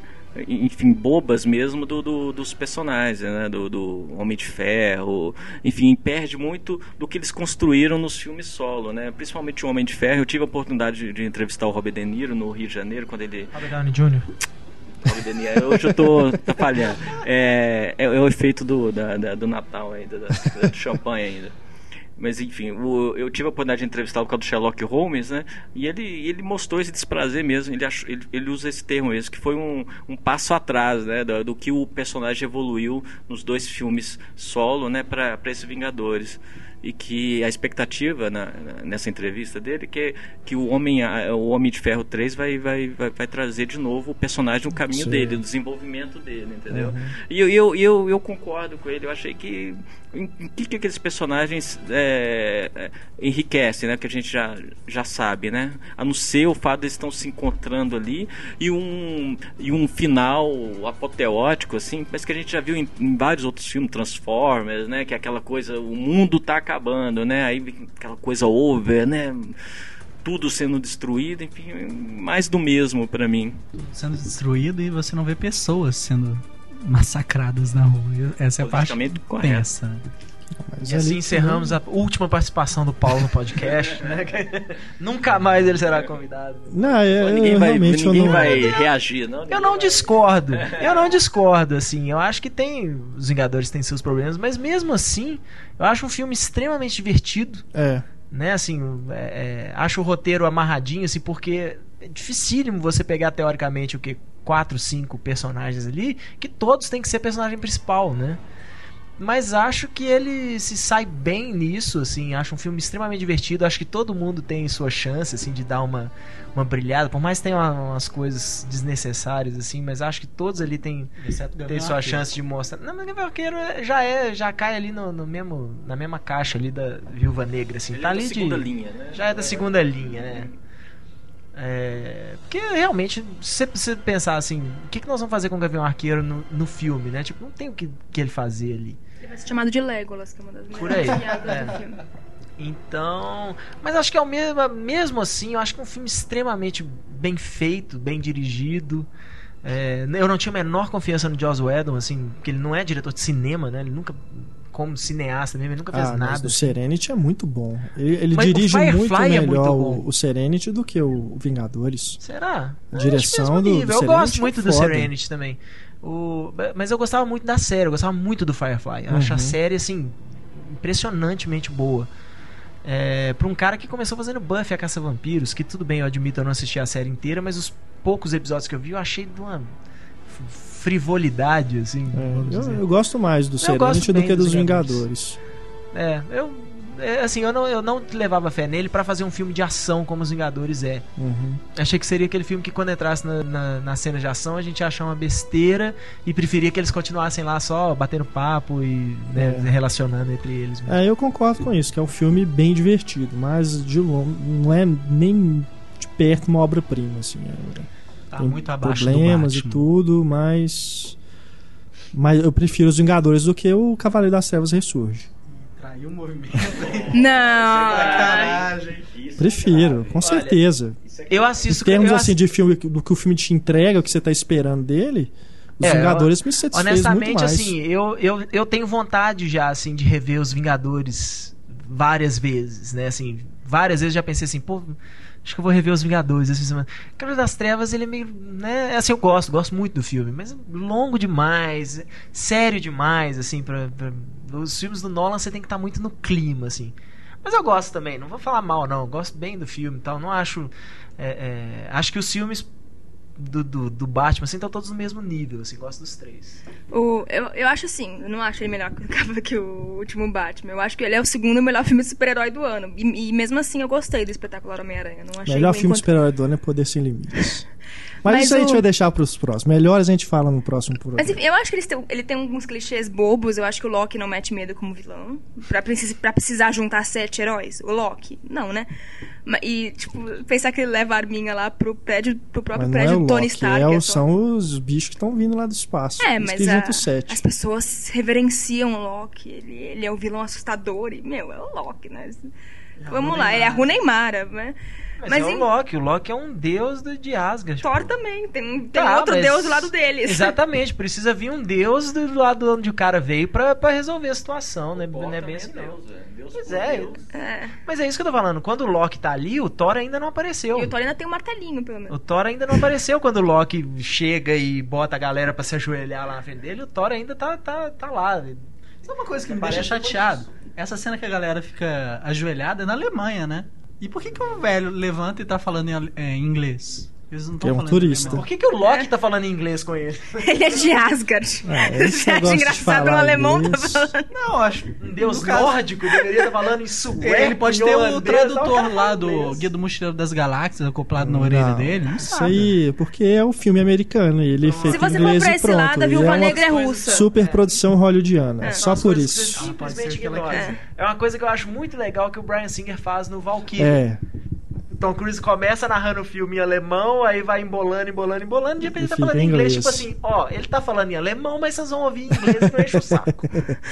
enfim, bobas mesmo do, do, dos personagens, né? Do, do Homem de Ferro, enfim, perde muito do que eles construíram nos filmes solo, né? Principalmente o Homem de Ferro. Eu tive a oportunidade de, de entrevistar o Robert De Niro no Rio de Janeiro, quando ele... Robert Downey júnior Robert De Niro, hoje eu tô, tô falhando. É, é, é o efeito do, da, da, do Natal ainda, da, do champanhe ainda. Mas enfim, o, eu tive a oportunidade de entrevistar o cara do Sherlock Holmes, né? E ele, ele mostrou esse desprazer mesmo. Ele, achou, ele, ele usa esse termo mesmo, que foi um, um passo atrás, né? Do, do que o personagem evoluiu nos dois filmes solo, né? Para esses Vingadores. E que a expectativa na, nessa entrevista dele que que o Homem, o Homem de Ferro três vai, vai, vai, vai trazer de novo o personagem no caminho Sim. dele, o desenvolvimento dele, entendeu? Uhum. E eu, eu, eu, eu concordo com ele. Eu achei que em que, que aqueles personagens é, é, enriquecem, né? Que a gente já, já sabe, né? A não ser o fato de eles estão se encontrando ali e um, e um final apoteótico, assim, mas que a gente já viu em, em vários outros filmes, Transformers, né? Que é aquela coisa, o mundo tá acabando, né? Aí aquela coisa over, né? Tudo sendo destruído, enfim, mais do mesmo pra mim. Tudo sendo destruído e você não vê pessoas sendo massacradas na rua. Essa é a parte tensa. Mas e assim encerramos a última participação do Paulo no podcast, né? Nunca mais ele será convidado. Não, eu, ninguém eu, vai, realmente ninguém eu não... vai reagir, não? Eu não discordo. Eu não discordo, assim. Eu acho que tem os Vingadores têm seus problemas, mas mesmo assim, eu acho um filme extremamente divertido. É. Né, assim, é, é, acho o roteiro amarradinho, assim, porque é dificílimo você pegar teoricamente o que quatro, cinco personagens ali, que todos têm que ser personagem principal, né? Mas acho que ele se sai bem nisso, assim, acho um filme extremamente divertido, acho que todo mundo tem sua chance, assim, de dar uma, uma brilhada, por mais que tenha umas coisas desnecessárias, assim, mas acho que todos ali têm, têm sua chance de mostrar. Não, mas o Gavião Arqueiro já é, já cai ali no, no mesmo, na mesma caixa ali da Viúva Negra, assim, ele tá é ali da segunda de, linha, né? já é da segunda linha, né? É, porque realmente, se você pensar assim, o que, que nós vamos fazer com o Gavião Arqueiro no, no filme, né? Tipo, não tem o que, que ele fazer ali. Ele vai ser chamado de Legolas, que é uma das Por aí. piadas É. do filme. Então, mas acho que é o mesmo, mesmo assim, eu acho que é um filme extremamente bem feito, bem dirigido. É, eu não tinha a menor confiança no Joss Whedon, assim, porque ele não é diretor de cinema, né? Ele nunca, como cineasta mesmo, ele nunca fez ah, nada. Mas o assim. Serenity é muito bom. Ele, ele Mas dirige o Firefly muito é melhor muito o, o Serenity do que o Vingadores. Será? A direção Acho mesmo do- nível. do Eu Serenity gosto é muito do foda. Serenity também. O, mas eu gostava muito da série, eu gostava muito do Firefly. Eu acho a Uhum. série, assim, impressionantemente boa. É, pra um cara que começou fazendo Buffy a Caça-Vampiros, que tudo bem, eu admito, eu não assisti a série inteira, mas os poucos episódios que eu vi, eu achei de uma f- frivolidade, assim. É, vamos eu, dizer. eu gosto mais do Eu Serenity gosto do bem que dos dos Vingadores. Vingadores. É, eu... é, assim, eu não, eu não levava fé nele pra fazer um filme de ação como os Vingadores é. Uhum. Achei que seria aquele filme que quando entrasse na, na, na cena de ação a gente ia achar uma besteira e preferia que eles continuassem lá só batendo papo e né, É. relacionando entre eles mesmo. É, eu concordo com isso, que é um filme bem divertido, mas de longe não é nem de perto uma obra-prima, assim. É, Tá tem muito abaixo do problemas e Batman. tudo, mas mas eu prefiro os Vingadores do que o Cavaleiro das Trevas Ressurge. Traiu o movimento. Não! Sacanagem. Prefiro, com Olha, certeza. Eu Em assisto... termos eu assim de filme, do que o filme te entrega, o que você tá esperando dele, os É, Vingadores me satisfez muito honestamente, mais. assim, eu, eu, eu tenho vontade já, assim, de rever os Vingadores várias vezes, né, assim, várias vezes já pensei assim, pô, acho que eu vou rever os Vingadores essa semana. Cavaleiro das Trevas, ele é meio, né, assim, eu gosto, gosto muito do filme, mas longo demais, sério demais, assim, pra, pra os filmes do Nolan você tem que estar muito no clima, assim. Mas eu gosto também, não vou falar mal, não, eu gosto bem do filme e tal, não acho, é, é, acho que os filmes do, do, do Batman, assim, estão todos no mesmo nível, assim, gosto dos três. O, eu, eu acho assim, eu não acho ele melhor que, que o último Batman. Eu acho que ele é o segundo melhor filme de super-herói do ano. E, e mesmo assim eu gostei do Espetacular Homem-Aranha. Não achei Melhor ruim filme de enquanto- super-herói do ano é Poder Sem Limites. Mas, Mas isso aí a gente o- vai deixar pros próximos. Melhores a gente fala no próximo programa. Mas enfim, eu acho que eles têm, ele tem alguns clichês bobos. Eu acho que o Loki não mete medo como vilão. Pra, precis- pra precisar juntar sete heróis. O Loki, não, né? Ma- E, tipo, pensar que ele leva a arminha lá pro prédio, pro próprio Mas não é prédio o do Tony Loki, Stark. é o- é só- são os bichos que estão vindo lá do espaço. É, Eles mas que a- juntam os sete. as pessoas reverenciam o Loki. Ele, ele é o vilão assustador. E, meu, é o Loki, né? Vamos lá, ele é a Runeimara, né? Mas, Mas é em- o Loki. O Loki é um deus do- de Asgard. Thor pô. também. Tem, tem Tá, outro mas- deus do lado deles. Exatamente, precisa vir um deus do lado de onde o cara veio pra, pra resolver a situação, né? Não é bem assim, não. Pois é, É. mas é isso que eu tô falando. Quando o Loki tá ali, o Thor ainda não apareceu. E o Thor ainda tem um martelinho, pelo menos. O Thor ainda não apareceu quando o Loki chega e bota a galera pra se ajoelhar lá na frente dele. O Thor ainda tá, tá, tá lá. Sabe uma coisa que me Parece deixa depois chateado? Essa cena que a galera fica ajoelhada é na Alemanha, né? E por que, que o velho levanta e tá falando em, ale- é, em inglês? Eles não Que é estão um falando turista. em Por alemão. que, que o Loki tá falando em inglês com ele? Ele é de Asgard. Ah, esse Você acha negócio de engraçado um falar alemão tá inglês. falando? Não, acho. Um deus no caso- nórdico deveria estar falando em sueco. Ele pode ter o holandês, tá? cara tradutor lá fala do inglês. Guia do Mochileiro das Galáxias acoplado na orelha Não, dele. Não Isso sabe. aí, porque é um filme americano e ele é feito Se você em for inglês pra e esse pronto. lado, a E Viúva é uma Negra é russa. super produção hollywoodiana. É. Só São as por coisas que isso. você Ah, pode ser simplesmente que ela ignora. quiser. É uma coisa que eu acho muito legal que o Bryan Singer faz no Valkyrie. É, Tom Cruise começa narrando o filme em alemão, aí vai embolando, embolando, embolando, de repente E ele tá fica falando em em inglês, inglês. tipo assim, ó, ele tá falando em alemão, mas vocês vão ouvir em inglês que eu encho o saco.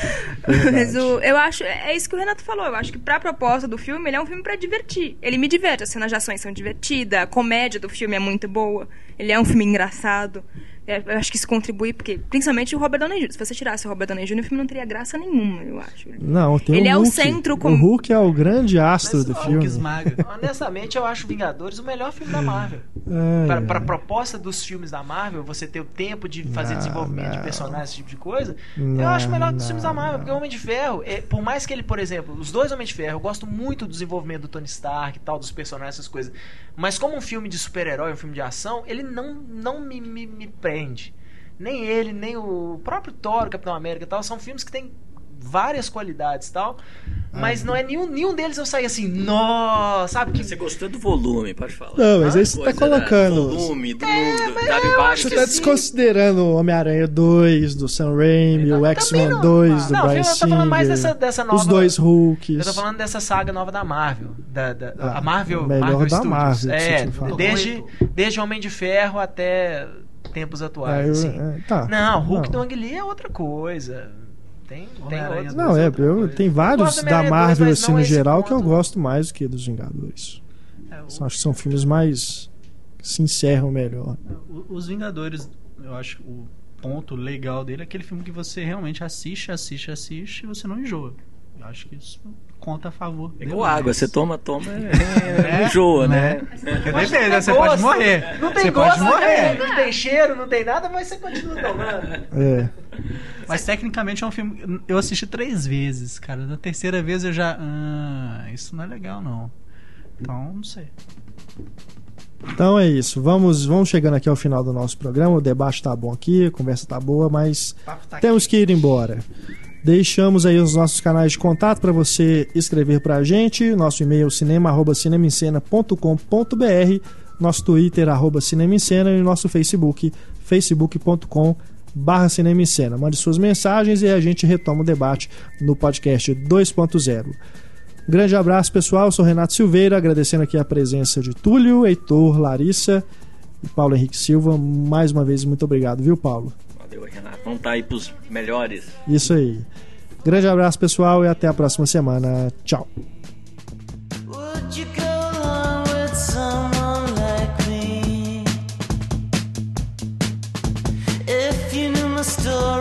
Mas o, eu acho, é isso que o Renato falou. Eu acho que pra proposta do filme, ele é um filme pra divertir. Ele me diverte, as cenas de ações são divertidas, a comédia do filme é muito boa. Ele é um filme engraçado. É, eu acho que isso contribui, porque, principalmente o Robert Downey júnior Se você tirasse o Robert Downey júnior, o filme não teria graça nenhuma, eu acho. não, tem Ele o é o Hulk. centro com- O Hulk é o grande astro Mas do o Hulk filme. esmaga. Honestamente, eu acho Vingadores o melhor filme da Marvel. É, Pra, pra proposta dos filmes da Marvel, você ter o tempo de fazer Não, desenvolvimento de não. personagens, esse tipo de coisa, Não, eu acho o melhor dos não, filmes da Marvel, não. porque o Homem de Ferro, é, por mais que ele, por exemplo, os dois Homens de Ferro, eu gosto muito do desenvolvimento do Tony Stark e tal, dos personagens, essas coisas. Mas como um filme de super-herói, um filme de ação, ele não, não me, me, me prende. Nem ele, nem o próprio Thor, o Capitão América e tal, são filmes que têm várias qualidades e tal, mas não é nenhum, nenhum deles eu saí assim, nossa, sabe? Que Você gostou do volume, pode falar. Não, mas Ah, aí você tá coisa da- colocando- volume, do mundo, dava embaixo. Você tá desconsiderando o Homem-Aranha dois, do Sam Raimi, o Também X-Men não. dois, do Não, Bryan eu tô falando mais Singer, dessa- dessa nova- os dois Hulks. Eu tô falando dessa saga nova da Marvel. Da, da- Ah, a Marvel, melhor Marvel da Studios. Marvel que você É, tinha falado. desde, desde Homem de Ferro até tempos É, atuais. eu- assim. é, tá. Não, Hulk Não. do Ang Lee é outra coisa. Tem, tem Homem-Aranha outros. Não, é, outra eu, coisa. tem Eu vários gosto do da Homem-Aranha dois, Marvel, mas assim, não no esse geral, que eu ponto. gosto mais do que dos Vingadores. É, o- Só acho que são filmes mais que se encerram melhor. O- Os Vingadores, eu acho que o ponto legal dele é aquele filme que você realmente assiste, assiste, assiste e você não enjoa. Eu acho que isso conta a favor. É igual demais. água, você toma, toma, é, enjoa, né? Porque Mas depende, não você tem pode gosto. morrer. Não tem você gosto, pode morrer. Não tem cheiro, não tem nada, mas você continua tomando. É. Mas tecnicamente é um filme. Eu assisti três vezes, cara. Na terceira vez eu já. Ah, isso não é legal, não. Então, não sei. Então é isso. Vamos, vamos chegando aqui ao final do nosso programa. O debate tá bom aqui, a conversa tá boa, mas temos que ir embora. Deixamos aí os nossos canais de contato para você escrever para a gente. Nosso e-mail cinema arroba cinemascena ponto com ponto br, nosso Twitter arroba cinemascena e nosso Facebook facebook ponto com barra cinemascena. Mande suas mensagens e a gente retoma o debate no podcast dois ponto zero. Grande abraço, pessoal. Eu sou Renato Silveira, agradecendo aqui a presença de Túlio, Heitor, Larissa e Paulo Henrique Silva. Mais uma vez, muito obrigado, viu, Paulo? Valeu, Renato. Vamos estar aí pros melhores. Isso aí. Grande abraço, pessoal, e até a próxima semana. Tchau. Would you go along with someone like me? If you knew my story